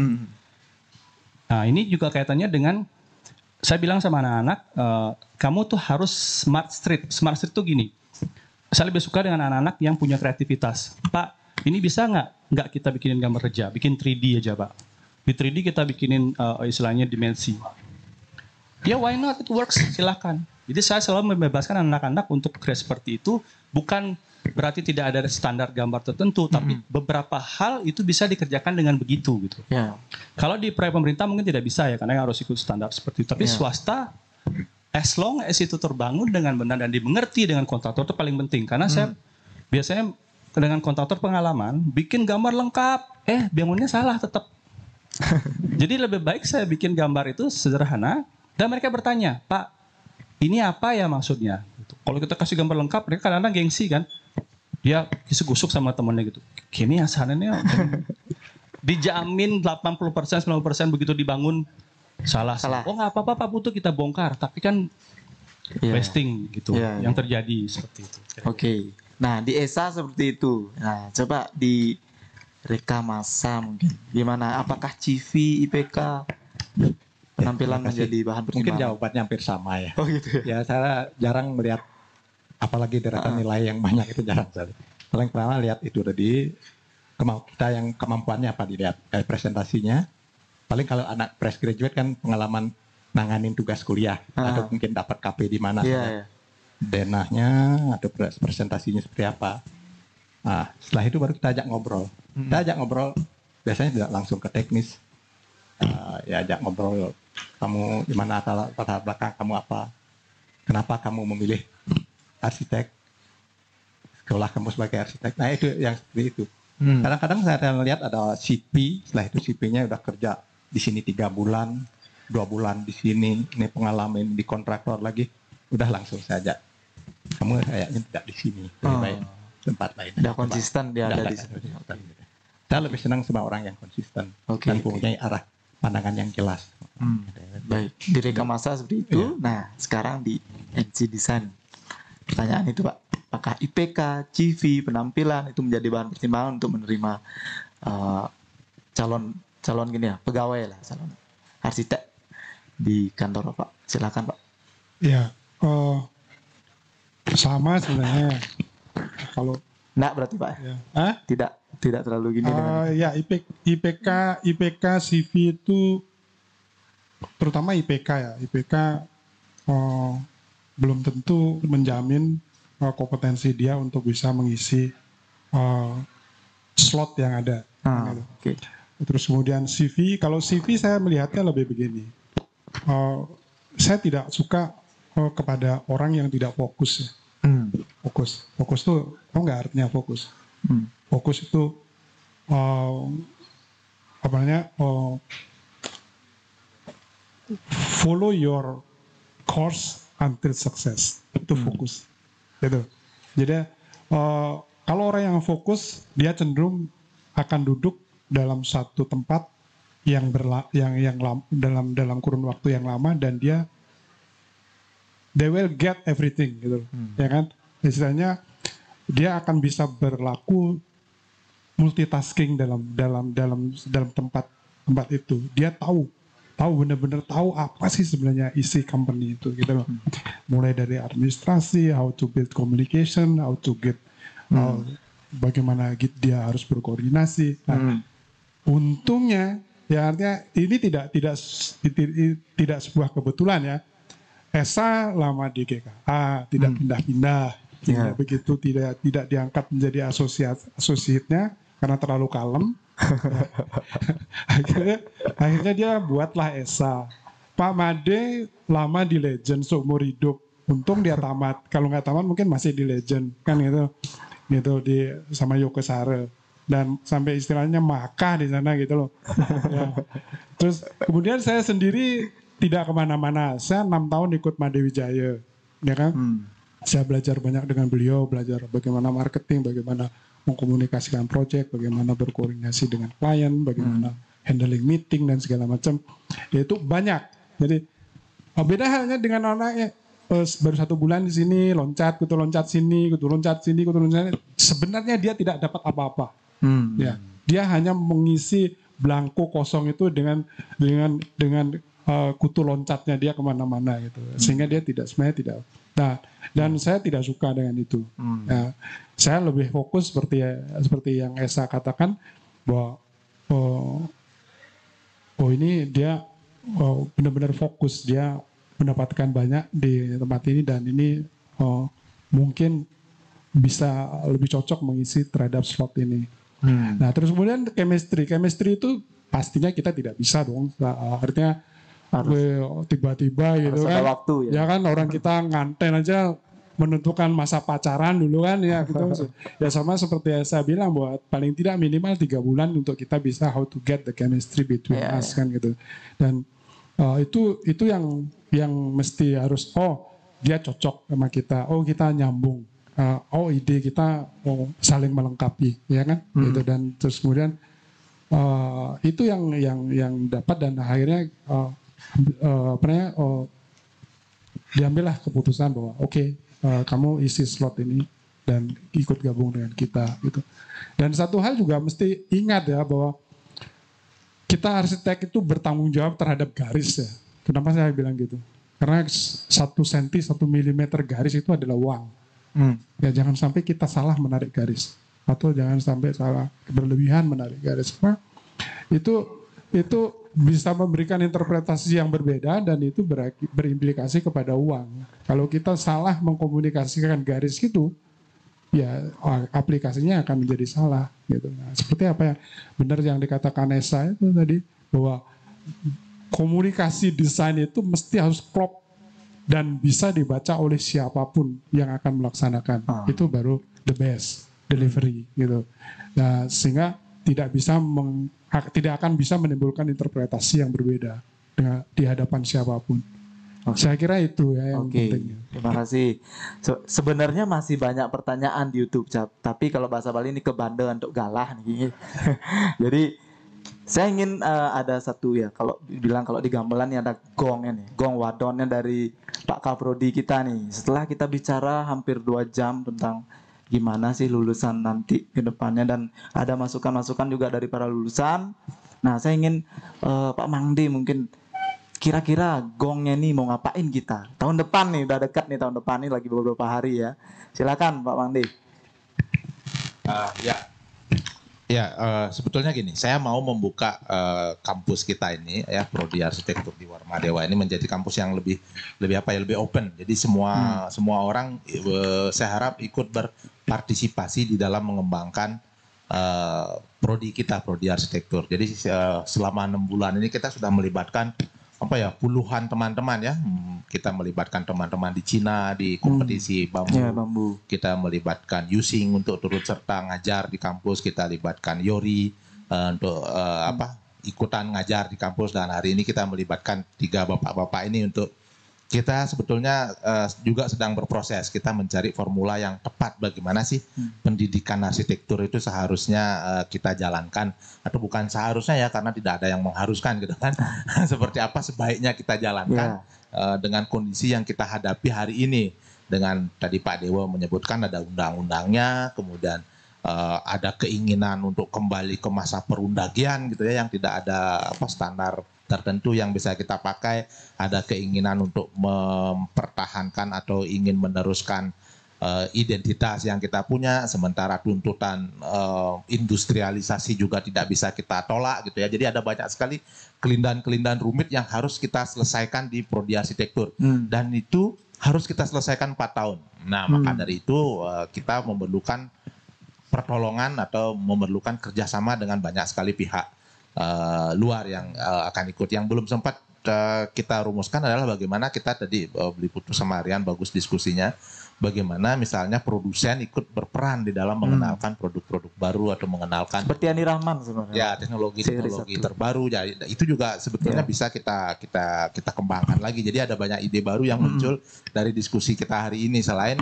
Nah ini juga kaitannya dengan saya bilang sama anak-anak, kamu tuh harus smart street. Smart street tuh gini. Saya lebih suka dengan anak-anak yang punya kreativitas. Pak, ini bisa nggak kita bikinin gambar kerja, bikin 3D aja Pak. Di 3D kita bikinin istilahnya dimensi. Ya why not, it works, silahkan. Jadi saya selalu membebaskan anak-anak untuk kreasi seperti itu. Bukan berarti tidak ada standar gambar tertentu, tapi beberapa hal itu bisa dikerjakan dengan begitu gitu. Kalau di proyek pemerintah mungkin tidak bisa ya, karena harus ikut standar seperti itu. Tapi swasta, as long as itu terbangun dengan benar dan dimengerti dengan kontraktor itu paling penting. Karena saya biasanya dengan kontraktor pengalaman, bikin gambar lengkap, bangunnya salah tetap. Jadi lebih baik saya bikin gambar itu sederhana, dan mereka bertanya, Pak, ini apa ya maksudnya? Gitu. Kalau kita kasih gambar lengkap, mereka kadang-kadang gengsi kan. Dia kisah-gusuk sama temennya gitu. Kini asalnya dijamin 80%, 90% begitu dibangun, salah. Oh nggak apa-apa Pak Putu, kita bongkar. Tapi kan wasting gitu, yang terjadi seperti itu. Oke. Nah, di ESA seperti itu. Nah, coba di Reka Masa mungkin. Gimana? Apakah CV, IPK, penampilan Terima kasih. menjadi bahan Mungkin pertimbangan? jawabannya hampir sama ya. Oh gitu ya. Ya saya jarang melihat apalagi deretan nilai yang banyak itu jarang sekali. Paling pertama lihat itu tadi kita yang kemampuannya apa dilihat kayak presentasinya. Paling kalau anak fresh graduate kan pengalaman nanganin tugas kuliah atau mungkin dapat KP di mana Iya, saja. iya. Denahnya atau presentasinya seperti apa. Nah, setelah itu baru kita ajak ngobrol. Kita ajak ngobrol biasanya tidak langsung ke teknis. Ya ajak ngobrol, kamu gimana latar belakang kamu apa, kenapa kamu memilih arsitek, sekolah kamu sebagai arsitek. Nah itu yang seperti itu. Kadang-kadang saya lihat ada CP, setelah itu CP-nya udah kerja di sini 3 bulan, 2 bulan di sini, ini pengalaman di kontraktor lagi, udah langsung saja. Kamu kayaknya tidak di sini, lebih baik tempat lain. Udah konsisten dia Udah ada di konsisten. sini. Saya lebih senang sama orang yang konsisten Oke, dan oke. mempunyai arah pandangan yang jelas. Baik, di Reka Masa seperti itu. Nah, sekarang di NC Design. Pertanyaan itu Pak, apakah IPK, CV, penampilan itu menjadi bahan pertimbangan untuk menerima calon gini ya, pegawai lah, calon arsitek di kantor Pak. Silakan Pak. Ya, sama sebenarnya. Kalau Enggak berarti Pak. ya, Hah? Tidak terlalu gini dengan Ya IPK CV itu terutama IPK ya. IPK belum tentu menjamin kompetensi dia untuk bisa mengisi slot yang ada. Gitu. Oke. Terus kemudian CV, kalau CV saya melihatnya lebih begini. Saya tidak suka kepada orang yang tidak fokus. Ya. Fokus tuh, tahu nggak artinya fokus? Fokus itu apa namanya? Follow your course until success. Itu fokus. Gitu. Jadi kalau orang yang fokus, dia cenderung akan duduk dalam satu tempat yang dalam kurun waktu yang lama dan dia they will get everything gitu, ya kan? Istilahnya dia akan bisa berlaku multitasking dalam tempat itu. Dia tahu benar-benar tahu apa sih sebenarnya isi company itu gitu loh. Mulai dari administrasi, how to build communication, how to get bagaimana dia harus berkoordinasi. Nah, untungnya ya artinya ini tidak sebuah kebetulan ya. Esa lama di GKA, tidak pindah-pindah, begitu tidak diangkat menjadi associate-nya karena terlalu kalem. akhirnya dia buatlah Esa. Pak Made lama di Legend seumur hidup. Untung dia tamat. Kalau nggak tamat mungkin masih di Legend kan gitu di sama Yoko Sare dan sampai istilahnya makah di sana gitu loh. Ya. Terus kemudian saya sendiri tidak kemana-mana. Saya 6 tahun ikut Made Wijaya, ya kan? Saya belajar banyak dengan beliau, belajar bagaimana marketing, bagaimana mengkomunikasikan proyek, bagaimana berkoordinasi dengan klien, bagaimana handling meeting dan segala macam. Itu banyak. Jadi beda halnya dengan orang yang baru 1 bulan di sini, loncat sini. Sebenarnya dia tidak dapat apa-apa. Ya, dia hanya mengisi belangko kosong itu dengan kutu loncatnya dia kemana-mana gitu, sehingga dia sebenarnya tidak. Nah, dan saya tidak suka dengan itu. Nah, saya lebih fokus seperti yang Esa katakan bahwa ini dia benar-benar fokus, dia mendapatkan banyak di tempat ini dan ini mungkin bisa lebih cocok mengisi terhadap slot ini. Nah, terus kemudian chemistry itu pastinya kita tidak bisa dong. Artinya tiba-tiba gitu kan. Waktu, ya kan orang kita nganten aja menentukan masa pacaran dulu kan ya gitu. Ya sama seperti yang saya bilang bahwa paling tidak minimal 3 bulan untuk kita bisa how to get the chemistry between us kan gitu. Dan itu yang mesti harus dia cocok sama kita. Kita nyambung. Ide kita saling melengkapi ya kan gitu. Dan terus kemudian itu yang dapat dan akhirnya diambillah keputusan bahwa kamu isi slot ini dan ikut gabung dengan kita gitu. Dan satu hal juga mesti ingat ya bahwa kita arsitek itu bertanggung jawab terhadap garis ya. Kenapa saya bilang gitu? Karena 1 senti 1 milimeter garis itu adalah uang. Ya jangan sampai kita salah menarik garis atau jangan sampai salah berlebihan menarik garis. Karena itu bisa memberikan interpretasi yang berbeda dan itu berimplikasi kepada uang. Kalau kita salah mengkomunikasikan garis itu, ya aplikasinya akan menjadi salah gitu. Nah, seperti apa ya benar yang dikatakan Esa itu tadi bahwa komunikasi desain itu mesti harus klop dan bisa dibaca oleh siapapun yang akan melaksanakan. Itu baru the best delivery gitu. Nah, sehingga tidak akan bisa menimbulkan interpretasi yang berbeda di hadapan siapapun. Saya kira itu ya yang penting. Terima kasih. Sebenarnya masih banyak pertanyaan di YouTube, tapi kalau bahasa Bali ini kebandel untuk galah nih. Jadi saya ingin ada satu ya, kalau di gamelan nih ada gongnya nih, gong wadonnya dari Pak Kaprodi kita nih. Setelah kita bicara hampir 2 jam tentang gimana sih lulusan nanti ke depannya dan ada masukan-masukan juga dari para lulusan. Nah, saya ingin Pak Mangdi mungkin kira-kira gongnya nih mau ngapain kita? Tahun depan nih, udah dekat nih tahun depan nih lagi beberapa hari ya. Silakan Pak Mangdi. Sebetulnya gini, saya mau membuka kampus kita ini ya, Prodi Arsitektur di Warmadewa ini menjadi kampus yang lebih open. Jadi semua orang saya harap ikut berpartisipasi di dalam mengembangkan prodi kita, Prodi Arsitektur. Jadi selama 6 bulan ini kita sudah melibatkan puluhan teman-teman ya. Kita melibatkan teman-teman di Cina di kompetisi bambu. Kita melibatkan Yusing untuk turut serta ngajar di kampus. Kita libatkan Yori untuk ikutan ngajar di kampus. Dan hari ini kita melibatkan 3 bapak-bapak ini untuk kita sebetulnya juga sedang berproses. Kita mencari formula yang tepat bagaimana sih pendidikan arsitektur itu seharusnya kita jalankan, atau bukan seharusnya ya, karena tidak ada yang mengharuskan gitu kan. Seperti apa sebaiknya kita jalankan dengan kondisi yang kita hadapi hari ini. Dengan tadi Pak Dewa menyebutkan ada undang-undangnya, kemudian ada keinginan untuk kembali ke masa perundagian gitu ya, yang tidak ada standar tertentu yang bisa kita pakai, ada keinginan untuk mempertahankan atau ingin meneruskan identitas yang kita punya, sementara tuntutan industrialisasi juga tidak bisa kita tolak gitu ya. Jadi ada banyak sekali kelindahan-kelindahan rumit yang harus kita selesaikan di prodi arsitektur, dan itu harus kita selesaikan 4 tahun. Nah, maka dari itu kita memerlukan pertolongan atau memerlukan kerjasama dengan banyak sekali pihak luar yang akan ikut. Yang belum sempat kita rumuskan adalah bagaimana kita tadi beli putus sama Rian, bagus diskusinya, bagaimana misalnya produsen ikut berperan di dalam mengenalkan produk-produk baru atau mengenalkan seperti Ani Rahman sebenarnya ya teknologi terbaru ya, itu juga sebetulnya bisa kita kembangkan lagi. Jadi ada banyak ide baru yang muncul dari diskusi kita hari ini. Selain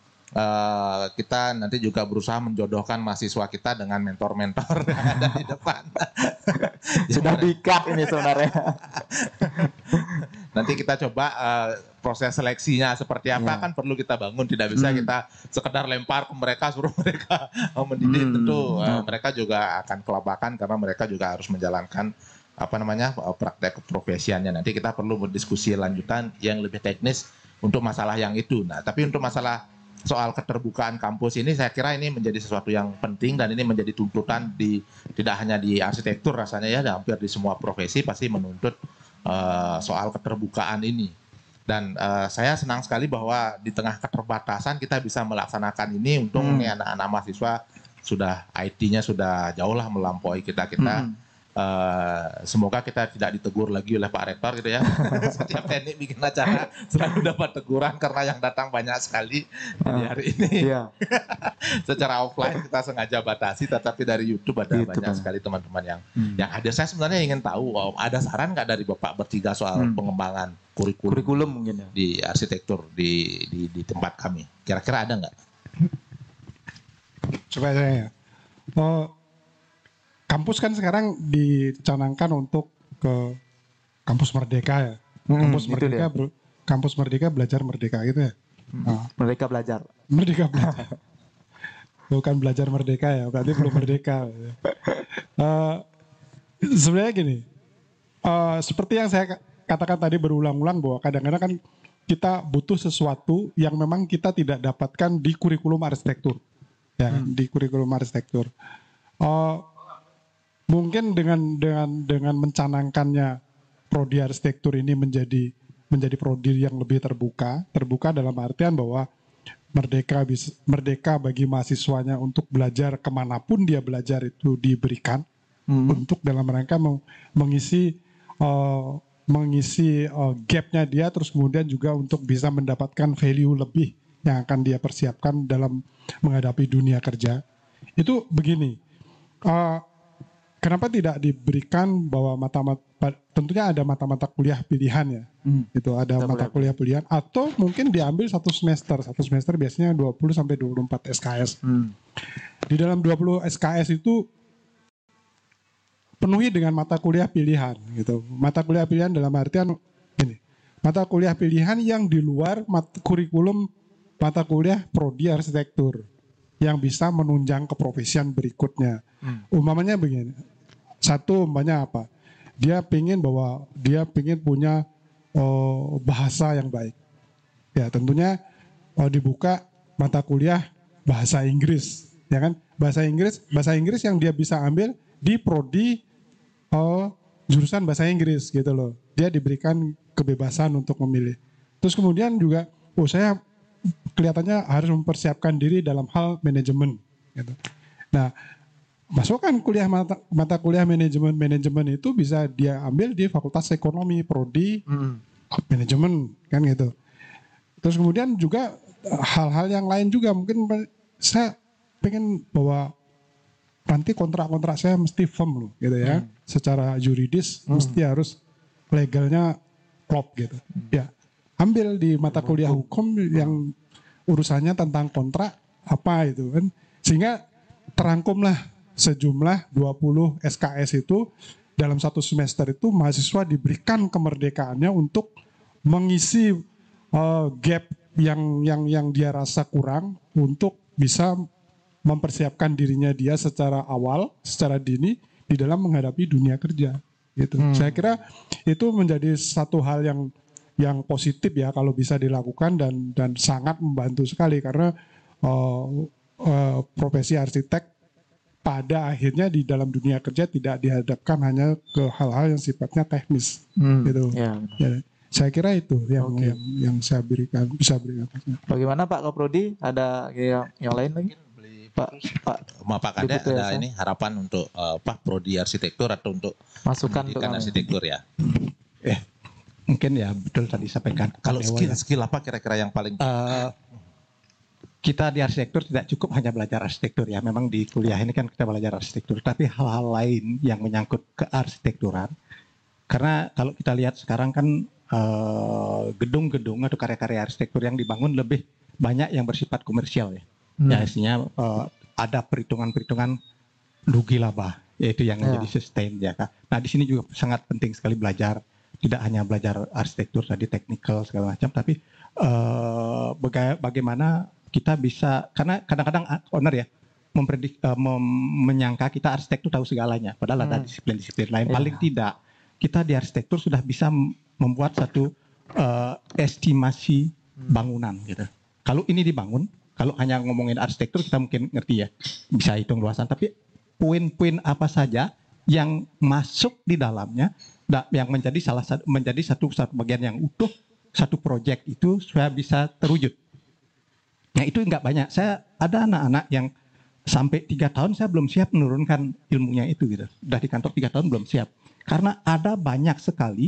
kita nanti juga berusaha menjodohkan mahasiswa kita dengan mentor-mentor yang ada di depan. Sudah di-cut ini sebenarnya. Nanti kita coba proses seleksinya seperti apa kan perlu kita bangun. Tidak bisa kita sekedar lempar ke mereka, suruh mereka mendidik. Tentu mereka juga akan kelabakan karena mereka juga harus menjalankan praktek profesiannya. Nanti kita perlu berdiskusi lanjutan yang lebih teknis untuk masalah yang itu. Nah, tapi untuk masalah soal keterbukaan kampus ini, saya kira ini menjadi sesuatu yang penting dan ini menjadi tuntutan tidak hanya di arsitektur rasanya ya, hampir di semua profesi pasti menuntut soal keterbukaan ini. Dan saya senang sekali bahwa di tengah keterbatasan kita bisa melaksanakan ini. Untung nih anak-anak mahasiswa sudah IT-nya sudah jauh lah melampaui kita. Semoga kita tidak ditegur lagi oleh Pak Rektor gitu ya. Setiap teknik bikin acara selalu dapat teguran karena yang datang banyak sekali. Jadi hari ini secara offline kita sengaja batasi, tetapi dari YouTube ada banyak sekali teman-teman yang hadir. Saya sebenarnya ingin tahu, ada saran nggak dari Bapak bertiga soal pengembangan kurikulum mungkin ya di arsitektur di tempat kami? Kira-kira ada nggak? Coba saya. Kampus kan sekarang dicanangkan untuk ke kampus Merdeka ya. Kampus Merdeka belajar merdeka gitu ya. Merdeka belajar. bukan belajar merdeka ya, berarti belum merdeka. Sebenarnya gini, seperti yang saya katakan tadi berulang-ulang bahwa kadang-kadang kan kita butuh sesuatu yang memang kita tidak dapatkan di kurikulum arsitektur, ya, di kurikulum arsitektur. Mungkin dengan mencanangkannya prodi arsitektur ini menjadi prodi yang lebih terbuka dalam artian bahwa merdeka bagi mahasiswanya untuk belajar kemanapun dia belajar itu diberikan untuk dalam rangka mengisi gapnya dia, terus kemudian juga untuk bisa mendapatkan value lebih yang akan dia persiapkan dalam menghadapi dunia kerja. Itu begini, kenapa tidak diberikan bahwa tentunya ada mata-mata kuliah pilihan ya, itu ada mata kuliah pilihan, atau mungkin diambil satu semester biasanya 20 sampai 24 SKS. Di dalam 20 SKS itu penuhi dengan mata kuliah pilihan gitu. Mata kuliah pilihan dalam artian ini, mata kuliah pilihan yang di luar kurikulum mata kuliah prodi arsitektur yang bisa menunjang keprofesian berikutnya. Umpamanya begini. Satu umpamanya apa? Dia pingin punya bahasa yang baik. Ya tentunya dibuka mata kuliah bahasa Inggris, ya kan? Bahasa Inggris yang dia bisa ambil di prodi jurusan bahasa Inggris gitu loh. Dia diberikan kebebasan untuk memilih. Terus kemudian juga, saya kelihatannya harus mempersiapkan diri dalam hal manajemen. Gitu. Nah, masukkan mata kuliah manajemen itu bisa dia ambil di Fakultas Ekonomi, prodi manajemen kan gitu. Terus kemudian juga hal-hal yang lain juga, mungkin saya pengen bahwa nanti kontrak-kontrak saya mesti firm loh gitu ya. Secara yuridis mesti harus legalnya klop gitu. Ya, ambil di mata kuliah hukum yang urusannya tentang kontrak apa itu kan. Sehingga terangkumlah sejumlah 20 SKS itu dalam satu semester itu mahasiswa diberikan kemerdekaannya untuk mengisi gap yang dia rasa kurang untuk bisa mempersiapkan dirinya dia secara awal, secara dini di dalam menghadapi dunia kerja. Gitu. Saya kira itu menjadi satu hal yang positif ya kalau bisa dilakukan dan sangat membantu sekali karena profesi arsitek pada akhirnya di dalam dunia kerja tidak dihadapkan hanya ke hal-hal yang sifatnya teknis. Gitu. Ya, saya kira itu yang saya bisa berikan. Bagaimana Pak Kaprodi? Ada yang lain lagi? Pak Kade ada ini harapan untuk prodi arsitektur atau untuk masukan pendidikan arsitektur ya. Mungkin ya betul tadi sampaikan. Kalau skill apa kira-kira yang paling kita di arsitektur tidak cukup hanya belajar arsitektur ya. Memang di kuliah ini kan kita belajar arsitektur, tapi hal-hal lain yang menyangkut ke arsitekturan. Karena kalau kita lihat sekarang kan gedung-gedung atau karya-karya arsitektur yang dibangun lebih banyak yang bersifat komersial ya. Ya isinya ada perhitungan-perhitungan rugi laba, yaitu yang menjadi sustain ya Kak. Nah di sini juga sangat penting sekali belajar, tidak hanya belajar arsitektur tadi teknikal segala macam, tapi bagaimana kita bisa, karena kadang-kadang owner ya menyangka kita arsitektur tahu segalanya, padahal ada disiplin-disiplin lain. Paling tidak kita di arsitektur sudah bisa membuat satu estimasi bangunan gitu. Kalau ini dibangun, kalau hanya ngomongin arsitektur kita mungkin ngerti ya, bisa hitung luasan, tapi poin-poin apa saja yang masuk di dalamnya yang menjadi satu bagian yang utuh satu proyek itu supaya bisa terwujud. Nah itu nggak banyak. Saya ada anak-anak yang sampai 3 tahun saya belum siap menurunkan ilmunya itu gitu. Udah di kantor 3 tahun belum siap. Karena ada banyak sekali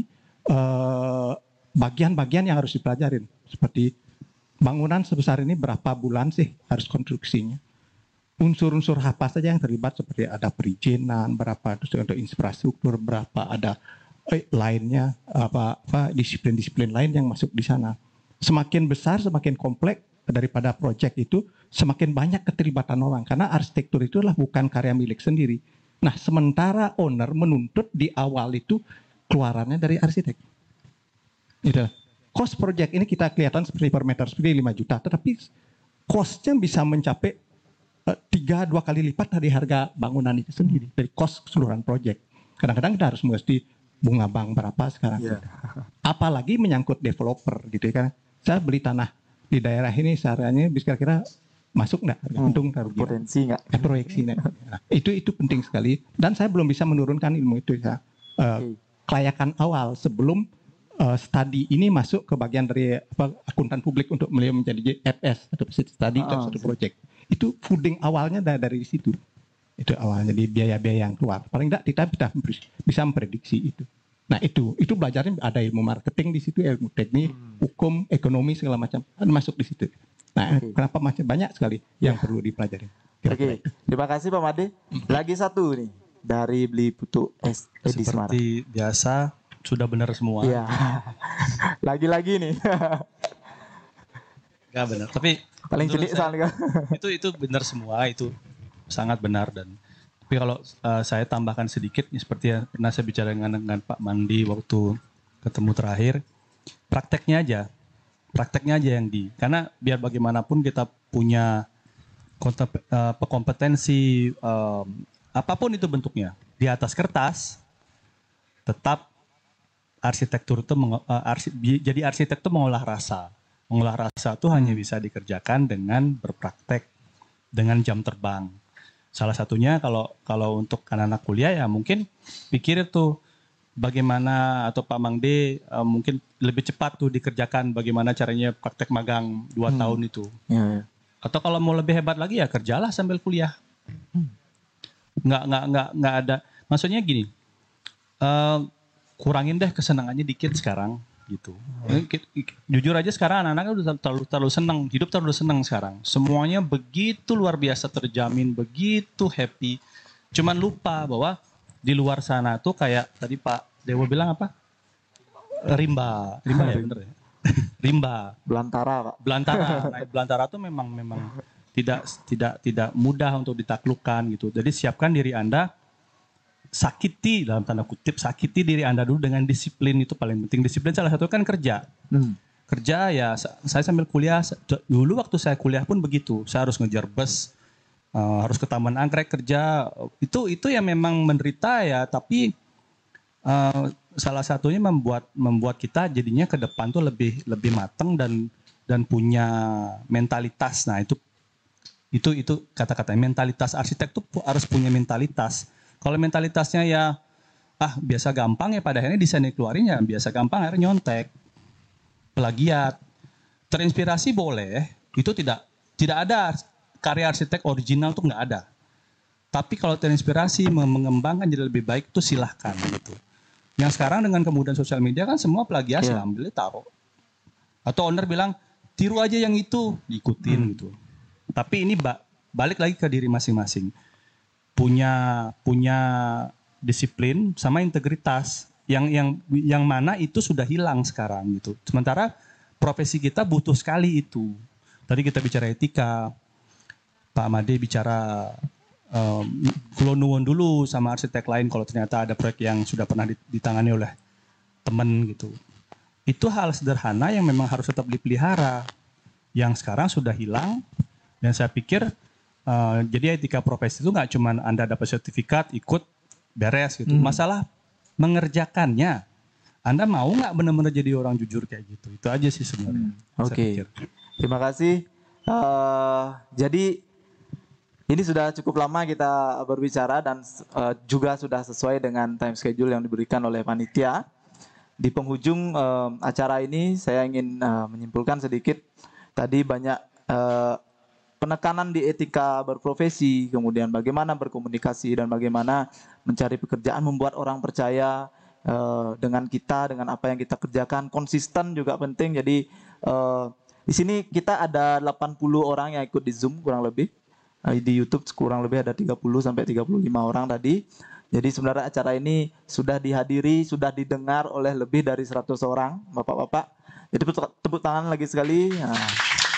bagian-bagian yang harus dipelajarin. Seperti bangunan sebesar ini berapa bulan sih harus konstruksinya. Unsur-unsur apa saja yang terlibat seperti ada perizinan, berapa terus untuk infrastruktur, berapa ada lainnya, apa disiplin-disiplin lain yang masuk di sana. Semakin besar, semakin kompleks daripada proyek itu, semakin banyak keterlibatan orang. Karena arsitektur itulah bukan karya milik sendiri. Nah, sementara owner menuntut di awal itu keluarannya dari arsitek. Gitu. Cost project ini kita kelihatan seperti per meter seperti 5 juta, tetapi cost-nya bisa mencapai dua kali lipat dari harga bangunan itu sendiri, dari cost keseluruhan proyek. Kadang-kadang kita harus mesti bunga bank berapa sekarang. Iya. Apalagi menyangkut developer gitu kan. Saya beli tanah di daerah ini seharganya bisa kira-kira masuk nggak harga untung rugi Potensi nggak? proyeksi. Nah, itu penting sekali dan saya belum bisa menurunkan ilmu itu ya. Kelayakan awal sebelum studi ini masuk ke bagian dari akuntan publik untuk beliau menjadi FS atau studi untuk satu proyek. Itu fooding awalnya dari situ. Itu awalnya di biaya-biaya yang keluar. Paling tidak kita bisa memprediksi itu. Nah itu belajarnya ada ilmu marketing di situ, ilmu teknik, hukum, ekonomi segala macam masuk di situ. Nah kenapa masih banyak sekali yang perlu dipelajari. Oke, terima kasih Pak Made. Lagi satu nih dari Beli Putu Edi Semarang. Seperti biasa sudah benar semua. Iya. Lagi-lagi nih. Gak benar. Tapi Paling menurut celik saya, soalnya. itu benar semua, itu sangat benar. Dan tapi kalau saya tambahkan sedikit seperti yang pernah saya bicara dengan Pak Mandi waktu ketemu terakhir, prakteknya aja yang karena biar bagaimanapun kita punya kompetensi apapun itu bentuknya di atas kertas, tetap arsitektur itu jadi arsitek itu mengolah rasa itu hanya bisa dikerjakan dengan berpraktek, dengan jam terbang. Salah satunya kalau untuk anak-anak kuliah ya mungkin pikir itu bagaimana, atau Pak Mangde mungkin lebih cepat tuh dikerjakan bagaimana caranya praktek magang 2 tahun itu. Iya. Atau kalau mau lebih hebat lagi ya kerjalah sambil kuliah. Nggak ada. Maksudnya gini, kurangin deh kesenangannya dikit sekarang gitu. Jujur aja sekarang anak-anak udah terlalu senang, hidup terlalu senang sekarang. Semuanya begitu luar biasa terjamin, begitu happy. Cuman lupa bahwa di luar sana tuh kayak tadi Pak Dewa bilang apa? Rimba ya bener ya. Rimba. Belantara Pak. Belantara tuh memang tidak mudah untuk ditaklukkan gitu. Jadi siapkan diri Anda, sakiti dalam tanda kutip, sakiti diri Anda dulu dengan disiplin, itu paling penting. Disiplin salah satu kan kerja. Kerja ya, saya sambil kuliah, dulu waktu saya kuliah pun begitu. Saya harus ngejar bus, harus ke Taman Anggrek kerja. Itu yang memang menderita ya, tapi salah satunya membuat kita jadinya ke depan tuh lebih matang dan punya mentalitas. Nah, itu kata-katanya mentalitas arsitek tuh harus punya mentalitas. Kalau mentalitasnya ya biasa gampang ya, pada akhirnya desainnya keluarin ya biasa gampang, akhirnya nyontek, plagiat. Terinspirasi boleh, itu tidak ada karya arsitek original tuh nggak ada. Tapi kalau terinspirasi mengembangkan jadi lebih baik itu silahkan gitu. Yang sekarang dengan kemudahan sosial media kan semua plagiasi, ambilnya taruh. Atau owner bilang tiru aja yang itu, diikutin gitu. Tapi ini balik lagi ke diri masing-masing. Punya disiplin sama integritas yang mana itu sudah hilang sekarang gitu. Sementara profesi kita butuh sekali itu. Tadi kita bicara etika, Pak Made bicara nuwun dulu sama arsitek lain kalau ternyata ada proyek yang sudah pernah ditangani oleh teman gitu. Itu hal sederhana yang memang harus tetap dipelihara, yang sekarang sudah hilang. Dan saya pikir jadi etika profesi itu nggak cuma Anda dapat sertifikat, ikut, beres gitu. Masalah mengerjakannya. Anda mau nggak benar-benar jadi orang jujur kayak gitu? Itu aja sih sebenarnya. Oke. Terima kasih. Jadi ini sudah cukup lama kita berbicara dan juga sudah sesuai dengan time schedule yang diberikan oleh panitia. Di penghujung acara ini saya ingin menyimpulkan sedikit. Tadi banyak penekanan di etika berprofesi, kemudian bagaimana berkomunikasi dan bagaimana mencari pekerjaan, membuat orang percaya dengan kita, dengan apa yang kita kerjakan. Konsisten juga penting. Jadi di sini kita ada 80 orang yang ikut di Zoom kurang lebih. Di YouTube kurang lebih ada 30 sampai 35 orang tadi. Jadi sebenarnya acara ini sudah dihadiri, sudah didengar oleh lebih dari 100 orang, Bapak-bapak. Jadi tepuk tangan lagi sekali. Nah.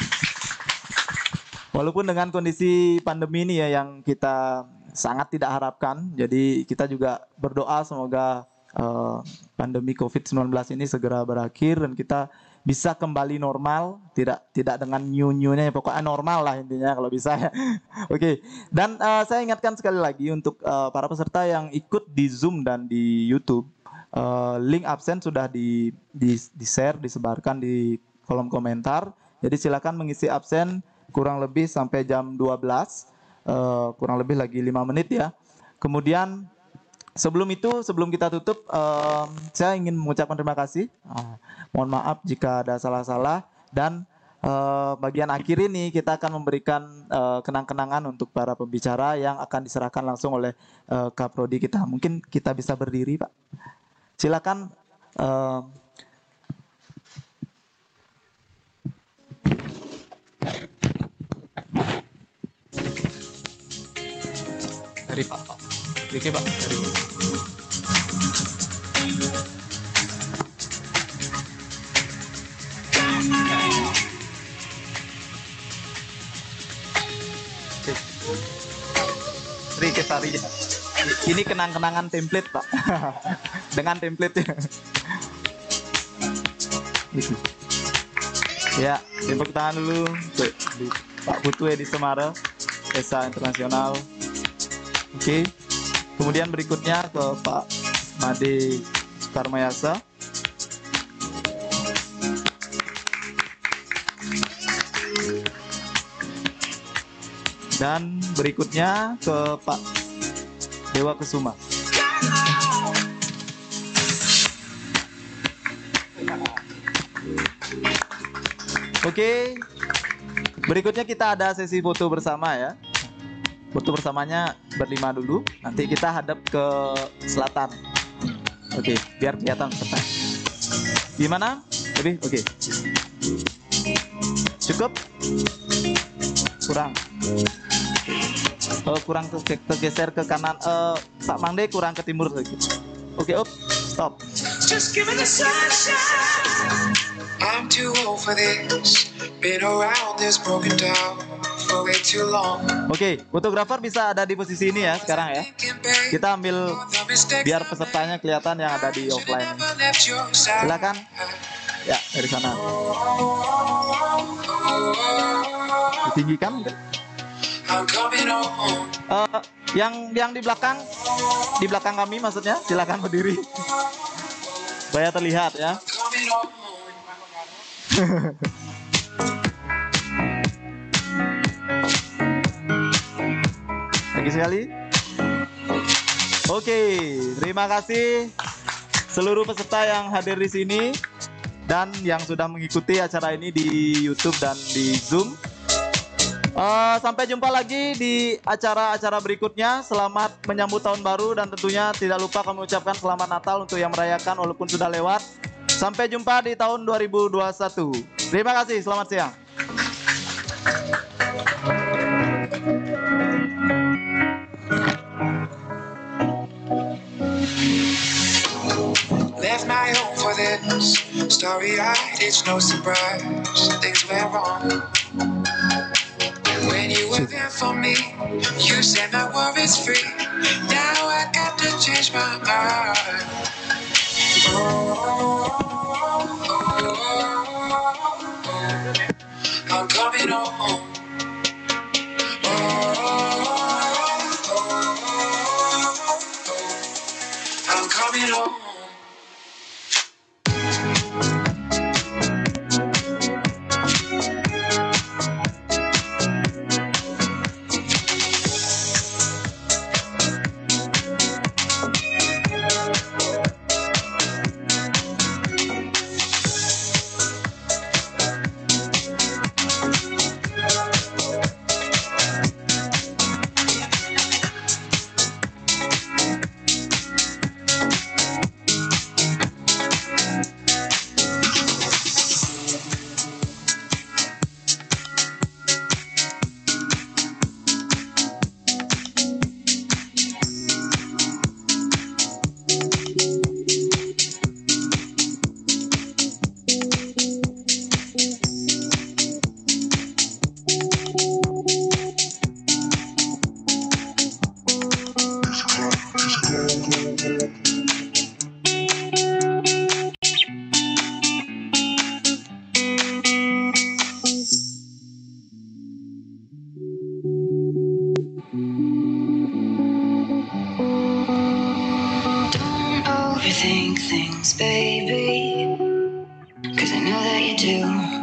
Walaupun dengan kondisi pandemi ini ya yang kita sangat tidak harapkan, jadi kita juga berdoa semoga pandemi COVID-19 ini segera berakhir dan kita bisa kembali normal, tidak dengan new-nya, pokoknya normal lah intinya kalau bisa ya. Oke, dan saya ingatkan sekali lagi untuk para peserta yang ikut di Zoom dan di YouTube, link absen sudah di share, disebarkan di kolom komentar. Jadi silakan mengisi absen kurang lebih sampai jam 12, kurang lebih lagi 5 menit ya. Kemudian sebelum kita tutup, saya ingin mengucapkan terima kasih. Mohon maaf jika ada salah-salah, dan bagian akhir ini kita akan memberikan kenang-kenangan untuk para pembicara yang akan diserahkan langsung oleh Kaprodi kita. Mungkin kita bisa berdiri, Pak. Silakan. Dari Pak. Oke, Pak. Dari. Sri Kesari. Ini kenang-kenangan template, Pak. Dengan template. Ya, tepuk tangan dulu untuk Pak Putu Edi Semara, ESA Internasional. Oke. Kemudian berikutnya ke Pak Made Sukarmayasa. Dan berikutnya ke Pak Dewa Kesuma. Oke. Berikutnya kita ada sesi foto bersama ya. Foto bersamanya berlima dulu. Nanti kita hadap ke selatan. Oke, biar kelihatan cepat. Gimana? Lebih? Oke. Cukup? Kurang. Kurang tergeser ke kanan. Pak Mangde kurang ke timur lagi. Oke, up, stop. Just give me the sunshine. I'm too old for this. Been around this, broken down for way too long. Oke, fotografer bisa ada di posisi ini ya sekarang ya. Kita ambil biar pesertanya kelihatan yang ada di offline. Silakan. Ya, dari sana. Ditinggikan. Yang di belakang kami maksudnya, silakan berdiri. Supaya terlihat ya. Lagi sekali. Oke, terima kasih seluruh peserta yang hadir di sini dan yang sudah mengikuti acara ini di YouTube dan di Zoom. Sampai jumpa lagi di acara-acara berikutnya. Selamat menyambut tahun baru dan tentunya tidak lupa kami ucapkan selamat Natal untuk yang merayakan walaupun sudah lewat. Sampai jumpa di tahun 2021. Terima kasih, selamat siang. Left my home for this, starry-eyed, it's no surprise, things went wrong. When you were there for me, you said my worries free. Now I got to change my mind. I'm coming home. I'm coming home. things, baby. 'Cause I know that you do.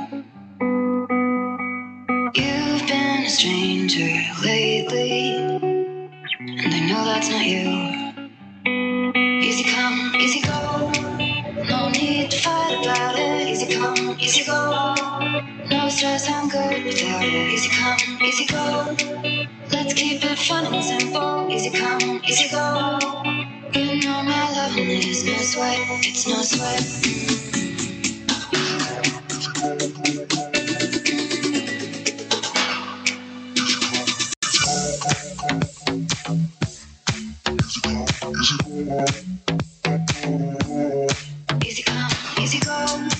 You've been a stranger lately, and I know that's not you. Easy come, easy go. No need to fight about it. Easy come, easy go. No stress, I'm good without it. Easy come, easy go. Let's keep it fun and simple. Easy come, easy go. You know my loving is no sweat. It's no sweat. Easy come, easy go.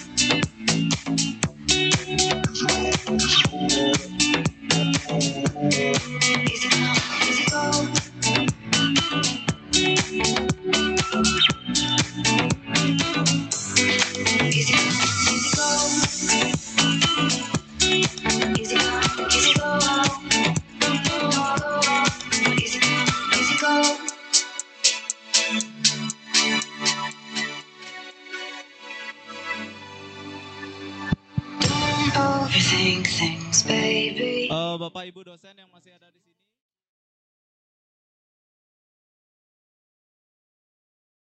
Easy come, easy go. Easy come, easy go. Easy come, easy go. Easy come, easy go. Don't overthink things, baby. Bapak Ibu dosen yang masih ada di